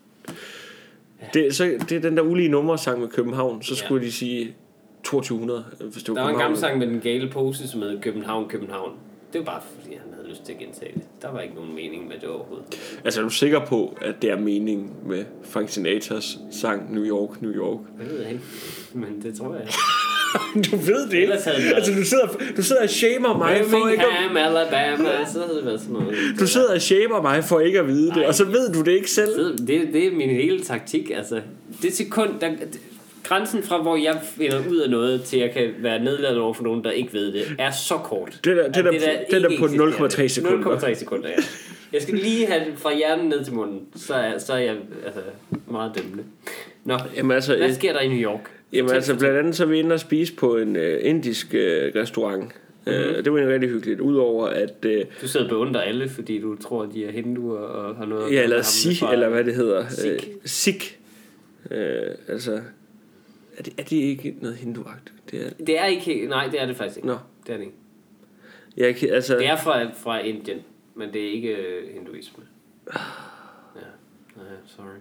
ja. Det, så, det er den der ulige nummersang med København. Så skulle ja. de sige toogtyve hundrede. Hvis det var der var en gammel sang med den gale pose, som hedder København, København. Det var bare fordi, han havde lyst til at gentage det. Der var ikke nogen mening med det overhovedet. Altså, er du sikker på, at det er mening med Frank Sinatras sang New York, New York? Det ved jeg ikke, men det tror jeg. Du ved det ikke. Altså, du sidder, du sidder og shamer mig for ikke at... Alabama, så havde det været sådan noget. Du sidder og shamer mig for ikke at vide det, og så ved du det ikke selv. Det, det er min hele taktik, altså. Det sekund, der... Grænsen fra, hvor jeg finder ud af noget, til jeg kan være nedladet over for nogen, der ikke ved det, er så kort. Det der, det der, det der, det der på nul komma tre sekunder. nul komma tre sekunder, ja. Jeg skal lige have det fra hjernen ned til munden, så er, så er jeg altså, meget dømmende. Nå, jamen altså, hvad sker der i New York? Jamen Fortæl, altså, blandt andet så er vi inde og spise på en uh, indisk uh, restaurant. Mm-hmm. Uh, det var egentlig rigtig hyggeligt, udover at... Uh, du sidder og beundrer alle, fordi du tror, de er hinduer og har noget... Ja, eller Sikh, eller hvad det hedder. Sikh. Uh, Sikh. Uh, altså... Er det, er det ikke noget hinduagt? Det er, det er ikke... Nej, det er det faktisk ikke. Nå. Det er det ikke. Jeg kan, altså... Det er fra, fra Indien, men det er ikke hinduisme. Ja. Nej, sorry.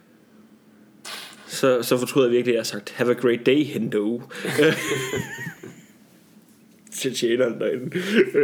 Så, så fortryder jeg virkelig, at jeg har sagt, have a great day, Hindu. Til tjeneren derinde.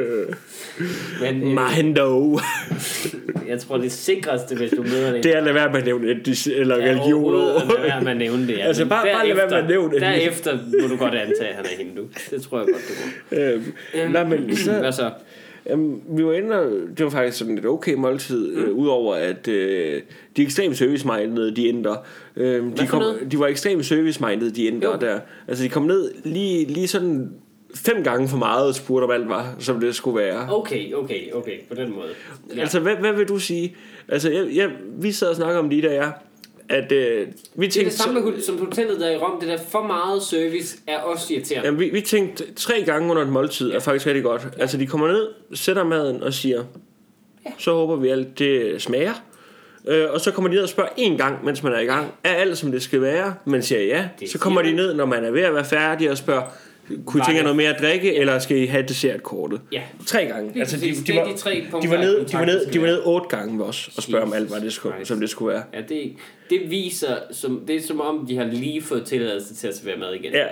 Mahindo. Jeg tror, det sikreste, hvis du møder det... Det er at lade være med at nævne eller ja, religion. Ja, lade være med at nævne det. Ja. Altså bare, bare lade være med at nævne det. Derefter må du godt antage, at han er hindu. Det tror jeg godt, du må. Øhm, øhm, nej, men så... Hvad så? Øhm, vi var inde og, det var faktisk sådan et okay måltid, mm. øh, udover at øh, de er ekstremt service-minded, de indre. Øh, de, kom, de var ekstremt service-minded, de indre der. Altså de kom ned lige, lige sådan... fem gange for meget og spurgte om alt var som det skulle være. Okay, okay, okay, på den måde. Ja. Altså hvad, hvad vil du sige? Altså jeg, jeg, vi sad og snakkede om lige der jeg at øh, vi det er det samme så, som hotellet der i Rom. Det der for meget service er også irriterende. Jamen, vi, vi tænkte tre gange under et måltid er faktisk rigtig godt. Ja. Altså de kommer ned, sætter maden og siger ja. Så håber vi alt det smager. øh, Og så kommer de ned og spørger en gang mens man er i gang, er alt som det skal være? Man siger ja. Det så kommer de ned når man er ved at være færdig og spørger, kunne I tænke noget mere at drikke, ja. Eller skal I have dessertkortet? Ja. Tre gange. Det, altså, de, de, var, de, tre de, var ned, de, var ned, de var ned otte gange med os og spørge om alt, hvad det skulle, som det skulle være. Ja, det, det viser, som, det er som om, de har lige fået tilladelse til at servere mad igen. Ja.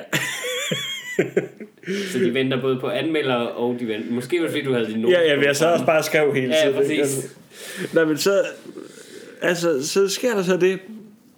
Så de venter både på anmeldere, og de venter... Måske var det, fordi du havde din note. Ja, ja, jeg så også bare skrev hele tiden. Ja, præcis. Altså, nej, men så... Altså, så sker der så det,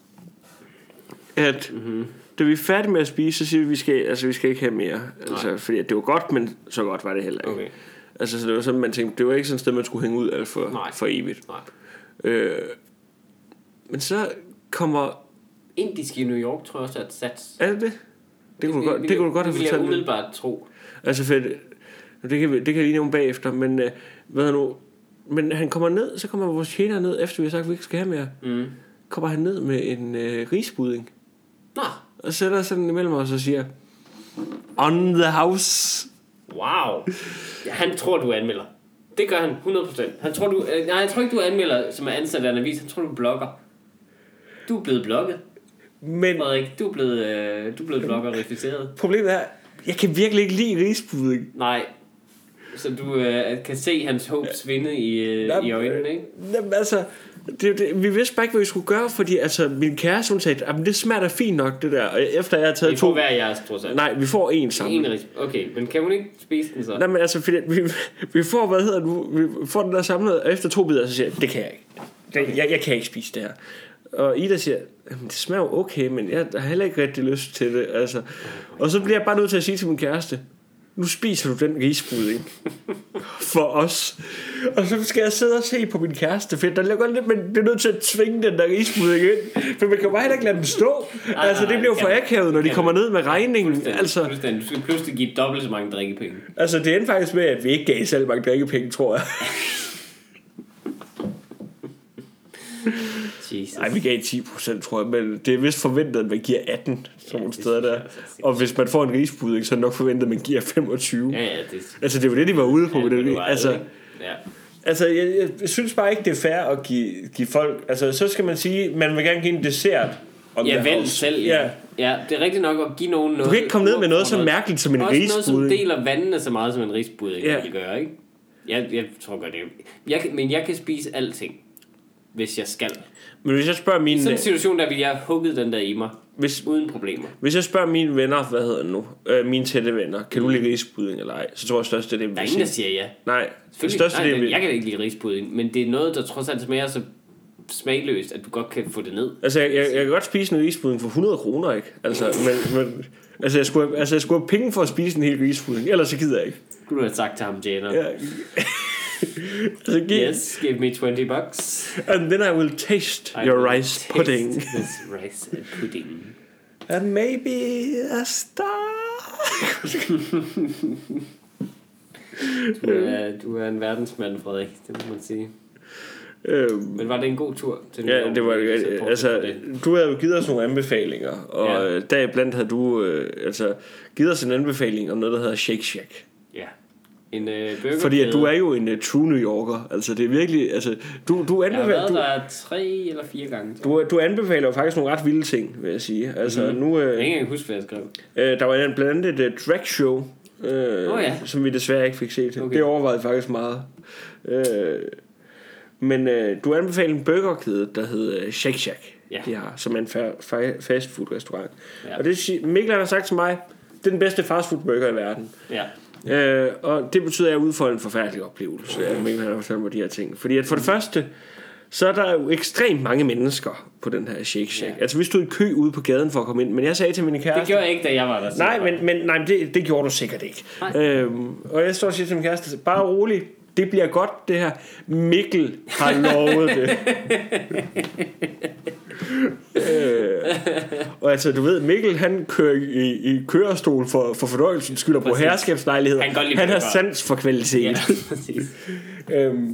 at... Mm-hmm. Da vi er færdige med at spise, så siger vi, at vi skal, altså, vi skal ikke have mere. Altså, fordi det var godt, men så godt var det heller ikke. Okay. Altså, så det var sådan, man tænkte, det var ikke sådan et sted, man skulle hænge ud altså for, for evigt. Nej. Øh, men så kommer... Indisk i New York, tror jeg også, er et sats. Er det det? Det kunne, vi, godt, det kunne du godt have fortalt. Det vil jeg umiddelbart tro. Altså, for det, det kan, det kan jeg lige nævne bagefter, men øh, hvad nu... Men han kommer ned, så kommer vores tjener ned, efter vi har sagt, at vi ikke skal have mere. Mm. Kommer han ned med en øh, risbudding. Nå. Og sætter sådan imellem os og siger, on the house. Wow. Ja, han tror, du anmelder. Det gør han hundrede procent. Han tror, du, øh, nej, jeg tror ikke, du anmelder, som er ansat af en avis. Han tror, du blogger. Du er blevet blogget. Men... Frederik, du er blevet, øh, du er blevet bloggerificeret. Problemet er, jeg kan virkelig ikke lide risbudding. Nej. Så du øh, kan se hans håb svinde i, øh, jamen, i øjnene, ikke? Jamen, altså... Det, det, vi vidste bare ikke hvad vi skulle gøre. Fordi altså min kæreste hun sagde at det smager da fint nok det der. Og efter jeg har taget vi får to hver jeres trods alt. Nej vi får en sammen en, okay men kan hun ikke spise den så? Nej men altså fordi vi, vi får hvad hedder nu vi får den der samlet. Og efter to bidder så siger jeg det kan jeg ikke det, okay. jeg, jeg kan ikke spise det her. Og Ida siger det smager okay. Men jeg har heller ikke rigtig lyst til det altså. Og så bliver jeg bare nødt til at sige til min kæreste nu spiser du den risbudding for os. Og så skal jeg sidde og se på min kæreste, for der ligger lidt, men det er nødt til at tvinge den der risbudding ind, for man kan bare heller ikke lade den stå. Nej, altså det bliver jo for akavet, når de kommer ned med regningen. Fuldstændig, altså, fuldstændig. Du skal pludselig give dobbelt så mange drikkepenge. Altså det endte faktisk med, at vi ikke gav selv mange drikkepenge, tror jeg. Nej, vi gav ti procent, tror jeg, men det er vist forventet, at man giver atten sådan nogle ja, steder der. Og hvis man får en risbudding, så er det nok forventet, at man giver femogtyve. Ja, ja, det... Altså, det var det, de var ude på. Ja, det, det altså, ja. altså jeg, jeg synes bare ikke, det er fair at give, give folk... Altså, så skal man sige, man vil gerne give en dessert. Ja, vel selv, ja. ja. Ja, det er rigtigt nok at give nogen noget... Du kan ikke komme ned med noget så mærkeligt som en risbudding. Også noget, som deler vandene så meget som en risbudding, ja. De gør, ikke? Jeg, jeg tror godt det. Jeg, men jeg kan spise alting. hvis jeg skal. Men hvis jeg spørger mine... I sådan en situation, der vil jeg have hugget den der i mig, hvis, uden problemer. Hvis jeg spørger mine venner, hvad hedder det nu, øh, mine tætte venner, kan mm. du lide rispudding eller ej, så tror jeg største det, det der er ingen, der siger ja. Nej, det største nej, det, det, jeg kan ikke lide rispudding, men det er noget, der trods alt smager så smagløst, at du godt kan få det ned. Altså, jeg, jeg, jeg kan godt spise en rispudding for hundrede kroner, ikke? Altså, men, men, altså, jeg skulle, altså, jeg skulle have penge for at spise en hel rispudding, ellers så gider jeg ikke. Skulle du have sagt til ham, Jenner? Ja. Altså, give, yes, give me twenty bucks. And then I will taste I your will rice taste pudding. This rice pudding. And maybe a star. du, er, du er en verdensmand, Frederik, det må man sige. Øhm, Men var det en god tur til ja, det var det. Altså, du havde jo givet os nogle anbefalinger, og ja. deriblandt havde du øh, altså, givet os en anbefaling om noget, der hedder Shake Shack. Ja. En øh, burger. Fordi at du er jo en uh, true New Yorker. Altså det er virkelig altså, du, du anbefaler, jeg har været der tre eller fire gange. Du, du anbefaler jo faktisk nogle ret vilde ting, vil jeg sige. Altså, mm-hmm. nu, øh, jeg kan ikke engang huske, hvad jeg skrev. øh, Der var blandt andet et uh, drag show, øh, oh, ja. som vi desværre ikke fik set. Okay. Det overvejede faktisk meget. øh, Men øh, du anbefaler en burgerkæde, der hedder Shake Shack, ja. de har, som er en fa- fa- fast food restaurant. Ja. Og det Mikkel har sagt til mig, det er den bedste fast food burger i verden. Ja. Øh, og det betyder, at jeg er ude for en forfærdelig oplevelse. Jeg mener, han har fortalt mig de her ting. Fordi at for det første, så er der jo ekstremt mange mennesker på den her Shake Shack. Ja. Altså vi stod i kø ude på gaden for at komme ind. Men jeg sagde til mine kæreste... Det gjorde jeg ikke, da jeg var der. Nej, men, men nej, det, det gjorde du sikkert ikke. Øhm, og jeg står og siger til min kæreste, bare rolig, det bliver godt det her. Mikkel har lovet det. øh, og altså du ved, Mikkel han kører i, i kørestol for, for fornøjelsens skyld og på herskabslejligheder. Han, han har sans for kvalitet. Ja, øhm,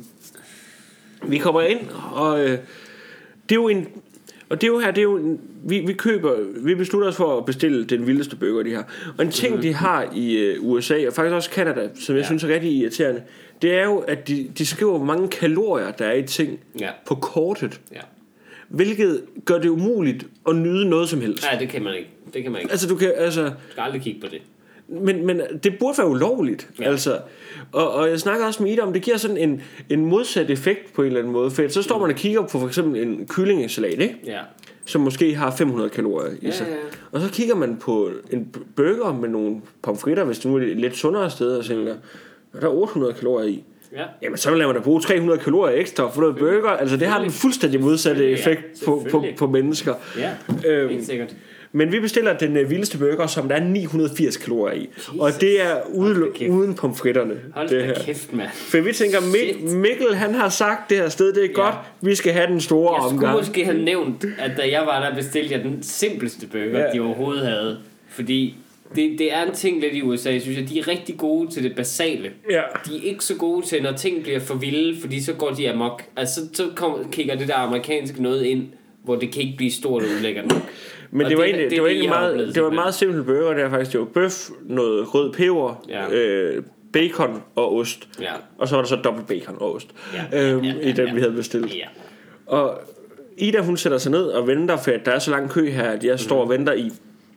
vi kommer ind, og øh, det er jo en og det er jo her, det er jo en, vi, vi køber, vi beslutter os for at bestille den vildeste burger de har. Og en ting de har i øh, U S A og faktisk også Canada, som jeg ja. synes er rigtig irriterende, det er jo at de, de skriver hvor mange kalorier der er i ting ja. på kortet. Ja. Hvilket gør det umuligt at nyde noget som helst. Nej, det kan man ikke. Det kan man ikke. Altså du kan altså du skal aldrig kigge på det. Men, men det burde være ulovligt. Ja. Altså, og, og jeg snakker også med Ida om, det giver sådan en, en modsat effekt på en eller anden måde. For så står man og kigger på for eksempel en kyllingesalat, ikke? Ja. Som måske har fem hundrede kalorier i sig. Ja, ja. Og så kigger man på en burger med nogle pomfritter, hvis det nu er et lidt sundere sted, og tænker, og der er otte hundrede kalorier i. Ja. Jamen så vil man da bruge tre hundrede kalorier ekstra for noget burger. Altså det har den fuldstændig modsatte effekt ja, på, på, på mennesker. Ja, øhm, helt sikkert. Men vi bestiller den øh, vildeste burger, som der er ni hundrede og firs kalorier i. Jesus. Og det er ude, uden pomfritterne. Hold da kæft, mand. For vi tænker, Mik- Mikkel han har sagt det her sted, det er ja. godt, vi skal have den store jeg omgang. Jeg skulle måske have nævnt, at da jeg var der, bestilte jeg den simpleste burger, ja. de overhovedet havde. Fordi det, det er en ting lidt i U S A, synes jeg. De er rigtig gode til det basale. Ja. De er ikke så gode til, når ting bliver for vilde, fordi så går de amok. Altså så, så kommer, kigger det der amerikanske noget ind, hvor det kan ikke blive stort og ulækkert nok. Men det var, det, egentlig, det, det var egentlig meget, det var en meget simpel burger der faktisk. Det var bøf, noget rød peber, ja. øh, bacon og ost. Ja. Og så var der så dobbelt bacon og ost. Ja. Øhm, ja, ja, ja, i den ja. vi havde bestilt. Ja. Og Ida hun sætter sig ned og venter, for der er så lang kø her, at jeg mm-hmm. står og venter i.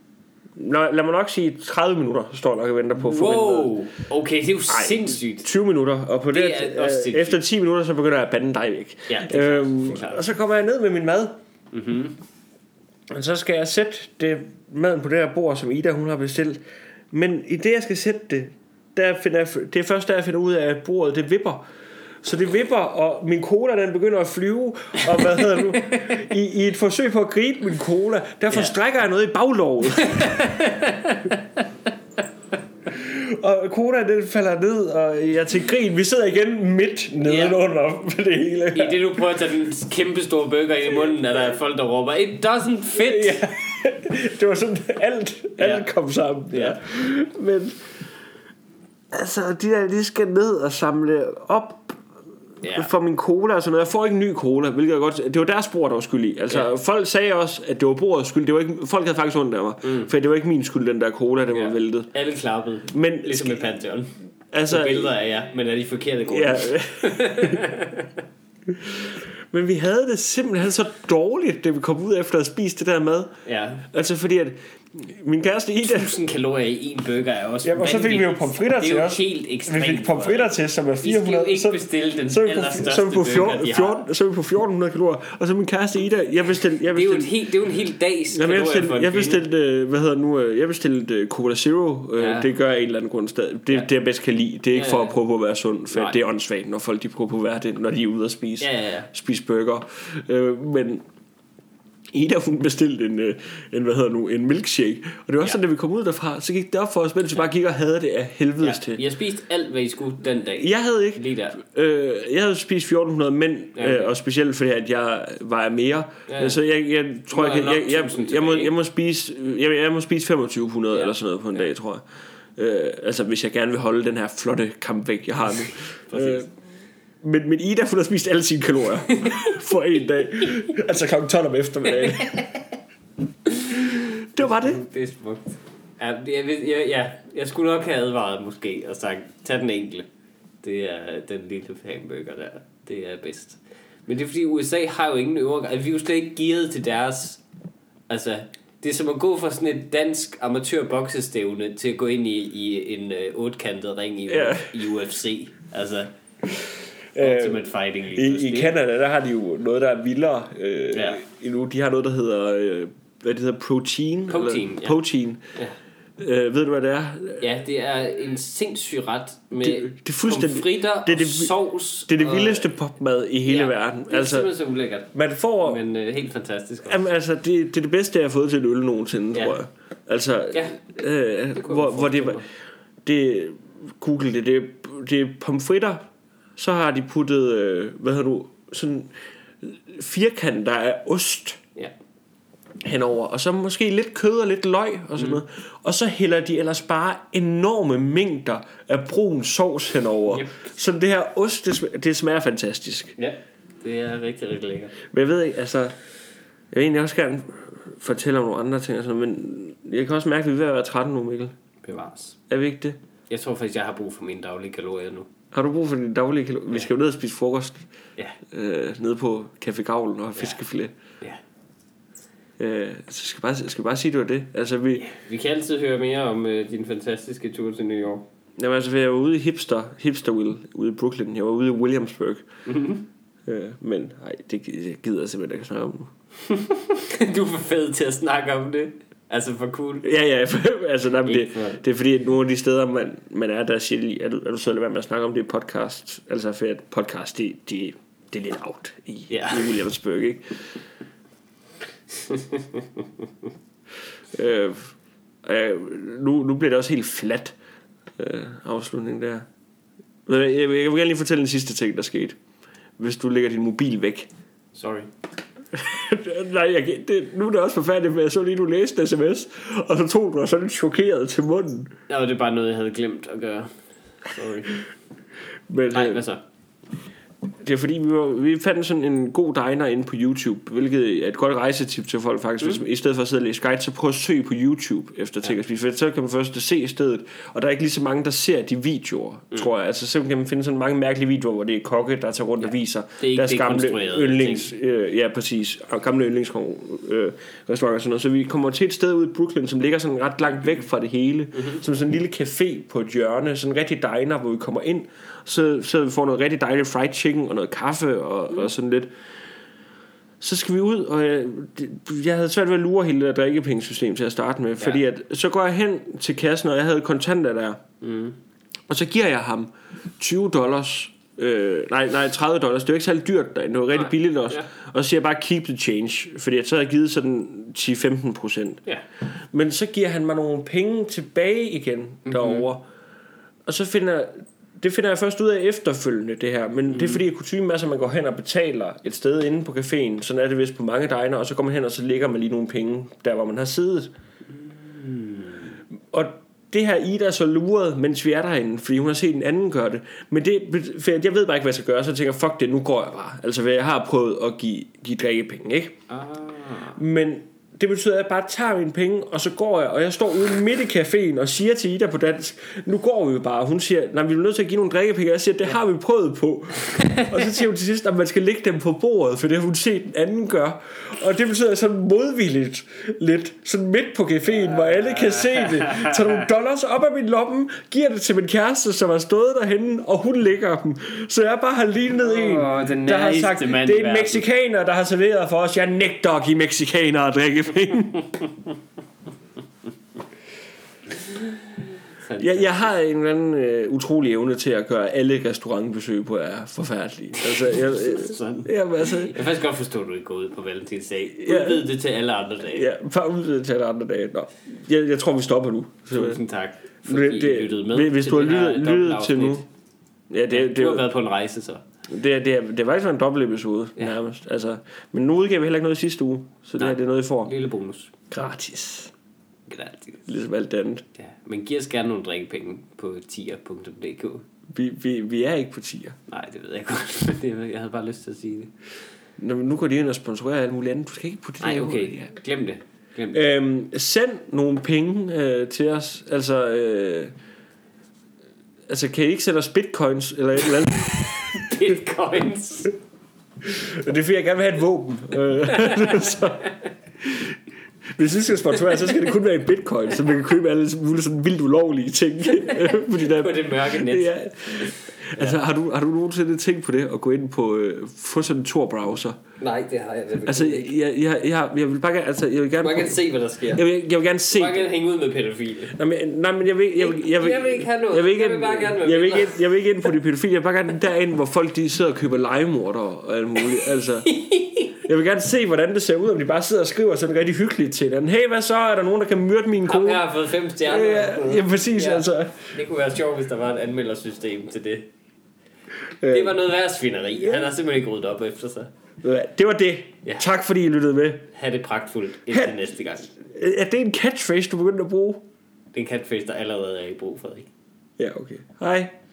Nå, lad mig nok sige tredive minutter står jeg nok og venter på. Wow, okay, det er jo Ej, sindssygt. tyve minutter, og på det, det øh, efter ti minutter så begynder jeg at bande dig væk. Ja, det er øhm, klart, det er klart. Og så kommer jeg ned med min mad. Mhm. Og så skal jeg sætte det maden på det her bord, som Ida hun har bestilt. Men i det jeg skal sætte det, der finder jeg, det er først der jeg finder ud af at bordet det vipper. Så det vipper, og min cola den begynder at flyve. Og hvad hedder du? I, I et forsøg på at gribe min cola, derfor ja. strækker jeg noget i baglovet. Og cola den falder ned, og jeg til grin. Vi sidder igen midt nedenunder yeah. det hele. I det du prøver at tage den kæmpe store burger i munden, er der folk der råber it doesn't fit. Ja. Det var sådan alt, alt yeah. kom sammen. Ja. Men altså de der de skal ned og samle op yeah. for min cola og sådan noget. Jeg får ikke en ny cola, hvilket er godt. Det var deres bord der var skyld i. Altså yeah. folk sagde også at det var bordets skyld. Det var ikke, folk havde faktisk ondt af mig, mm. for det var ikke min skyld den der cola den yeah. var væltet. Alle klappede. Men ligesom med Pantheon. Altså billeder af jer, men er de forkerte cola. Ja. Men vi havde det simpelthen så dårligt, da vi kom ud efter at spise det der mad. Ja. Altså fordi at min kæreste Ida... tusind kalorier i en burger er også... Ja, og så fik vi jo pomfritter til os. Det er jo helt ekstremt. Vi fik pomfritter til, som er fire hundrede... Vi skal jo ikke bestille den så, allerstørste så, så på burger, de har. Så er vi på fjorten hundrede kalorier. Og så min kæreste Ida... Jeg bestilte, jeg bestilte, det, er jo en hel, det er jo en hel dags jamen, kalorier jeg for en Jeg bestilte... Hvad hedder nu? Jeg bestilte Cola Zero. Ja. Det gør jeg en eller anden grund stadig. Det, ja. det jeg bedst kan lide. Det er ikke ja, ja. for at prøve på at være sund. For det er åndssvagt, når folk de prøver på at være det, når de er ude at spise, ja, ja, ja. spise burger. Men... Ida, hun bestilte en, en, hvad hedder nu, en milkshake. Og det var også ja. sådan, da vi kom ud derfra, så gik det op for os, mens vi bare gik og havde det af helvedes ja. til. Jeg spiste alt, hvad I skulle den dag. Jeg havde ikke. Lige der. Øh, jeg havde spist fjorten hundrede mænd, ja, okay. øh, og specielt fordi, at jeg var mere. Ja, ja. Så jeg, jeg tror, jeg, jeg, jeg, jeg, jeg, jeg, må, jeg, må spise, jeg, jeg må spise femogtyve hundrede ja. eller sådan noget på en ja. dag, tror jeg. Øh, altså, hvis jeg gerne vil holde den her flotte kampvægt, jeg har nu. øh, Men, men Ida, hun har spist alle sine kalorier for en dag. Altså klokken tolv om eftermiddagen. Det var bare det. Det er smukt. Ja, jeg, jeg, ja, jeg skulle nok have advaret måske og sagt, tag den enkle. Det er den lille hamburger der. Det er bedst. Men det er fordi U S A har jo ingen øvre. Altså, vi er jo slet ikke gearet til deres... Altså, det er som at gå fra sådan et dansk amatørboksestævne til at gå ind i, i en uh, ottekantet ring i, yeah. i U F C. Altså... Ultimate Fighting lige I, I Canada, der har de jo noget, der er vildere øh, ja. endnu. De har noget, der hedder øh, hvad det hedder, protein. Protein, eller, ja. protein. Ja. Øh, ved du, hvad det er? Ja, det er en sindssyg ret med det, det er pomfritter det er det, og sovs. Det er det vildeste popmad i hele ja, verden. Det er altså, simpelthen så ulækkert. Man får, men øh, helt fantastisk. Jamen, altså, det, det er det bedste, jeg har fået til en øl nogensinde, ja. tror jeg. Altså, ja, øh, det hvor, hvor det var... Det, Google det, det, det er pomfritter. Så har de puttet, øh, hvad hedder du, sådan firkanter af ost ja. henover, og så måske lidt kød og lidt løg og sådan mm. noget. Og så hælder de ellers bare enorme mængder af brun sovs henover. Yep. Så det her ost, det smager, det smager fantastisk. Ja, det er rigtig, rigtig lækkert. Men jeg ved ikke, altså, jeg vil egentlig også gerne fortælle om nogle andre ting, altså, men jeg kan også mærke, at vi er ved at være tretten nu, Mikkel. Bevares. Er vi ikke det? Jeg tror faktisk, jeg har brug for mine daglige kalorier nu. Har du brug for dine daglige kalorier? Ja. Vi skal jo ned og spise frokost. Ja. Øh, nede på Café Gavlen og fiskefilet. Ja. Øh, så skal jeg bare, skal jeg bare sige, det var det. Altså, vi, ja, vi kan altid høre mere om øh, din fantastiske tur til New York. Jamen altså, jeg var ude i Hipster, Hipsterville, ude i Brooklyn. Jeg var ude i Williamsburg. Mm-hmm. Øh, men nej, det, det gider jeg simpelthen ikke snakke om nu. Du er for fed til at snakke om det. Altså for cool. Ja, ja, altså nej, det, det er fordi, at nogle af de steder, man, man er, der siger lige, er du, er du så lade være med at snakke om det i podcast? Altså for at podcast, det, det, det er lidt out i, ja. i Williamsburg, ikke? øh, øh, nu, nu bliver det også helt flat øh, afslutning der. Jeg, jeg, jeg vil gerne lige fortælle den sidste ting, der skete. Hvis du lægger din mobil væk. Sorry. Nej, jeg, det, nu er det også forfærdeligt, for jeg så lige, du læste en sms, og så tog du dig sådan lidt chokeret til munden. Ja, det er bare noget, jeg havde glemt at gøre. Sorry. Men, Nej, hvad så? Det er fordi, vi, var, vi fandt sådan en god diner inde på YouTube, hvilket er et godt rejsetip til folk faktisk. Mm. Hvis, i stedet for at sidde og læse guide, så prøv at søge på YouTube efter ting at spise. For så kan man først se stedet, og der er ikke lige så mange, der ser de videoer, mm. tror jeg. Altså så kan man finde sådan mange mærkelige videoer, hvor det er kokke, der tager rundt ja. og viser deres gamle yndlings... Øh, ja, præcis. Og gamle yndlingsrestauranter øh, og sådan noget. Så vi kommer til et sted ude i Brooklyn, som ligger sådan ret langt væk fra det hele. Mm-hmm. Som sådan en lille café på et hjørne. Sådan en rigtig diner, hvor vi kommer ind. Så, så vi får noget rigtig dejligt fried chicken og noget kaffe og, mm. og sådan lidt. Så skal vi ud, og jeg, jeg havde svært ved at lure hele det der drikkepengesystem til at starte med, fordi ja. at, så går jeg hen til kassen, og jeg havde kontanter der, mm. og så giver jeg ham tyve dollars, øh, nej, nej, tredive dollars, det var ikke særlig dyrt derinde, det var rigtig nej. billigt også, ja. og så siger jeg bare keep the change, fordi så havde jeg givet sådan ti til femten procent. Ja. Men så giver han mig nogle penge tilbage igen mm-hmm. derovre, og så finder det finder jeg først ud af efterfølgende det her. Men mm. det er fordi kutyme er, at man går hen og betaler et sted inde på caféen. Sådan er det vist på mange diner. Og så går man hen og så lægger man lige nogle penge der hvor man har siddet. mm. Og det her Ida er så luret mens vi er derinde, fordi hun har set en anden gøre det. Men det, for jeg ved bare ikke hvad jeg skal gøre. Så jeg tænker fuck det, nu går jeg bare. Altså jeg har prøvet at give, give drikkepenge, ikke? ah. Men Det betyder, at jeg bare tager mine penge, og så går jeg, og jeg står ude midt i caféen og siger til Ida på dansk, nu går vi jo bare. Hun siger, nej, vi er nødt til at give nogle drikkepenge. Jeg siger, det har vi prøvet på. Og så siger hun til sidst, at man skal lægge dem på bordet, for det har hun set den anden gør. Og det betyder sådan modvilligt lidt, sådan midt på caféen, hvor alle kan se det. Tager nogle dollars op af min lomme, giver det til min kæreste, som har stået derhenne, og hun lægger dem. Så jeg bare har lignet en, oh, der har sagt, det er en mexikaner, der har serveret for os. Jeg nægter at give mexikanere drikkepenge. jeg, jeg har en eller anden øh, utrolig evne til at gøre alle restaurantbesøg på er forfærdelige. Altså, jeg, jeg, jeg, altså, jeg kan faktisk godt forstå, at du ikke går ud på Valentinsdag. Udvid ja, det til alle andre dage. Ja, bare udvid det til alle andre dage. Nå. Jeg, jeg tror, vi stopper nu. Tusind tak, fordi det, I lyttede med. Hvis du har lyttet, lyttet til nu. Ja, det, det, du har det, været på en rejse så. Det, det, det var faktisk en dobbelt episode, ja. Nærmest. Altså, men nu udgav vi heller ikke noget i sidste uge, så det, her, det er noget, I får. Lille bonus. Gratis. Gratis. Ligesom alt andet. Ja, men giv os gerne nogle drikkepenge på tier punktum d k. Vi, vi, vi er ikke på tier. Nej, det ved jeg godt. Jeg havde bare lyst til at sige det. Nå, nu går de ind og sponsorerer alt muligt andet. Du skal ikke putte det Nej, der. Nej, okay. Ja. Glem det. Glem det. Øhm, send nogle penge øh, til os. Altså, øh, altså, kan I ikke sende os bitcoins eller et eller andet? Bitcoins. Det er fordi jeg gerne vil have et våben. Så, hvis I skal sponsorere, så skal det kun være i bitcoin, så man kan købe alle mulige sådan vildt ulovlige ting. Fordi der, på det mørke net. Ja. Altså, har du, har du nogensinde tænkt på det at gå ind på øh, få sådan en Tor-browser? Nej, det har jeg. Det altså, jeg, jeg, jeg, jeg, jeg vil bare gerne, altså, jeg vil gerne. Man kan se, hvad der sker. Jeg vil, jeg vil gerne se. Man kan hænge ud med pædofile. Nej, men, nej, men jeg vil, jeg vil, jeg vil, jeg vil ikke have noget. Jeg vil, ikke, jeg vil bare gerne være jeg vil, ikke, jeg vil ikke ind på de pædofile. Jeg vil bare gerne derind, hvor folk de sidder og køber legemorder og alt muligt. Altså, jeg vil gerne se, hvordan det ser ud, om de bare sidder og skriver sådan rigtig hyggeligt til den. Hey, hvad så? Er der nogen, der kan myrde min kone? Jeg har fået fem stjerner. Ja, ja præcis. Ja. Altså. Det kunne være sjovt, hvis der var et anmeldersystem til det. Det var noget værd svineri. Han har simpelthen ikke ryddet op efter sig. Det var det. Ja. Tak fordi I lyttede med. Ha' det pragtfuldt indtil ha- næste gang. Er det en catchphrase, du begyndte at bruge? Det er en catchphrase, der allerede er i brug for, ikke? Ja, okay. Hej.